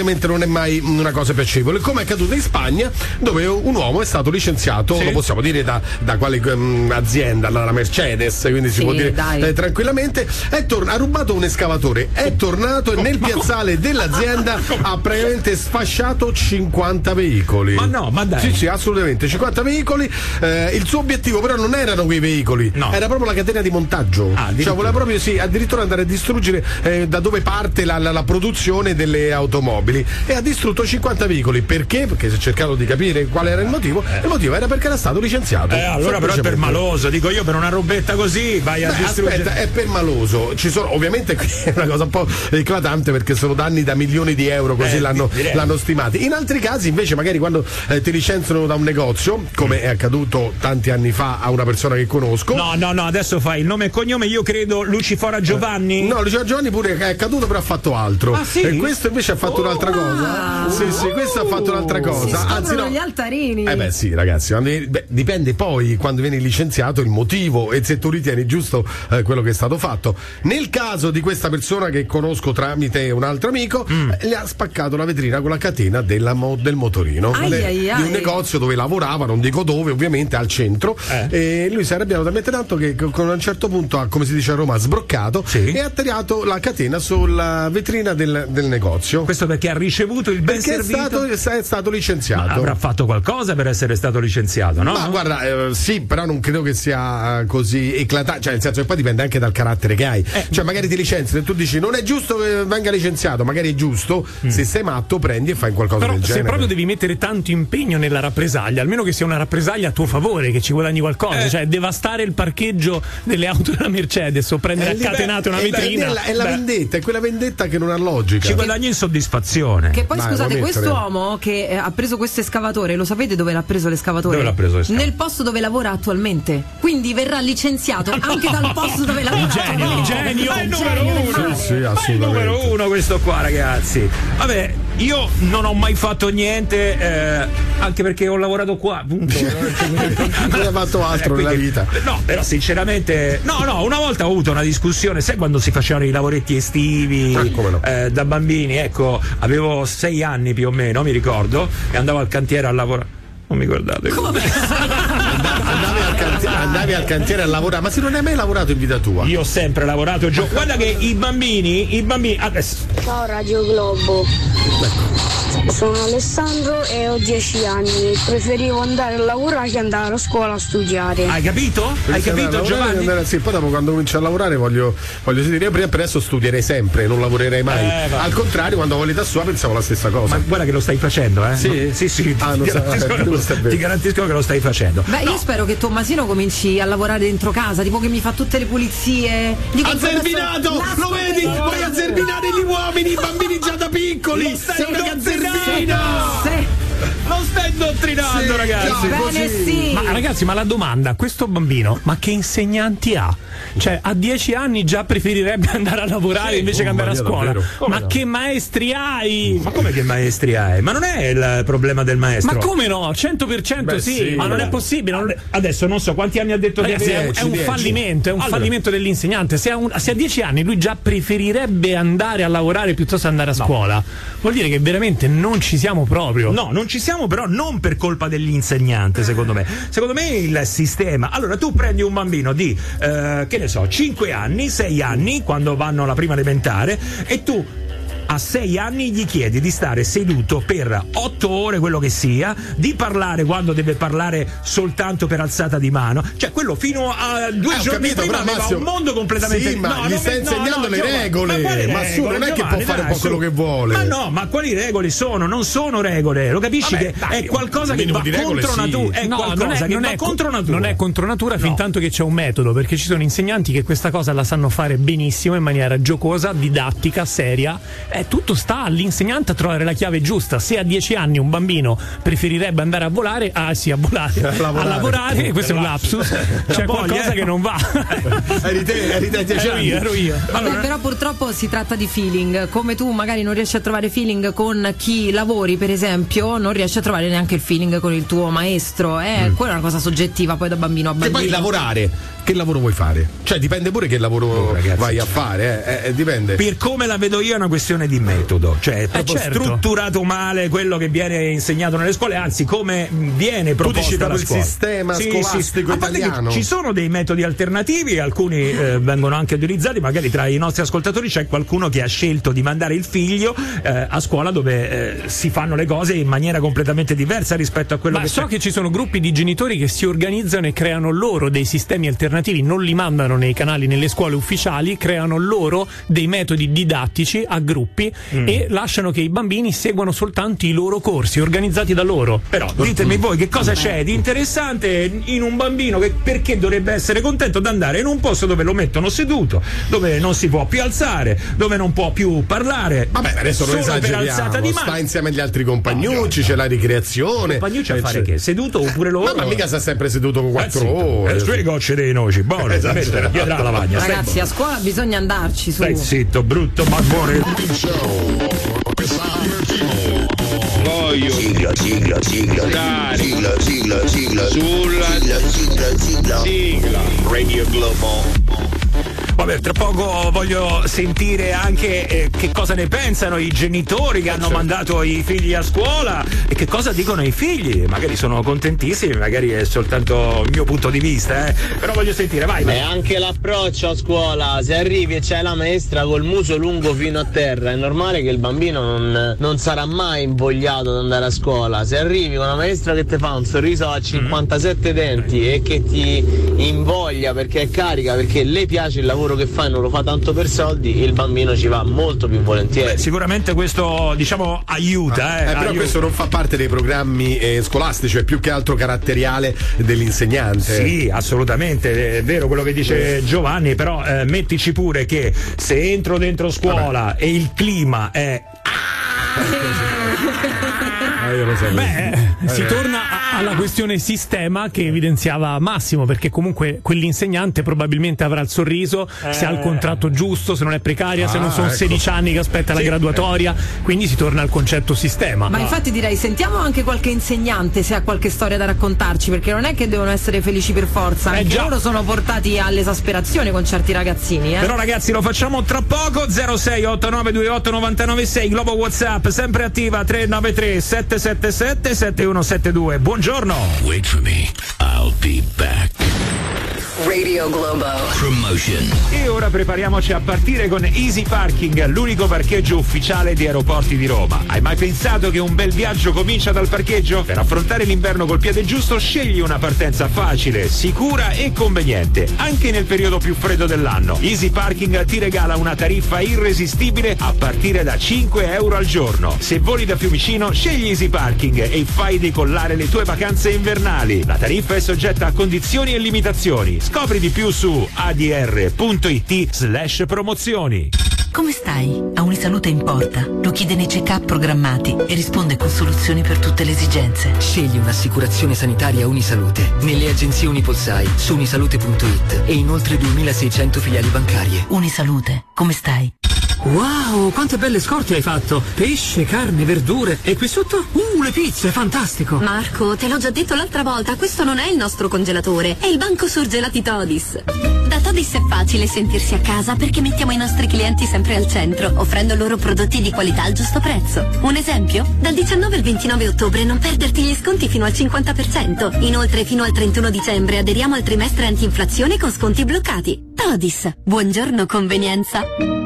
ovviamente non è mai una cosa piacevole, come è accaduto in Spagna, dove un uomo è stato licenziato, sì. lo possiamo dire da, da quale um, azienda, la Mercedes, quindi si sì, può dire eh, tranquillamente, è tor- ha rubato un escavatore, è tornato e nel piazzale dell'azienda ha praticamente sfasciato cinquanta veicoli. Ma no, ma dai. Sì, sì, assolutamente, cinquanta veicoli. Eh, il suo obiettivo però non erano quei veicoli, no. era proprio la catena di montaggio. Ah, cioè voleva proprio sì, addirittura andare a distruggere eh, da dove parte la, la, la produzione delle automobili, e ha distrutto cinquanta veicoli. Perché? Perché si è cercato di capire qual era il motivo. Eh. Il motivo era perché era stato licenziato. Eh, allora però è per maloso, dico io, per una robetta così vai a Beh, distruggere. Aspetta, è per maloso. Ci sono, ovviamente qui è una cosa un po' eclatante perché sono danni da milioni di euro, così eh, l'hanno, l'hanno stimati. In altri casi invece magari quando eh, ti licenziano da un negozio, come è accaduto tanti anni fa a una persona che conosco. No, no, no, adesso fai il nome e cognome, io credo Lucifora Giovanni. Eh, no, Lucifora Giovanni pure è accaduto, però ha fatto altro. Ah, sì? E questo invece ha fatto oh, un'altra cosa. Sì, sì, questo ha fatto un'altra cosa. Si Anzi, no. gli altarini. Eh beh, sì, ragazzi, beh, dipende poi quando vieni licenziato il motivo e se tu ritieni giusto eh, quello che è stato fatto. Nel caso di questa persona che conosco tramite un altro amico, mm. eh, gli ha spaccato la vetrina con la catena della mo- del motorino ai de- ai ai. di un negozio dove lavorava, non dico dove, ovviamente al centro. Eh. E lui si è arrabbiato talmente tanto che con un certo punto ha, come si dice a Roma, sbroccato, sì. e ha tagliato la catena sulla vetrina del, del negozio. Questo perché ha ricevuto il ben perché servito? È stato, è stato licenziato. Ma avrà fatto qualcosa per essere stato licenziato, no? Ma guarda, eh, sì, però non credo che sia uh, così eclatante, cioè nel senso che poi dipende anche dal carattere che hai. Eh. Cioè magari ti licenziano e tu dici non è giusto che venga licenziato, magari è giusto, mm. se sei matto prendi e fai qualcosa però del genere. Se proprio devi mettere tanto impegno nella rappresaglia, almeno che sia una rappresaglia a tuo favore, che ci guadagni qualcosa, eh. cioè devastare il parcheggio delle auto della Mercedes o prendere a catenate una vetrina. È la, è la vendetta, è quella vendetta che non ha logica. Ci guadagni in soddisfazione. Che poi Vai, scusate, quest'uomo che eh, ha preso questo escavatore, lo sapete dove l'ha preso l'escavatore? Dove l'ha preso l'escavatore? Nel posto dove lavora attualmente. Quindi verrà licenziato no. anche dal posto dove lavora. Genio, no. genio, ma è il numero uno. Sì, sì, ma è il numero uno questo qua, ragazzi. Vabbè, io non ho mai fatto niente, eh, anche perché ho lavorato qua, appunto. Non hai fatto altro eh, quindi, nella vita. No, però sinceramente, no, no, una volta ho avuto una discussione, sai quando si facevano i lavoretti estivi ah, come no. eh, da bambini, ecco, avevo sei anni più o meno, mi ricordo, e andavo al cantiere a lavorare. Non mi guardate. Come? Andavi al, cantiere, andavi al cantiere a lavorare, ma se non hai mai lavorato in vita tua? Io ho sempre lavorato, Gio. Guarda che i bambini, i bambini adesso. Ciao Radio Globo. Sono Alessandro e ho dieci anni. Preferivo andare a lavorare che andare a scuola a studiare. Hai capito? Hai capito, Giovanni? Andare, sì, poi dopo quando cominci a lavorare voglio, voglio dire, prima per adesso studierei sempre, non lavorerei mai. Eh, Al contrario, quando voglio da sua pensavo la stessa cosa. Ma guarda che lo stai facendo, eh? Sì, sì, sì. Ah, ti, non garantisco so, che lo, stai, ti garantisco che lo stai facendo. Beh, no. io spero che Tommasino cominci a lavorare dentro casa, tipo che mi fa tutte le pulizie. Ha zerbinato! Lo vedi? Vuoi azzerbinare gli uomini, i bambini già da piccoli! Sei una cazzervina! Sì. Lo stai indottrinando, sì, ragazzi. No, bene, sì. Ma ragazzi, ma la domanda, questo bambino, ma che insegnanti ha? Cioè, a dieci anni già preferirebbe andare a lavorare sì, invece oh, che andare a scuola. Ma no? Che maestri hai? Ma come che maestri hai? Ma non è il problema del maestro. Ma come no? cento per cento Beh, sì, sì, ma non è possibile. Non... Adesso non so quanti anni ha detto ragazzi, che è, è un dieci. fallimento, è un allora. fallimento dell'insegnante. Se a, un, se a dieci anni lui già preferirebbe andare a lavorare piuttosto che andare a no. scuola, vuol dire che veramente non ci siamo proprio. No, non ci siamo, però non per colpa dell'insegnante, secondo me. Secondo me il sistema. Allora, tu prendi un bambino di eh, che ne so, cinque anni, sei anni, quando vanno alla prima elementare, e tu a sei anni gli chiedi di stare seduto per otto ore, quello che sia, di parlare quando deve parlare soltanto per alzata di mano, cioè quello fino a due eh, giorni capito, prima aveva Massimo, un mondo completamente sì, ma no, gli stai insegnando no, no, le Giovanni, regole ma, ma, ma su, non è Giovanni, che può fare dai, un po' quello che vuole. Ma no, ma quali regole sono? Non sono regole, lo capisci? Vabbè, che dai, è qualcosa che va contro sì. natura, è no, qualcosa non è, che non va è, contro natura. Non è contro natura no. fin tanto che c'è un metodo, perché ci sono insegnanti che questa cosa la sanno fare benissimo in maniera giocosa, didattica, seria. È tutto sta all'insegnante a trovare la chiave giusta. Se a dieci anni un bambino preferirebbe andare a volare, ah sì, a volare, a lavorare, a lavorare questo è un lapsus, c'è qualcosa che non va. Eri te, eri te a dieci anni. Ero io. Allora, però purtroppo si tratta di feeling. Come tu magari non riesci a trovare feeling con chi lavori, per esempio, non riesci a trovare neanche il feeling con il tuo maestro. Eh, mm. Quella è una cosa soggettiva poi da bambino a bambino. E poi lavorare, che lavoro vuoi fare? Cioè dipende pure che lavoro oh, ragazzi, vai a fare, eh, eh, dipende. Per come la vedo io è una questione di di metodo, cioè è proprio eh certo. strutturato male quello che viene insegnato nelle scuole, anzi come viene proposto tu dici dalla proprio scuola. Il sistema sì, scolastico sì. italiano. Ci sono dei metodi alternativi, alcuni eh, vengono anche utilizzati, magari tra i nostri ascoltatori c'è qualcuno che ha scelto di mandare il figlio eh, a scuola dove eh, si fanno le cose in maniera completamente diversa rispetto a quello Ma che so c'è. che ci sono gruppi di genitori che si organizzano e creano loro dei sistemi alternativi, non li mandano nei canali, nelle scuole ufficiali, creano loro dei metodi didattici a gruppi mm. e lasciano che i bambini seguano soltanto i loro corsi organizzati da loro. Però ditemi voi che cosa c'è di interessante in un bambino che perché dovrebbe essere contento di andare in un posto dove lo mettono seduto, dove non si può più alzare, dove non può più parlare. Vabbè, adesso non solo per alzata di esageriamo, mano. sta insieme agli altri compagnucci, c'è la ricreazione. Compagnucci a fare che? Seduto oppure loro? Ma mica sta sempre seduto con quattro eh, ore. Eh, sui gocce dei noci, buono, esatto. mettere dietro la lavagna. Ragazzi, a scuola bisogna andarci su. Stai zitto, brutto, ma buono. Voglio sigla, sigla, sigla, dai, sigla, sigla, sigla, sulla sigla, sigla, sigla, sigla, Radio Globo. Vabbè, tra poco voglio sentire anche eh, che cosa ne pensano i genitori che hanno mandato i figli a scuola e che cosa dicono i figli. Magari sono contentissimi, magari è soltanto il mio punto di vista, eh. Però voglio sentire, vai. E anche l'approccio a scuola, se arrivi e c'è la maestra col muso lungo fino a terra, è normale che il bambino non, non sarà mai invogliato ad andare a scuola. Se arrivi con una maestra che ti fa un sorriso a cinquantasette mm-hmm. denti e che ti invoglia perché è carica, perché le piace il lavoro che fa e non lo fa tanto per soldi, il bambino ci va molto più volentieri. Beh, sicuramente questo, diciamo, aiuta. Eh, eh, però aiuta. questo non fa parte dei programmi eh, scolastici, è più che altro caratteriale dell'insegnante. Sì, assolutamente, è vero quello che dice eh. Giovanni, però eh, mettici pure che se entro dentro scuola Vabbè. e il clima è... Eh, io lo so. Beh, eh, si torna a, alla questione sistema che evidenziava Massimo, perché comunque quell'insegnante probabilmente avrà il sorriso eh. se ha il contratto giusto, se non è precaria, ah, se non sono ecco. sedici anni che aspetta sì, la graduatoria, eh. quindi si torna al concetto sistema. Ma infatti direi sentiamo anche qualche insegnante se ha qualche storia da raccontarci, perché non è che devono essere felici per forza, anche eh già. loro sono portati all'esasperazione con certi ragazzini. Eh. Però ragazzi lo facciamo tra poco. Zero sei otto nove due otto nove nove sei Globo WhatsApp sempre attiva, tre nove tre sette sette sette sette uno sette due. Buongiorno. Wait for me, I'll be back. Radio Globo Promotion. E ora prepariamoci a partire con Easy Parking, l'unico parcheggio ufficiale di Aeroporti di Roma. Hai mai pensato che un bel viaggio comincia dal parcheggio? Per affrontare l'inverno col piede giusto scegli una partenza facile, sicura e conveniente, anche nel periodo più freddo dell'anno. Easy Parking ti regala una tariffa irresistibile a partire da cinque euro al giorno. Se voli da Fiumicino, scegli Easy Parking e fai decollare le tue vacanze invernali. La tariffa è soggetta a condizioni e limitazioni. Scopri di più su adr.it slash promozioni. Come stai? A Unisalute importa. Lo chiede nei check-up programmati e risponde con soluzioni per tutte le esigenze. Scegli un'assicurazione sanitaria Unisalute nelle agenzie Unipolsai su unisalute punto it e in oltre duemilaseicento filiali bancarie. Unisalute, come stai? Wow, quante belle scorte hai fatto! Pesce, carne, verdure e qui sotto? Uh, le pizze, fantastico! Marco, te l'ho già detto l'altra volta, questo non è il nostro congelatore, è il banco surgelati Todis. Da Todis è facile sentirsi a casa perché mettiamo i nostri clienti sempre al centro, offrendo loro prodotti di qualità al giusto prezzo. Un esempio? Dal diciannove al ventinove ottobre non perderti gli sconti fino al cinquanta per cento. Inoltre fino al trentuno dicembre aderiamo al trimestre anti-inflazione con sconti bloccati. Todis, buongiorno convenienza.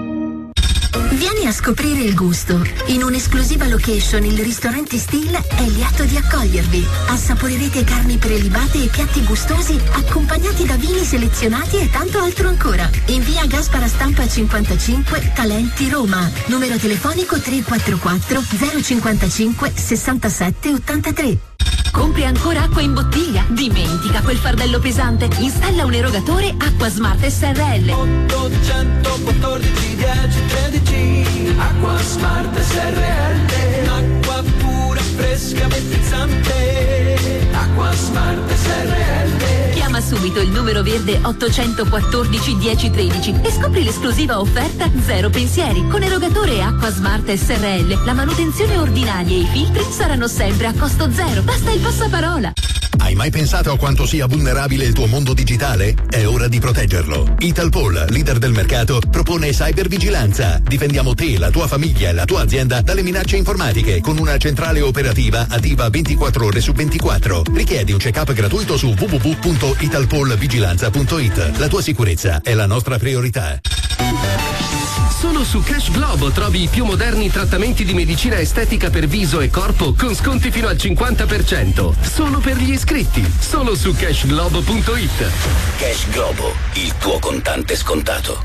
Vieni a scoprire il gusto. In un'esclusiva location il ristorante Still è lieto di accogliervi. Assaporerete carni prelibate e piatti gustosi accompagnati da vini selezionati e tanto altro ancora. In via Gaspara Stampa cinquantacinque, Talenti, Roma. Numero telefonico tre quattro quattro zero cinquantacinque sessantasette ottantatré. Compri ancora acqua in bottiglia? Dimentica quel fardello pesante. Installa un erogatore Acqua Smart S R L. ottocentoquattordici dieci tredici Acqua Smart S R L. Acqua pura, fresca, frizzante. Acqua Smart S R L. Chiama subito il numero verde ottocentoquattordici dieci tredici e scopri l'esclusiva offerta Zero Pensieri. Con erogatore Acqua Smart S R L la manutenzione ordinaria e i filtri saranno sempre a costo zero. Basta il passaparola. Hai mai pensato a quanto sia vulnerabile il tuo mondo digitale? È ora di proteggerlo. Italpol, leader del mercato, propone cybervigilanza. Difendiamo te, la tua famiglia e la tua azienda dalle minacce informatiche con una centrale operativa attiva ventiquattro ore su ventiquattro. Richiedi un check-up gratuito su w w w punto italpolvigilanza punto it. La tua sicurezza è la nostra priorità. Solo su Cash Globo trovi i più moderni trattamenti di medicina estetica per viso e corpo con sconti fino al cinquanta per cento. Solo per gli iscritti. Solo su cash globo punto it. Cash Globo, il tuo contante scontato.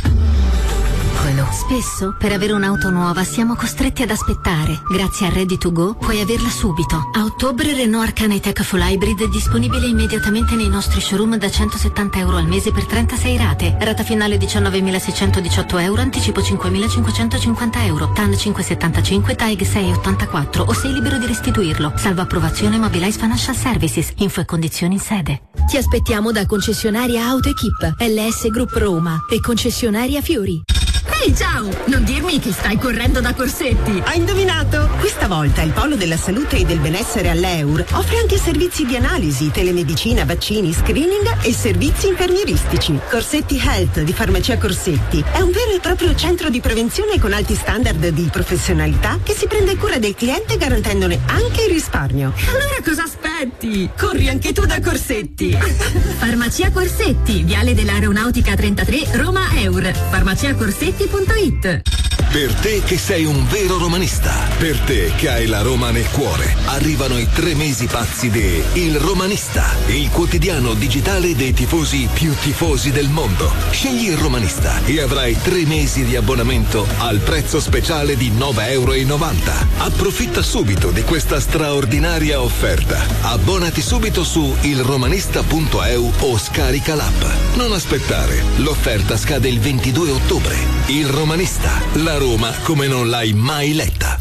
Spesso per avere un'auto nuova siamo costretti ad aspettare. Grazie a Ready to Go puoi averla subito. A ottobre Renault Arcana Tech Full Hybrid è disponibile immediatamente nei nostri showroom da centosettanta euro al mese per trentasei rate. Rata finale diciannovemilaseicentodiciotto euro, anticipo cinquemilacinquecentocinquanta euro. T A N cinquecentosettantacinque, T A E G sei ottantaquattro o sei libero di restituirlo. Salvo approvazione Mobilize Financial Services. Info e condizioni in sede. Ti aspettiamo da concessionaria AutoEquip, L S Group Roma e concessionaria Fiori. Ehi, hey, ciao! Non dirmi che stai correndo da Corsetti! Hai indovinato? Questa volta il Polo della Salute e del Benessere all'Eur offre anche servizi di analisi, telemedicina, vaccini, screening e servizi infermieristici. Corsetti Health di Farmacia Corsetti è un vero e proprio centro di prevenzione con alti standard di professionalità che si prende cura del cliente garantendone anche il risparmio. Allora cosa aspetti? Corri anche tu da Corsetti! Farmacia Corsetti, Viale dell'Aeronautica trentatré, Roma Eur. Farmacia Corsetti punto it. Per te che sei un vero romanista, per te che hai la Roma nel cuore, arrivano i tre mesi pazzi di Il Romanista, il quotidiano digitale dei tifosi più tifosi del mondo. Scegli Il Romanista e avrai tre mesi di abbonamento al prezzo speciale di nove e novanta euro. Approfitta subito di questa straordinaria offerta. Abbonati subito su ilromanista punto e u o scarica l'app. Non aspettare, l'offerta scade il ventidue ottobre. Il Romanista, la Roma come non l'hai mai letta.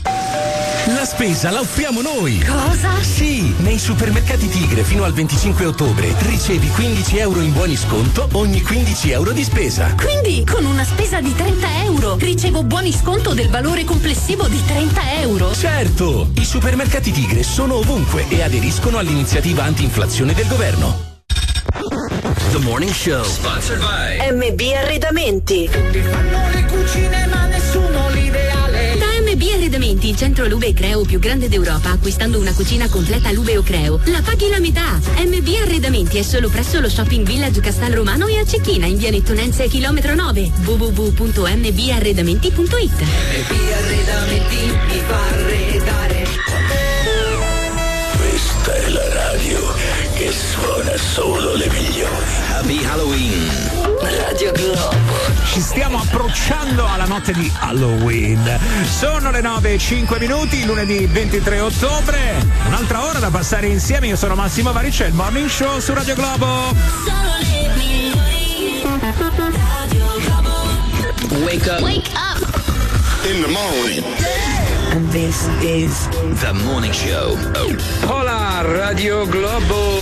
La spesa la offriamo noi! Cosa? Sì! Nei supermercati Tigre fino al venticinque ottobre ricevi quindici euro in buoni sconto ogni quindici euro di spesa. Quindi con una spesa di trenta euro ricevo buoni sconto del valore complessivo di trenta euro? Certo! I supermercati Tigre sono ovunque e aderiscono all'iniziativa anti-inflazione del governo. The Morning Show, sponsored by M B Arredamenti. Tutti fanno le cucine ma nessuno l'ideale. Da M B Arredamenti, il centro Lube e Creo più grande d'Europa, acquistando una cucina completa Lube o Creo la paghi la metà. M B Arredamenti è solo presso lo Shopping Village Castel Romano e a Cecchina in via Nettunense chilometro nove. w w w punto m b arredamenti punto it. M B Arredamenti mi fa arredare. Questa è la radio che suona solo le migliori. Happy Halloween. Radio Globo. Ci stiamo approcciando alla notte di Halloween. Sono le nove e cinque minuti, lunedì ventitré ottobre. Un'altra ora da passare insieme. Io sono Massimo Varicè, il Morning Show su Radio Globo. Sono le migliori. Radio Globo. Wake up. Wake up. In the morning. And this is The Morning Show. Hola Radio Globo.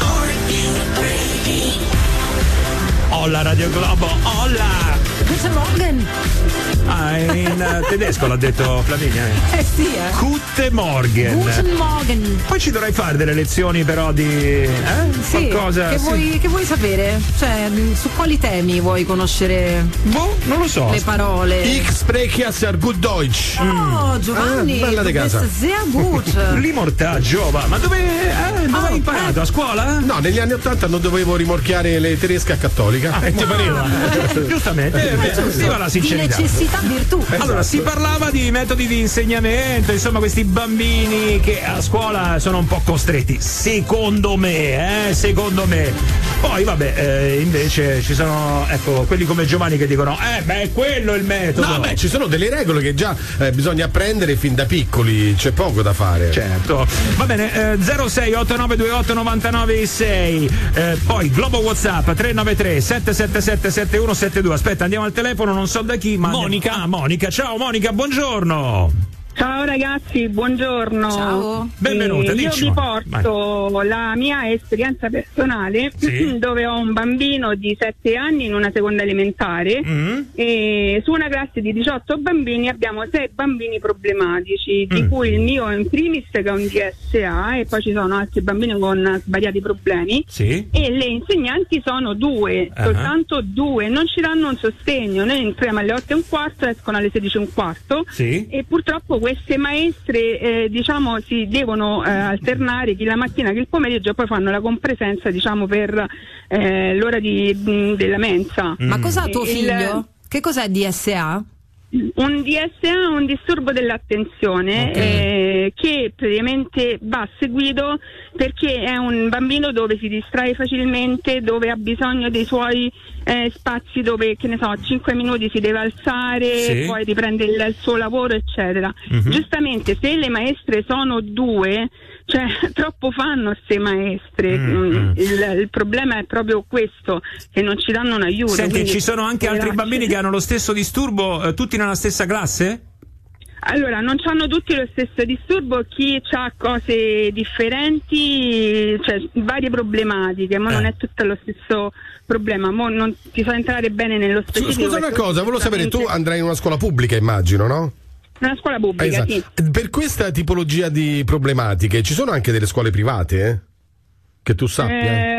Hola Radio Globo. Hola. Guten Morgen. Ah, in uh, tedesco l'ha detto Flaminia. Eh sì, eh. Guten Morgen. Guten Morgen. Poi ci dovrai fare delle lezioni però di eh? Sì, qualcosa. Che, sì. vuoi, che vuoi sapere? Cioè, su quali temi vuoi conoscere? Boh, non lo so. Le parole. Ich spreche sehr gut Deutsch. Oh, Giovanni, ah, bella di casa. Sehr gut. Rimortaggio, va. Ma dove, eh, dove oh, hai imparato? A scuola? No, negli anni ottanta non dovevo rimorchiare le tedesche a cattolica. Ah, ti pareva? Giustamente, viva la sincerità. Di necessità virtù. Allora, si parlava di metodi di insegnamento, insomma, questi bambini che a scuola sono un po' costretti, secondo me, eh, secondo me. Poi, vabbè, eh, invece ci sono, ecco, quelli come Giovanni che dicono, eh, beh, è quello il metodo. No, beh, ci sono delle regole che già eh, bisogna apprendere fin da piccoli, c'è poco da fare. Certo. Va bene, eh, zero sei otto nove due otto nove nove sei, eh, poi Globo WhatsApp tre nove tre sette sette sette sette uno sette due. Aspetta, andiamo al telefono, non so da chi, ma Monica. Ah, Monica, ciao Monica, buongiorno. Ciao ragazzi, buongiorno. Ciao. Benvenuta, eh, Io dici, vi porto Vai. la mia esperienza personale, sì. dove ho un bambino di sette anni in una seconda elementare mm. e su una classe di diciotto bambini abbiamo sei bambini problematici, mm. di cui il mio in primis che è un D S A e poi ci sono altri bambini con svariati problemi, sì. e le insegnanti sono due, uh-huh. soltanto due, non ci danno un sostegno. Noi entriamo alle otto e un quarto, escono alle sedici e un quarto, sì. e purtroppo queste maestre eh, diciamo si devono eh, alternare chi la mattina che il pomeriggio, e poi fanno la compresenza diciamo per eh, l'ora di, mh, della mensa. Mm. Ma cos'ha tuo figlio? Il, che cos'è D S A? Un D S A è un disturbo dell'attenzione, okay. eh, che praticamente va seguito perché è un bambino dove si distrae facilmente, dove ha bisogno dei suoi eh, spazi dove, che ne so, cinque minuti si deve alzare, sì. poi riprende il, il suo lavoro, eccetera. Mm-hmm. Giustamente, se le maestre sono due, cioè troppo fanno ste maestre, mm-hmm. il, il problema è proprio questo, che non ci danno un aiuto. Senti, ci sono anche altri grazie. bambini che hanno lo stesso disturbo, eh, tutti nella stessa classe? Allora, non hanno tutti lo stesso disturbo, chi ha cose differenti, cioè varie problematiche, ma eh. non è tutto lo stesso problema. Mo non ti so entrare bene nello specifico. Scusa una cosa, volevo sapere, tu andrai in una scuola pubblica, immagino, no? Una scuola pubblica, esatto. sì. Per questa tipologia di problematiche ci sono anche delle scuole private, eh? Che tu sappia?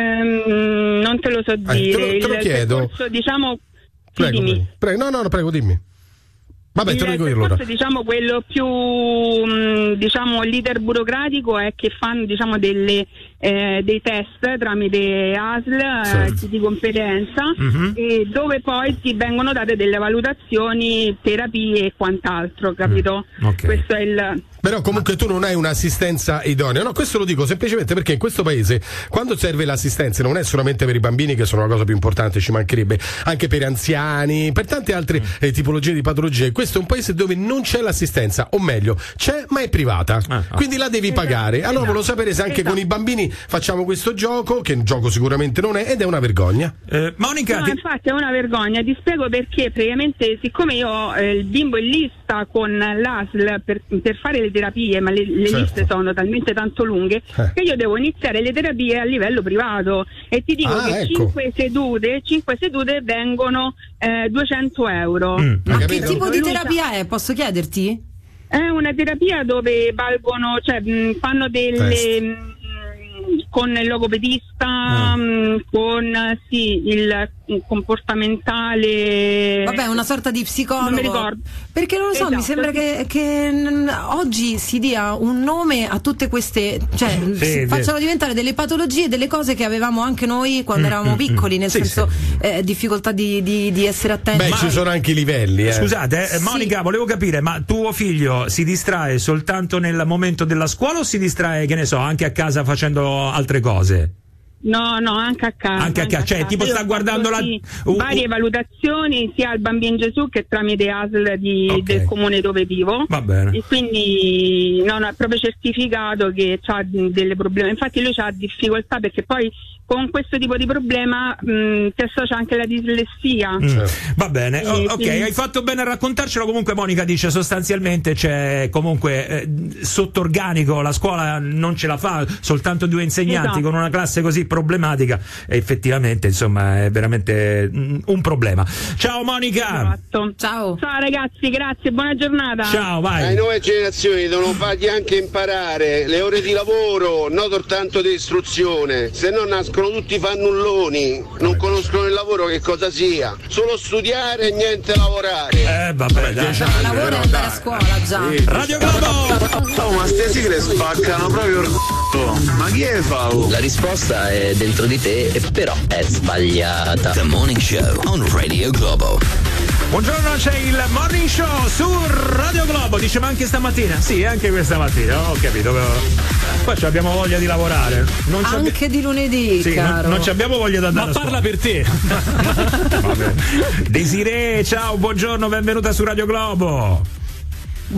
Ehm, non te lo so dire. Eh, te lo, te lo il chiedo. Percorso, diciamo, prego, dimmi. prego, no, no, prego, dimmi. Vabbè, te lo dico io allora. Diciamo quello più mh, diciamo l'iter burocratico è che fanno diciamo delle eh, dei test tramite A S L, certo. eh, di competenza, mm-hmm. e dove poi ti vengono date delle valutazioni, terapie e quant'altro, capito? Mm, okay. Questo è il. Però comunque tu non hai un'assistenza idonea. No, questo lo dico semplicemente perché in questo paese quando serve l'assistenza non è solamente per i bambini, che sono la cosa più importante, ci mancherebbe, anche per anziani, per tante altre eh, tipologie di patologie. Questo è un paese dove non c'è l'assistenza, o meglio, c'è ma è privata, ah, oh. quindi la devi esatto. pagare. Allora esatto. volevo sapere se anche esatto. con i bambini facciamo questo gioco, che un gioco sicuramente non è, ed è una vergogna. Eh, Monica, no, ti... infatti è una vergogna. Ti spiego perché. Praticamente, siccome io ho eh, il bimbo in lista con l'A S L per, per fare le terapie, ma le, le certo. liste sono talmente tanto lunghe eh. che io devo iniziare le terapie a livello privato, e ti dico ah, che ecco. cinque sedute cinque sedute vengono eh, duecento euro. Mm, ma che tipo di terapia è? Posso chiederti? È una terapia dove valgono, cioè mh, fanno delle mh, con il logopedista, mm. con sì, il comportamentale. Vabbè, una sorta di psicologo. Non mi ricordo. Perché non lo so, esatto. mi sembra che, che oggi si dia un nome a tutte queste, cioè sì, facciano sì. diventare delle patologie, delle cose che avevamo anche noi quando mm, eravamo piccoli, nel sì, senso sì. Eh, difficoltà di, di, di essere attenti. Beh, ma ci sono anche i livelli. Eh. Scusate, eh, sì. Monica, volevo capire, ma tuo figlio si distrae soltanto nel momento della scuola o si distrae, che ne so, anche a casa facendo altre cose? No, no, anche a casa. Anche a casa, cioè casa. tipo io sta guardando la sì, uh, varie uh, valutazioni sia al Bambino Gesù che tramite A S L di, okay. del comune dove vivo. Va bene. E quindi no, no, è proprio certificato che ha delle problemi. Infatti lui ha difficoltà perché poi con questo tipo di problema mh, si associa anche la dislessia. Mm. Va bene, e, o- ok, quindi... hai fatto bene a raccontarcelo. Comunque Monica dice sostanzialmente c'è comunque eh, sotto organico, la scuola non ce la fa, soltanto due insegnanti esatto. con una classe così problematica, e effettivamente insomma è veramente mm, un problema. Ciao Monica. Esatto. Ciao. Ciao ragazzi, grazie, buona giornata. Ciao, vai. Ai nuove generazioni devono fargli anche imparare le ore di lavoro, non soltanto di istruzione, se no nascono tutti fannulloni, non conoscono il lavoro che cosa sia, solo studiare e niente lavorare. Eh vabbè, dai. Il lavoro è andare a scuola già. Sì. Radio Globo. Oh, ma ste sigle spaccano proprio il c***o. Ma chi è Fau? La risposta è dentro di te, però è sbagliata. The Morning Show on Radio Globo. Buongiorno, c'è il Morning Show su Radio Globo. Dice ma anche stamattina? Sì, anche questa mattina, ho capito. Poi abbiamo voglia di lavorare. Non anche abbi- di lunedì, sì, caro. Non, non abbiamo voglia di andare ma a parla scuola. per te. Desiree, ciao, buongiorno, benvenuta su Radio Globo.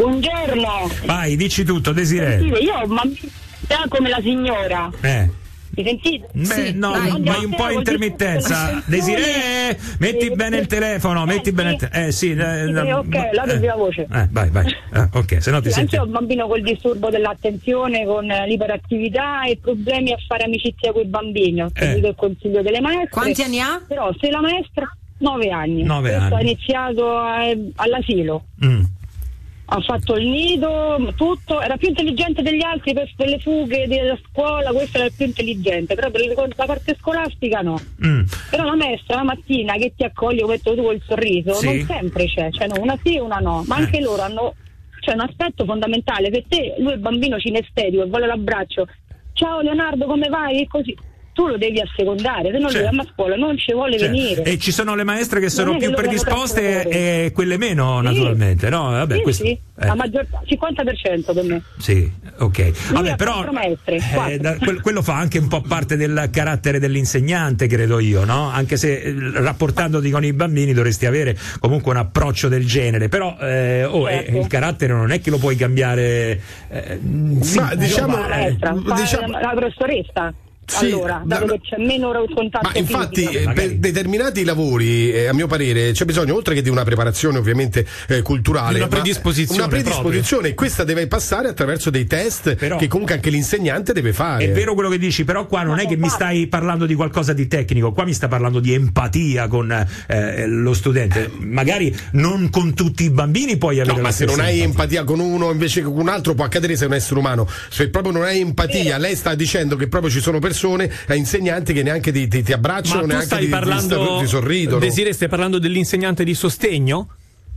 Buongiorno. Vai, dici tutto, Desiree. Io ho mamma come la signora. Eh. Mi sentite? Beh, Sì, no, dai, ma un po' intermittenza. Desiree, metti bene il telefono, metti bene il telefono. Eh sì, eh, sì, ok, la eh, viva voce. Eh, vai, vai. Eh, ok, se no ti Sì, senti. anche io ho un bambino col disturbo dell'attenzione, con eh, l'iperattività e problemi a fare amicizia con i bambini. Ho seguito Eh. il consiglio delle maestre. Quanti anni ha? Però se la maestra nove anni. Nove Questo anni. ha iniziato eh, all'asilo. Mm. Ha fatto il nido, tutto, era più intelligente degli altri per le fughe della scuola, questo era il più intelligente, però per la parte scolastica no. Mm. Però la maestra la mattina che ti accoglie, come tu col sorriso, Sì. non sempre c'è, cioè no, una sì e una no, ma anche loro hanno, c'è un aspetto fondamentale, se te, lui è bambino cinestetico e vuole l'abbraccio, ciao Leonardo come vai? E così. Tu lo devi assecondare, se no Certo. lui a scuola non ci vuole Cioè, venire. e ci sono le maestre che Non sono è che più loro hanno predisposte troppo e quelle meno, Sì. naturalmente, no? Vabbè, sì, questo, sì, eh, la maggior cinquanta per cento per me. sì, ok. Lui Vabbè, ha però quattro maestre, eh, quattro. da- quel- quello fa anche un po' parte del carattere dell'insegnante, credo io, no? Anche se eh, rapportandoti con i bambini dovresti avere comunque un approccio del genere, però eh, oh, eh, Certo. il carattere non è che lo puoi cambiare. eh, sì, Ma diciamo, la maestra, eh, fa diciamo- la, la professoressa. Sì, allora, dato da- che c'è meno contatto Ma infatti fisico. eh, per determinati lavori, eh, a mio parere, c'è bisogno, oltre che di una preparazione ovviamente eh, culturale, Di una ma predisposizione una predisposizione, e questa deve passare attraverso dei test Però- che comunque anche l'insegnante deve fare. È vero quello che dici, però qua non è che mi stai parlando di qualcosa di tecnico, qua mi sta parlando di empatia con eh, lo studente. Magari non con tutti i bambini puoi avere No, la ma se stessa non hai empatia. empatia con uno invece che con un altro può accadere, sei un essere umano. Se proprio non hai empatia, lei sta dicendo che proprio ci sono persone, eh, insegnanti che neanche ti, ti, ti abbracciano, Ma tu neanche stai ti, ti, parlando, ti sorridono. Desiree, stai parlando dell'insegnante di sostegno?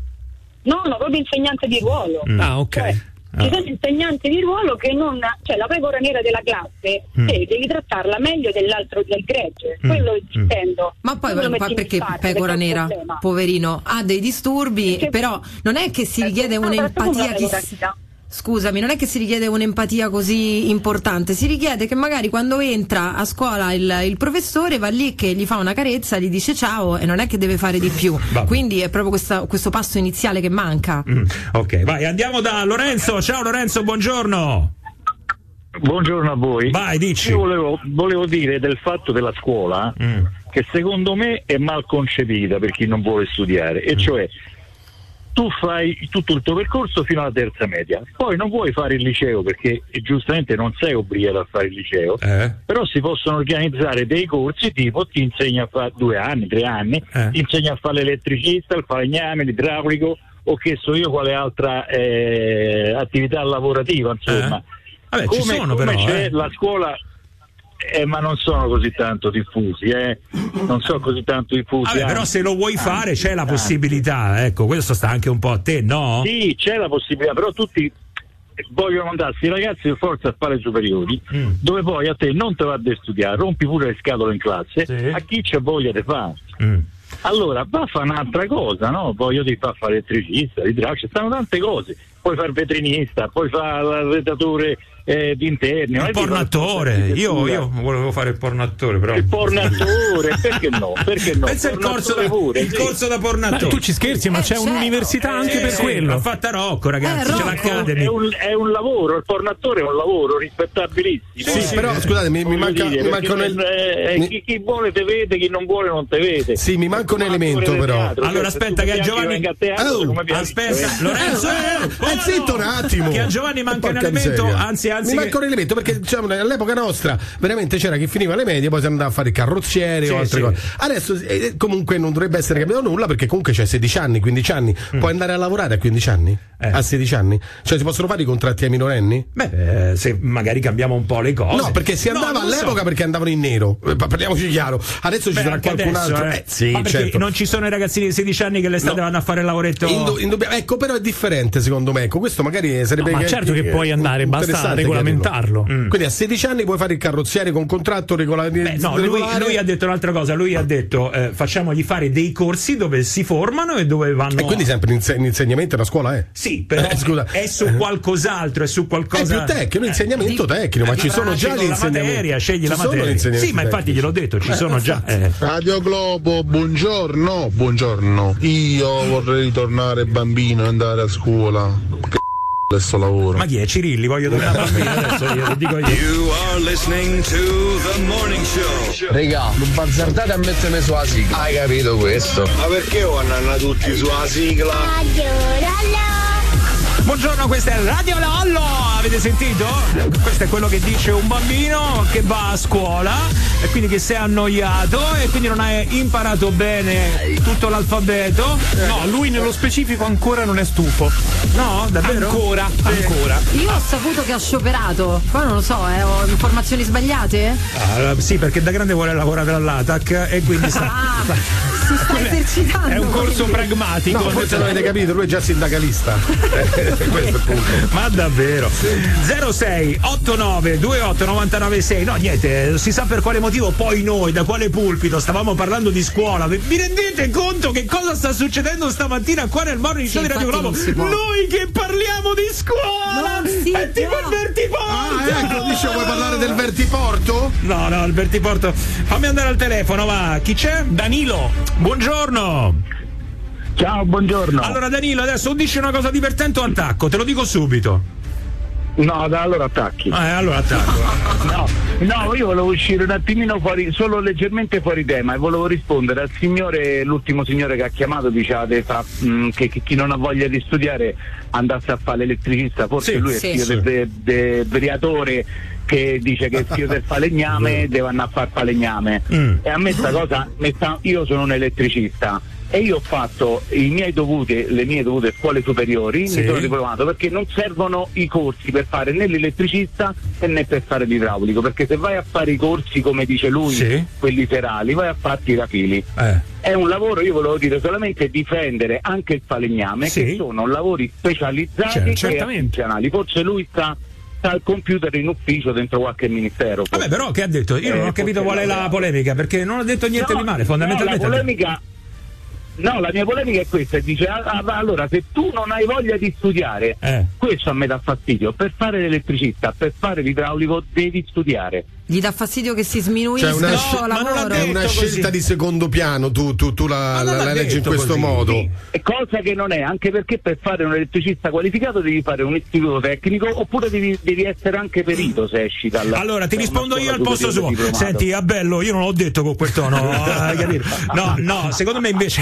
No, no, proprio insegnante di ruolo. Mm. Ah, ok. Cioè, Ah. ci sono insegnanti di ruolo che non, cioè la pecora nera della classe, Mm. te devi trattarla meglio dell'altro del gregge, Mm. quello intendo. Ma poi Quello ma metti in perché disparte, pecora perché è un nera, problema. poverino, ha dei disturbi, Perché- però non è che si richiede no, però tu un'empatia come chi- pecora nera? Scusami, non è che si richiede un'empatia così importante, si richiede che magari quando entra a scuola il, il professore va lì che gli fa una carezza, gli dice ciao e non è che deve fare di più. Vabbè. Quindi è proprio questa- questo passo iniziale che manca. Mm, ok, vai, andiamo da Lorenzo. Ciao Lorenzo, buongiorno. Buongiorno a voi. Vai, dici. Io volevo, volevo dire del fatto della scuola Mm. che secondo me è mal concepita per chi non vuole studiare, e cioè tu fai tutto il tuo percorso fino alla terza media, poi non vuoi fare il liceo perché eh, giustamente non sei obbligato a fare il liceo, Eh? però si possono organizzare dei corsi tipo ti insegna a fare due anni, tre anni, Eh. ti insegna a fare l'elettricista, il falegname, l'idraulico o che so io quale altra eh, attività lavorativa, insomma. Eh. Vabbè, ci come, sono come però, c'è eh. la scuola, eh, ma non sono così tanto diffusi, eh. non sono così tanto diffusi. Vabbè, però anzi. se lo vuoi fare c'è la Anzi. possibilità, ecco, questo sta anche un po' a te, no? Sì, c'è la possibilità, però tutti vogliono andarsi i ragazzi per forza a fare le superiori, Mm. dove poi a te non te va a studiare, rompi pure le scatole in classe, Sì. a chi c'è voglia di fare. Mm. Allora va a fare un'altra cosa, no? Voglio di far fare elettricista, idraulico, ci stanno tante cose, puoi fare vetrinista, puoi fare l'arredatore eh, di interni, non Il è di fare pornattore, io, architettura. io volevo fare il pornattore, però. Il pornatore, perché no? Perché no? Pensa il corso, da, Pornatore pure, il sì. corso da pornatore. Ma tu ci scherzi, ma Eh, c'è certo. un'università anche Sì, per sì, quello. l'ha fatta Rocco, ragazzi, Eh, c'è Rocco. l'Academy. È un, è un lavoro, il pornatore è un lavoro rispettabilissimo. Sì, eh. però scusate, mi, mi Voglio manca, dire, mi manca un, perché, eh, mi- chi, chi vuole te vede, chi non vuole non te vede. Sì, mi manca un Come elemento, attore però. del teatro, Allora, cioè, se aspetta, tu che a piangi, Giovanni- venga a teatro, Oh, come piangi, Aspetta, eh. Lorenzo, Eh, eh, eh, oh, zitto un attimo. Che a Giovanni manca un Porca elemento, miseria. anzi, anzi. Mi che- manca un elemento perché diciamo, all'epoca nostra veramente c'era chi finiva le medie, poi si andava a fare il carrozziere Sì, o altre sì. cose. Adesso eh, comunque non dovrebbe essere cambiato nulla perché comunque c'è sedici anni, quindici anni. Puoi andare a lavorare a quindici anni? Eh. A sedici anni? Cioè si possono fare i contratti ai minorenni? Beh, eh, se magari cambiamo un po' le cose. No, perché si No, andava non lo so. all'epoca perché andavano in nero. Eh, Parliamoci chiaro. Adesso ci Beh, sarà anche qualcun adesso, altro. eh. Eh, sì, Ma perché certo. non ci sono i ragazzini di sedici anni che l'estate No. vanno a fare il lavoretto. Indu- indubbia- ecco, però è differente secondo me. Ecco, questo magari sarebbe. No, ma certo che puoi andare, basta interessante regolamentarlo. chiarirlo. Quindi a sedici anni puoi fare il carrozziere con contratto regola- Beh, no, lui, regolare. lui ha detto un'altra cosa. Lui ha detto eh, facciamogli fare dei corsi dove si formano e dove vanno. E quindi sempre l'inse- l'insegnamento è una scuola, eh? Sì, però Eh, scusa. è su qualcos'altro, è su È qualcosa. più tecnico, l'insegnamento tecnico, ma Eh, ci sono già scegli gli la insegnamenti. materia, scegli Ci la sono gli materia. insegnamenti Sì, ma infatti tecnici. gliel'ho detto, ci Eh, sono già. eh. Radio Globo, buongiorno, buongiorno. Io vorrei tornare bambino e andare a scuola. Che adesso lavoro. Ma chi è? Cirilli, voglio dare una bambina adesso, io lo dico io. You are listening to the morning show. Regà, non bazzardate a mettermi sulla sigla. Hai capito questo? Ma perché vanno tutti sulla sigla? Buongiorno, questa è Radio Lollo, avete sentito? Questo è quello che dice un bambino che va a scuola e quindi che si è annoiato e quindi non ha imparato bene tutto l'alfabeto. No, lui nello specifico ancora non è stufo. No, davvero? Ancora, ancora. Io ho saputo che ha scioperato, poi non lo so, eh, ho informazioni sbagliate? Ah, sì, perché da grande vuole lavorare all'A T A C e quindi sta... Ah, si sta esercitando. È un corso quindi. pragmatico. No, forse non avete capito, lui è già sindacalista. Questo è il punto. Ma davvero? zero sei ottantanove ventotto novantanove sei. No, niente, si sa per quale motivo poi noi, da quale pulpito, stavamo parlando di scuola. Vi rendete conto che cosa sta succedendo stamattina qua nel Morning Show sì, di Radio Globo? Noi che parliamo di scuola! Non si è tipo il vertiporto! Ah, ecco, dicevo, vuoi parlare del vertiporto? No, no, il vertiporto. Fammi andare al telefono, va. Chi c'è? Danilo. Buongiorno. Ciao, buongiorno. Allora Danilo, adesso o dici una cosa divertente o attacco, te lo dico subito. No, da allora attacchi. Eh, allora attacco. No, no, io volevo uscire un attimino fuori, solo leggermente fuori tema, e volevo rispondere al signore, l'ultimo signore che ha chiamato, diceva mh, che, che chi non ha voglia di studiare andasse a fare l'elettricista, forse sì, lui è sì, figlio sì. del de, briatore che dice che è figlio del falegname deve andare a fare falegname. Mm. E a me sta cosa, me sta, io sono un elettricista. E io ho fatto i miei dovuti, le mie dovute scuole superiori, sì. Mi sono diplomato perché non servono i corsi per fare né l'elettricista né per fare l'idraulico, perché se vai a fare i corsi come dice lui, sì. quelli serali, vai a farti i rafili. Eh. È un lavoro, io volevo dire solamente difendere anche il falegname, sì. che sono lavori specializzati Cer- e artigianali. Forse lui sta al computer in ufficio dentro qualche ministero. Vabbè, però che ha detto? Io eh, non ho capito qual è la polemica, perché non ha detto niente no, di male, fondamentalmente. No, la polemica No, la mia polemica è questa, dice ah, allora se tu non hai voglia di studiare, eh. questo a me dà fastidio, per fare l'elettricista, per fare l'idraulico devi studiare. Gli dà fastidio che si sminuisca, cioè una, no, lavoro. È una scelta così. Di secondo piano, tu, tu, tu la, la, la leggi in questo così. Modo. Sì, cosa che non è, anche perché per fare un elettricista qualificato devi fare un istituto tecnico oppure devi, devi essere anche perito se esci dalla. Allora ti rispondo io al posto suo. Senti, a bello, io non l'ho detto con quel tono, hai capito? No, no, secondo me invece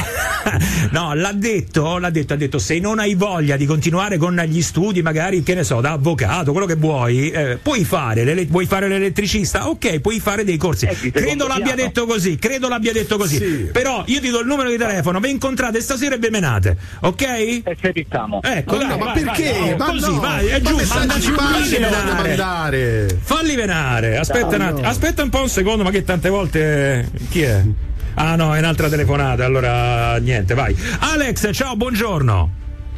no, l'ha detto, l'ha detto, ha detto se non hai voglia di continuare con gli studi, magari, che ne so, da avvocato, quello che vuoi, eh, puoi fare, l'ele- vuoi fare l'elettricista? Ok, puoi fare dei corsi. Eh, credo l'abbia piano. detto così, credo l'abbia detto così. Sì. Però io ti do il numero di telefono, vi incontrate stasera e vi menate, ok? E ci diciamo. Ecco, oh, dai, no, ma vai, perché? Vai, no, ma così, no. vai, è giusto. Mandaci falli venare. Falli venare. Aspetta un attimo, aspetta un po' un secondo, ma che tante volte chi è? Ah no, è un'altra telefonata, allora niente, vai. Alex, ciao, buongiorno.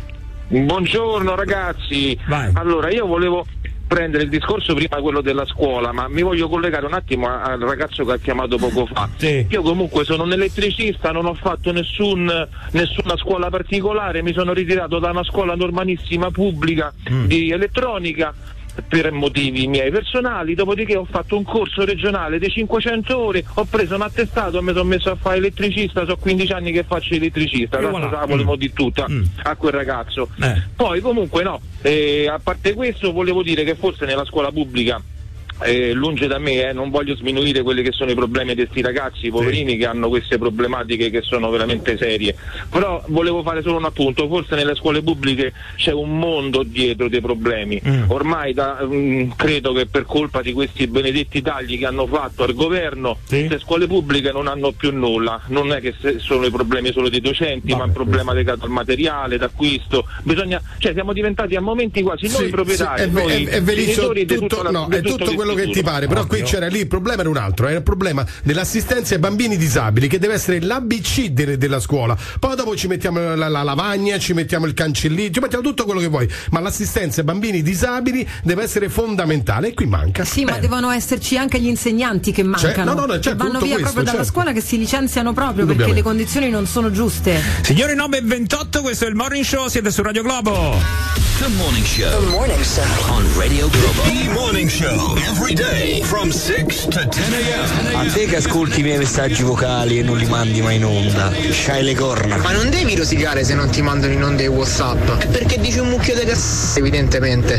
Buongiorno ragazzi. Vai. Allora, io volevo prendere il discorso prima quello della scuola, ma mi voglio collegare un attimo al ragazzo che ha chiamato poco fa. Sì. Io comunque sono un elettricista, non ho fatto nessun, nessuna scuola particolare, mi sono ritirato da una scuola normalissima pubblica mm. di elettronica per motivi miei personali, dopodiché ho fatto un corso regionale di cinquecento ore, ho preso un attestato e mi sono messo a fare elettricista, sono quindici anni che faccio elettricista, la voilà. cosa la volevo mm. di tutta mm. a quel ragazzo. Eh. Poi comunque no, eh, a parte questo volevo dire che forse nella scuola pubblica Eh, lungi da me, eh, non voglio sminuire quelli che sono i problemi di questi ragazzi, i poverini sì. che hanno queste problematiche che sono veramente serie, però volevo fare solo un appunto, forse nelle scuole pubbliche c'è un mondo dietro dei problemi, mm. ormai da, mh, credo che per colpa di questi benedetti tagli che hanno fatto al governo sì. le scuole pubbliche non hanno più nulla, non è che sono i problemi solo dei docenti, Vabbè, ma il problema questo. legato al materiale, d'acquisto, bisogna, cioè siamo diventati a momenti quasi sì, noi proprietari, sì, noi è, è, è genitori tutto, di tutto, la, no, di è tutto, tutto quello che ti pare, però qui c'era lì il problema era un altro, era il problema dell'assistenza ai bambini disabili, che deve essere l'A B C de, della scuola. Poi dopo ci mettiamo la, la lavagna, ci mettiamo il cancellino, ci mettiamo tutto quello che vuoi, ma l'assistenza ai bambini disabili deve essere fondamentale e qui manca. Sì, Bene. ma devono esserci anche gli insegnanti che mancano, cioè, no, no, no, che certo, vanno via questo, proprio dalla certo. scuola, che si licenziano proprio perché le condizioni non sono giuste. Signore nove e ventotto, questo è il Morning Show, siete su Radio Globo. The Morning Show. The Morning Show. On Radio Globo. The Morning Show. Every day from six to ten a.m. A te che ascolti i miei messaggi vocali e non li mandi mai in onda, c'hai le corna. Ma non devi rosicare se non ti mandano in onda i WhatsApp. È perché dici un mucchio di cazzo, evidentemente.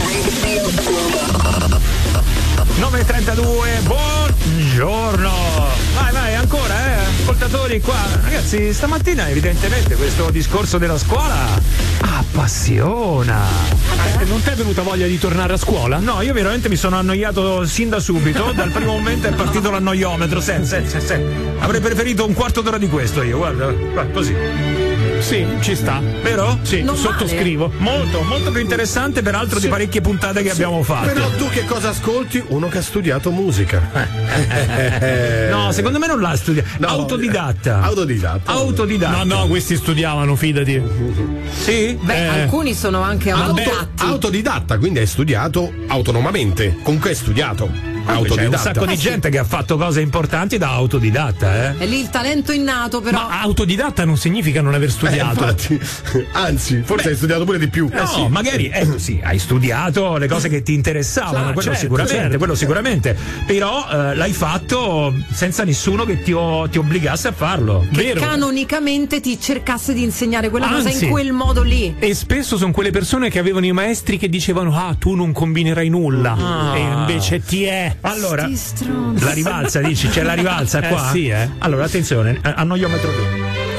nove e trentadue, buongiorno. Vai, vai, ancora, eh, ascoltatori qua. Ragazzi, stamattina evidentemente questo discorso della scuola appassiona. Eh, non ti è venuta voglia di tornare a scuola? No, io veramente mi sono annoiato sin da subito. Dal primo momento è partito l'annoiometro. Se, se, se, se. Avrei preferito un quarto d'ora di questo io, guarda, guarda così. Sì, ci sta. Vero? Sì, non sottoscrivo. Male. Molto, molto più interessante peraltro sì. di parecchie puntate che sì. abbiamo fatto. Però tu che cosa ascolti? Uno che ha studiato musica. No, secondo me non l'ha studiato. No, autodidatta. Autodidatta. Autodidatta. No, no, questi studiavano, fidati. Sì? Beh, eh. alcuni sono anche autodidatti. Autodidatta, quindi hai studiato autonomamente. Comunque hai studiato. C'è un sacco di gente che ha fatto cose importanti da autodidatta, eh? È lì il talento innato, però. Ma autodidatta non significa non aver studiato. Eh, infatti, anzi, forse Beh, hai studiato pure di più. No, eh sì. magari eh, sì, hai studiato le cose che ti interessavano, cioè, quello certo, sicuramente, certo. quello sicuramente. Però eh, l'hai fatto senza nessuno che ti, o, ti obbligasse a farlo. Che Vero? canonicamente ti cercasse di insegnare quella Anzi, cosa in quel modo lì. E spesso sono quelle persone che avevano i maestri che dicevano: ah, tu non combinerai nulla. Ah. E invece ti è. Allora, la rivalsa, dici? C'è la rivalsa qua? Eh sì, eh. Allora, attenzione, annoiometro due.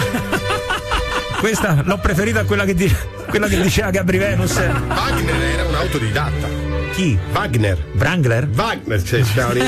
Questa l'ho preferita a quella che, di, quella che diceva Gabri Venus. Wagner era un autodidatta. Chi? Wagner. Wrangler? Wagner, cioè,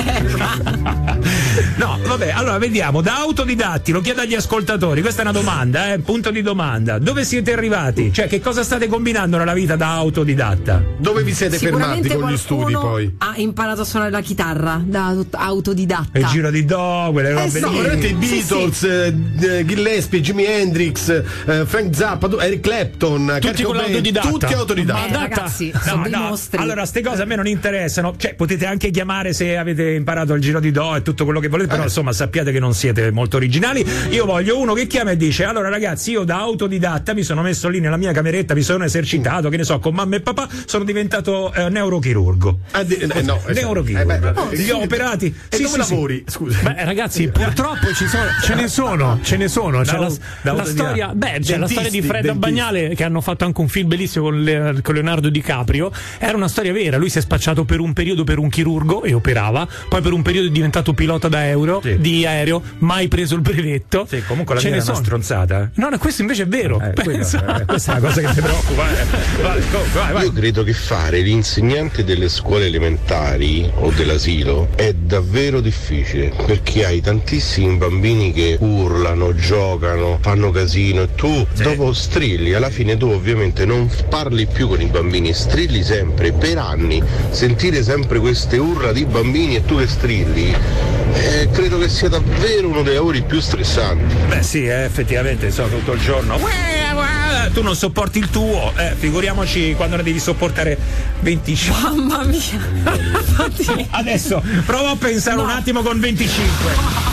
no, vabbè, allora vediamo, da autodidatti, lo chiedo agli ascoltatori, questa è una domanda, eh, punto di domanda. Dove siete arrivati? Cioè, che cosa state combinando nella vita da autodidatta? Dove vi siete fermati con gli studi poi? Ha imparato a suonare la chitarra da autodidatta. Il giro di do, quelle eh robe sì. No, veramente i Beatles, sì, sì. Eh, Gillespie, JimiHendrix, eh, Frank Zappa, Eric Clapton, tutti con l'autodidatta. Tutti autodidatti. Eh, ragazzi, no, sono dei no. mostri. Allora, ste cose a me non interessano, cioè potete anche chiamare se avete imparato il giro di do e tutto quello che volete, però eh. insomma sappiate che non siete molto originali. Io voglio uno che chiama e dice: allora ragazzi, io da autodidatta mi sono messo lì nella mia cameretta, mi sono esercitato, che ne so, con mamma e papà, sono diventato eh, neurochirurgo. Ah, di, eh, no, neurochirurgo. Eh, beh, oh, li ho operati. E sì, dove sì, lavori? Sì. Scusa. Beh, ragazzi, purtroppo ci sono, ce ne sono, ce ne sono. C'è da, la, da la storia, beh, c'è dentisti, la storia di Fred dentisti. Bagnale, che hanno fatto anche un film bellissimo con, le, con Leonardo DiCaprio. Era una storia vera, lui si è spacciato per un periodo per un chirurgo e operava, poi per un periodo è diventato pilota da euro, sì. di aereo, mai preso il brevetto. Sì, comunque la mia è una stronzata. No, no, questo invece è vero. Eh, quello, eh, questa è una cosa che mi preoccupa. Eh. Vai, vai, vai. Io credo che fare l'insegnante delle scuole elementari o dell'asilo è davvero difficile, perché hai tantissimi bambini che urlano, giocano, fanno casino e tu sì. dopo strilli. Alla fine tu ovviamente non parli più con i bambini, strilli sempre, per anni. Sentire sempre queste urla di bambini e tu che strilli, eh, credo che sia davvero uno dei lavori più stressanti. Beh sì, eh, effettivamente so tutto il giorno. Tu non sopporti il tuo, eh, figuriamoci quando ne devi sopportare venticinque. Mamma mia. Adesso provo a pensare no. un attimo con venticinque.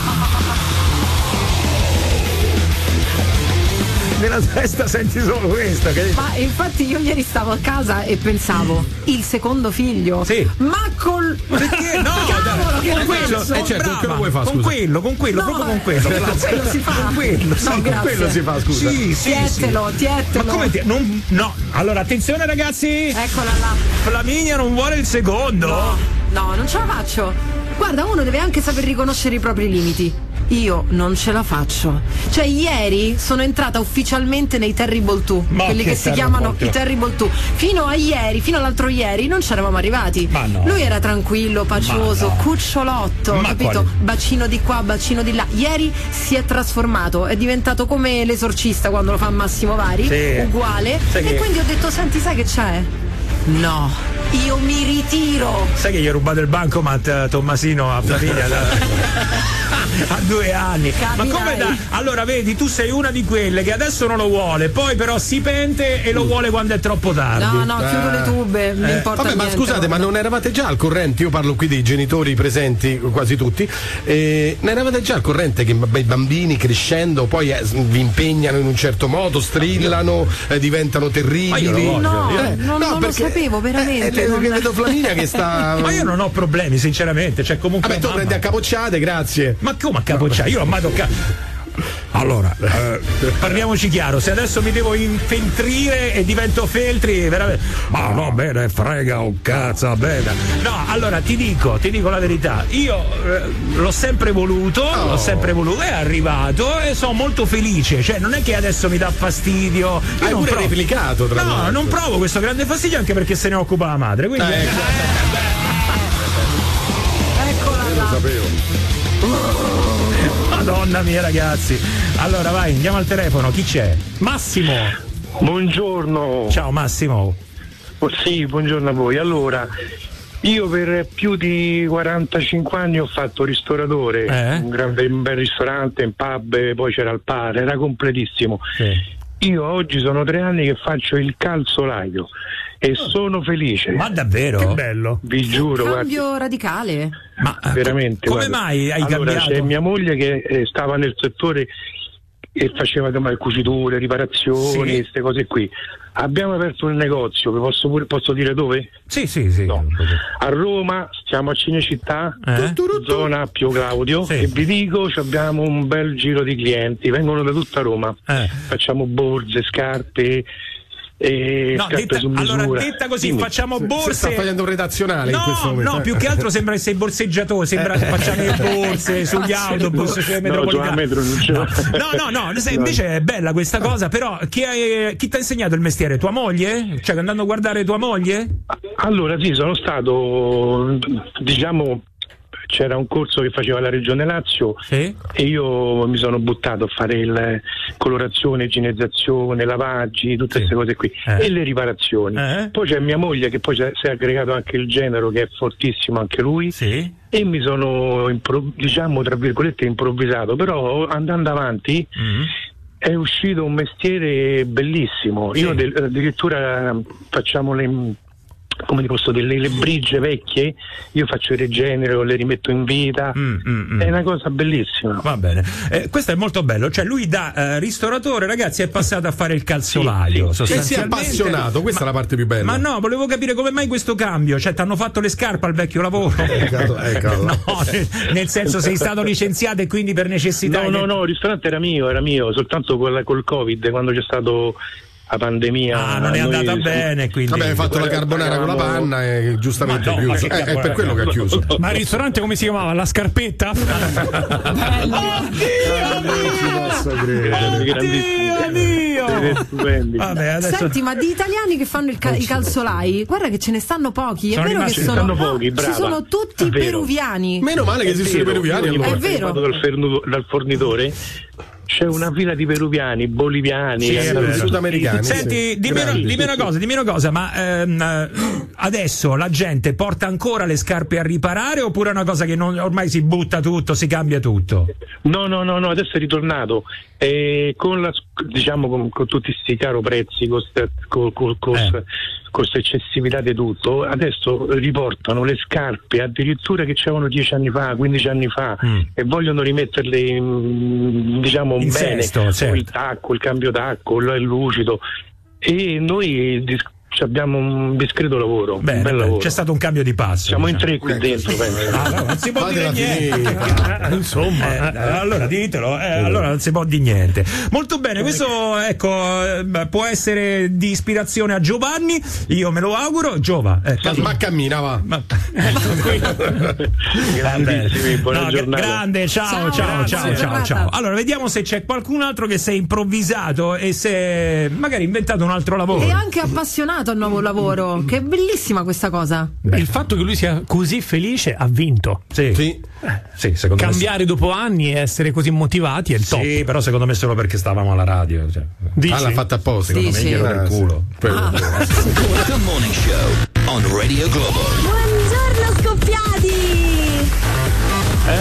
Nella testa senti solo questo. Che... Ma infatti io ieri stavo a casa e pensavo, il secondo figlio. Sì. Ma col. Perché no? Cavolo, che con quello, eh, certo, brava, che vuoi fare, con quello, con quello, no, proprio con quello. Con quello si fa. Con quello, sì, no, con quello si fa, scusa. Sì, sì, tietelo, sì. tietelo. Ma come ti... non... No, allora attenzione ragazzi. Eccola là. Flaminia non vuole il secondo. No, no, non ce la faccio. Guarda, uno deve anche saper riconoscere i propri limiti. Io non ce la faccio. Cioè, ieri sono entrata ufficialmente nei Terrible due, Ma quelli che, che si chiamano i Terrible due. Fino a ieri, fino all'altro ieri, non ci eravamo arrivati. Ma no. Lui era tranquillo, pacioso, no. cucciolotto, Ma capito? quale? Bacino di qua, bacino di là. Ieri si è trasformato, è diventato come l'esorcista quando lo fa Massimo Vari, sì. uguale. Sai e che... quindi ho detto, senti, sai che c'è? No, io mi ritiro. Sai che gli ho rubato il bancomat Tommasino a Flaminia? A due anni. Capirai. Ma come da? Allora vedi, tu sei una di quelle che adesso non lo vuole, poi però si pente e lo vuole quando è troppo tardi. No, no, chiudo Eh. le tube, mi Eh. importa Vabbè, ma niente, scusate, ma non eravate già al corrente? Io parlo qui dei genitori presenti, quasi tutti. Eh, non eravate già al corrente che i bambini crescendo poi eh, vi impegnano in un certo modo, strillano, eh, diventano terribili? Ma io lo voglio. No, Eh, non, non lo sapevo veramente. Eh, non- vedo Flaminia che sta. Ma io non ho problemi, sinceramente. Cioè, comunque. Vabbè, tu mamma- prendi a capocciate, grazie. Ma come a capocciare? Io non ho mai toccato. Allora, eh, parliamoci chiaro, se adesso mi devo infentrire e divento feltri, veramente. Ma no, bene, frega un cazzo, bene. No, allora ti dico, ti dico la verità, io eh, l'ho sempre voluto, Oh. l'ho sempre voluto, è arrivato e sono molto felice, cioè non è che adesso mi dà fastidio. Io Hai non pure provo- replicato, tra No, l'altro. non provo questo grande fastidio anche perché se ne occupa la madre, quindi. Eh, Eccola Lo là. sapevo. Madonna mia, ragazzi. Allora vai, andiamo al telefono, chi c'è? Massimo. Buongiorno. Ciao Massimo. Oh, sì, buongiorno a voi. Allora, io per più di quarantacinque anni ho fatto ristoratore, Eh? un, grande, un bel ristorante, un pub, poi c'era il bar, era completissimo. Io oggi sono tre anni che faccio il calzolaio e sono felice. Ma davvero? Che bello. Vi giuro, guarda. Cambio radicale. Ma veramente. come guarda. mai hai allora, cambiato? C'è mia moglie che eh, stava nel settore e faceva insomma, cuciture, riparazioni, Sì. queste cose qui. Abbiamo aperto un negozio, vi posso, pure, posso dire dove? Sì, sì, sì. No. A Roma, stiamo a Cinecittà, Eh? zona Pio Claudio, Sì. e vi dico abbiamo un bel giro di clienti, vengono da tutta Roma. Eh. Facciamo borse, scarpe, e No, scarpe detta, su misura. allora detta così, Dimmi. facciamo Si borse. sta facendo un redazionale no, in questo momento. no, eh. più che altro sembra che sei borseggiatore, sembra che facciamo le borse sugli autobus, sulle No, metropolitane. già a metro non ce l'ho. No, no, no, se- invece è bella questa cosa, però chi, hai- chi ti ha insegnato il mestiere? Tua moglie? Cioè andando a guardare tua moglie? Allora sì, sono stato, diciamo, c'era un corso che faceva la Regione Lazio Sì. e io mi sono buttato a fare il colorazione, igienizzazione, lavaggi, tutte queste cose qui Eh. e le riparazioni. Eh. Poi c'è mia moglie che poi c'è- si è aggregato anche il genero che è fortissimo anche lui Sì. e mi sono impro- diciamo tra virgolette improvvisato, però andando avanti Mm. è uscito un mestiere bellissimo. Io del- addirittura facciamo le, come ti posso dire, le, le briglie vecchie, io faccio il regenero, le rimetto in vita, Mm, mm, mm. è una cosa bellissima. Va bene, eh, questo è molto bello, cioè lui da eh, ristoratore, ragazzi, è passato a fare il calzolaio. Sì, E si è sostanzialmente. appassionato, questa Ma- è la parte più bella. Ma no, volevo capire come mai questo cambio, cioè ti hanno fatto le scarpe al vecchio lavoro? Ecco, ecco. No, nel, nel senso sei stato licenziato e quindi per necessità. No, no, no, il ristorante era mio, era mio, soltanto col, col Covid, quando c'è stato la pandemia. Ah, non è noi- andata bene, quindi. Vabbè, hai fatto la carbonara con la panna e giustamente Ma no, è ma chiuso. che Eh, è carbonara? per quello che ha chiuso. Ma il ristorante come si chiamava? La Scarpetta? Non posso credere. Oddio mio! Siete stupendi. Vabbè, adesso. Senti, ma di italiani che fanno il ca- i calzolai, guarda che ce ne stanno pochi. È Sono vero che rimasti- sono, stanno pochi, brava. ci sono tutti È vero. peruviani. Meno male che esistono i peruviani Io ogni allora. volta È che vero. vado dal, fernu- dal fornitore c'è una fila di peruviani, boliviani, Sì, è eh, vero. Sudamericani. Senti, sì. dimmi, una, Grandi. dimmi una cosa, dimmi una cosa, ma ehm, eh, adesso la gente porta ancora le scarpe a riparare oppure è una cosa che non- ormai si butta tutto, si cambia tutto? No, no, no, no, adesso è ritornato. E con la diciamo con, con tutti questi caro prezzi, con Eh. questa eccessività di tutto, adesso riportano le scarpe addirittura che c'erano dieci anni fa, quindici anni fa Mm. e vogliono rimetterle in, diciamo In bene, sesto, con certo. il tacco, il cambio tacco, il il lucido. E noi dis- abbiamo un discreto lavoro, Bene, un bel bene, lavoro. c'è stato un cambio di passo. Siamo in diciamo. tre qui dentro, penso. Ah, no, non si può dire Fatela niente. finire. Eh, Insomma, eh, allora ditelo, eh, allora non si può dire niente. Molto bene, questo ecco eh, può essere di ispirazione a Giovanni, io me lo auguro. Giova, eh, Ma, ma cammina, va. ma- Grandissimi, buona No, gra- giornata. grande, ciao, Ciao, ciao, buona ciao, ciao, giornata. ciao. Allora, vediamo se c'è qualcun altro che si è improvvisato e si è magari inventato un altro lavoro. E anche appassionato al nuovo lavoro. Che è bellissima questa cosa. Il fatto che lui sia così felice ha vinto. Sì, Sì. sì, secondo me sì. Cambiare dopo anni e essere così motivati è il top. Sì, però secondo me solo perché stavamo alla radio. Cioè, Dici? Ah, l'ha fatta apposta. secondo me Dici? gli era Ah, del sì. culo. Quello- The Morning Show on Radio Globo. Buongiorno scoppiati! Eh beh,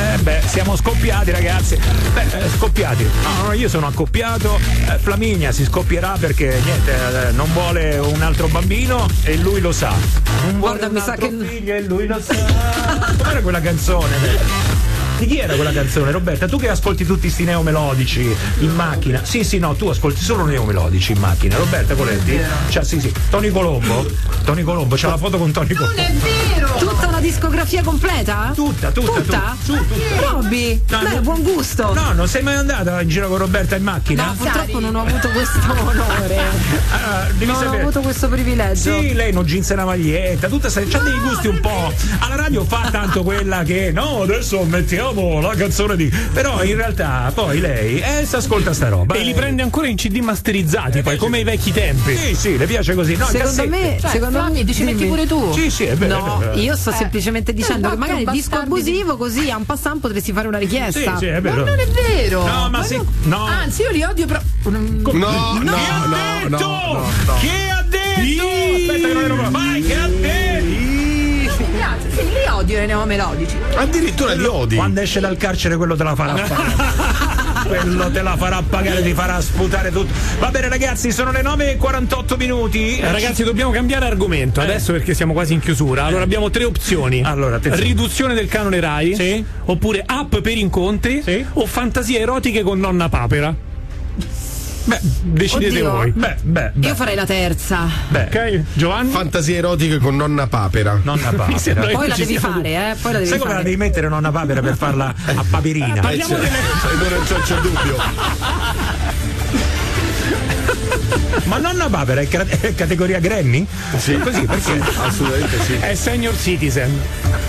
siamo scoppiati, ragazzi. Beh, eh, scoppiati. No, no, io sono accoppiato. Eh, Flaminia si scoppierà perché niente, eh, non vuole un altro bambino e lui lo sa. Non vuole Guarda, un mi sa altro che figlio e lui lo sa. Com'era quella canzone? Di chi era quella canzone, Roberta? Tu che ascolti tutti sti neomelodici in macchina? Sì, sì, no, tu ascolti solo neomelodici in macchina. Roberta Coletti? Cioè, sì, sì. Tony Colombo? Tony Colombo, c'ha la foto con Tony Colombo. Non è vero! Tutta la discografia completa? Tutta, tutta, tutta. Tutta? tutta. Robby, No, beh, no. buon gusto. No, non sei mai andata in giro con Roberta in macchina? No, purtroppo non ho avuto questo onore. Ah, devi non sapere. ho avuto questo privilegio. Sì, lei non jeans e una maglietta, tutta se... c'ha dei gusti un po'. Alla radio fa tanto quella che no, adesso mettiamo la canzone di. Però in realtà poi lei eh, si ascolta sta roba. E li prende ancora in C D masterizzati, poi come ai vecchi tempi. Sì, sì, le piace così. No, secondo cassette. me, Cioè, secondo me ti ci metti pure tu. Sì, sì, è vero. No, è vero. io sto Eh. semplicemente dicendo Eh, che magari il quattro disco bastardi abusivo così a un passant potresti fare una richiesta. Sì, sì, è vero. Ma non è vero. No, ma sì, no. Anzi, io li odio però. No, no, no, no, no, detto? no, no. Che ha detto? Aspetta che non ero proprio. Vai, che ha detto? Mi piace, sì, li odio i neomelodici. Addirittura li odi. Quando esce dal carcere quello te la farà pagare. Quello te la farà pagare, ti farà sputare tutto. Va bene ragazzi, sono le nove e quarantotto minuti. Eh, ragazzi, dobbiamo cambiare argomento adesso perché siamo quasi in chiusura. Allora abbiamo tre opzioni. Allora, attenzione. Riduzione del canone Rai, Sì. oppure app per incontri, Sì. o fantasie erotiche con nonna Papera. Beh, decidete Oddio. voi. Beh, beh, beh. Io farei la terza. Beh. Ok, Giovanni? Fantasie erotiche con nonna Papera. Nonna Mi Papera. sembra che Poi la ci devi siamo- fare, eh? Poi la devi Sai come la fare. devi mettere nonna Papera per farla a paperina? Parliamo Eh, delle... non c'è, c'è dubbio. Ma nonna Papera è, ca- è categoria Grammy? Sì, Così, perché? Assolutamente sì. È senior citizen.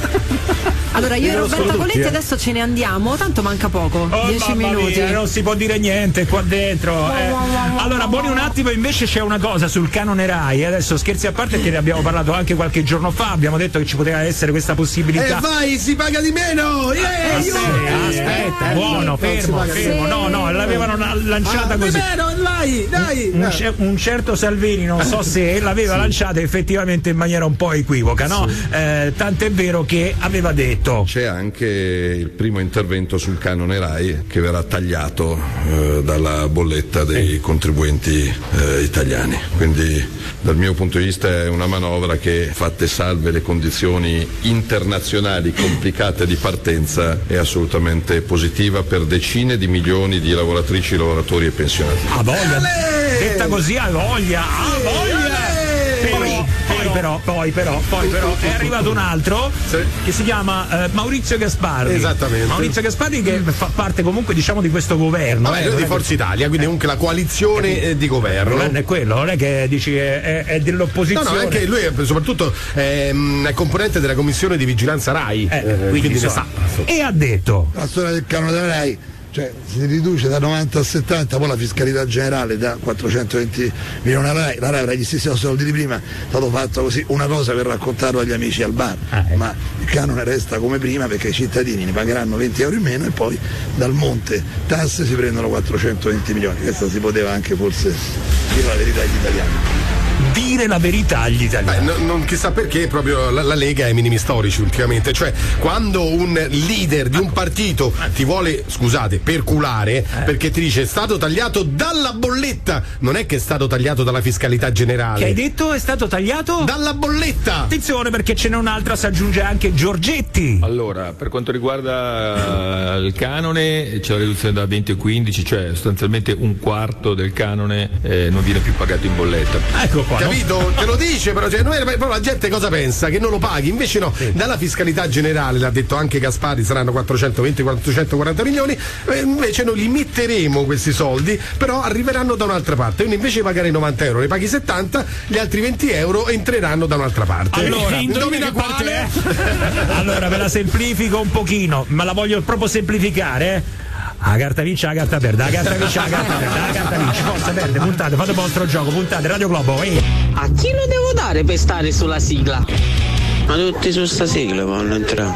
Allora io e conoscono Roberta tutti, Coletti eh. adesso ce ne andiamo, tanto manca poco, Oh, dieci mamma minuti. mia, non si può dire niente qua dentro. eh. Allora, buoni un attimo, invece c'è una cosa sul canone Rai. Adesso scherzi a parte, che ne abbiamo parlato anche qualche giorno fa. Abbiamo detto che ci poteva essere questa possibilità. E vai, si paga di meno! Yeah, Aspetta, aspetta, Eh, buono, non si fermo, paga di fermo. meno. No, no, l'avevano na- lanciata Ah, di così. meno, vai, dai! Un, ce- un certo Salvini, non so se l'aveva lanciata effettivamente in maniera un po' equivoca, no? Eh, tant'è vero che aveva detto. C'è anche il primo intervento sul canone Rai che verrà tagliato eh, dalla bolletta dei contribuenti eh, italiani. Quindi dal mio punto di vista è una manovra che, fatte salve le condizioni internazionali complicate di partenza, è assolutamente positiva per decine di milioni di lavoratrici, lavoratori e pensionati. A voglia, detta così, a voglia, a voglia. Poi, poi però, poi però, poi però è arrivato un altro che si chiama eh, Maurizio Gasparri. Esattamente. Maurizio Gasparri che fa parte comunque, diciamo, di questo governo. Vabbè, eh, non di è Forza che- Italia, quindi comunque la coalizione eh, di governo. Non è quello, non è che dici che è, è No, dell'opposizione. no, è che lui è soprattutto ehm, è componente della commissione di vigilanza Rai, Eh, eh, quindi, quindi ne insomma, sa. e ha detto La storia del canone della Rai, cioè si riduce da novanta a settanta, poi la fiscalità generale da quattrocentoventi milioni alla Rai, la Rai avrà gli stessi soldi di prima, è stato fatto così, una cosa per raccontarlo agli amici al bar, Ah, ecco. ma il canone resta come prima perché i cittadini ne pagheranno venti euro in meno e poi dal monte tasse si prendono quattrocentoventi milioni, questa si poteva anche forse dire la verità agli italiani. dire la verità agli italiani. Beh, no- non chissà perché proprio la, la Lega è ai minimi storici ultimamente, cioè quando un leader di un partito ti vuole, scusate, perculare perché ti dice è stato tagliato dalla bolletta, non è che è stato tagliato dalla fiscalità generale. Che hai detto? È stato tagliato? Dalla bolletta! Attenzione perché ce n'è un'altra, si aggiunge anche Giorgetti. Allora, per quanto riguarda eh, il canone, c'è la riduzione da venti a quindici, cioè sostanzialmente un quarto del canone eh, non viene più pagato in bolletta. Ecco qua. Capito? Te lo dice, però, cioè, noi, però la gente cosa pensa? Che non lo paghi? Invece no, dalla fiscalità generale, l'ha detto anche Gasparri, saranno quattrocentoventi quattrocentoquaranta milioni, eh, invece noi li metteremo questi soldi, però arriveranno da un'altra parte. Quindi invece di pagare novanta euro, ne paghi settanta, gli altri venti euro entreranno da un'altra parte. Allora, indovina che quale? parte è? Allora ve la semplifico un pochino, ma la voglio proprio semplificare, eh? La carta vince, la carta perde, la carta vince, la carta perde, la carta vince, forza perde, puntate, fate il vostro gioco, puntate, Radio Globo, ehi. A chi lo devo dare per stare sulla sigla? Ma tutti su sta sigla vanno entrare.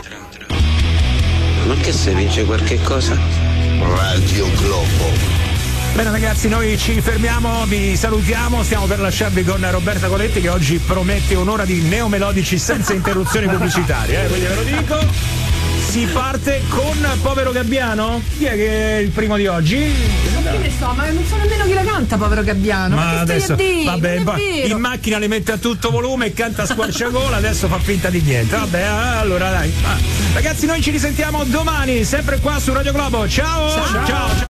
Ma che se vince qualche cosa? Radio Globo. Bene ragazzi, noi ci fermiamo, vi salutiamo, stiamo per lasciarvi con Roberta Coletti che oggi promette un'ora di neomelodici senza interruzioni pubblicitarie, eh, quindi ve lo dico. si parte con Povero Gabbiano? Chi è che è il primo di oggi? Ma che ne so, ma non so nemmeno chi la canta, Povero Gabbiano. Ma, ma che adesso, stai a dire? vabbè, Non è vero. in macchina le mette a tutto volume e canta a squarciagola, adesso fa finta di niente. Vabbè, allora dai. Ah. Ragazzi, noi ci risentiamo domani, sempre qua su Radio Globo. Ciao! Ciao! Ciao!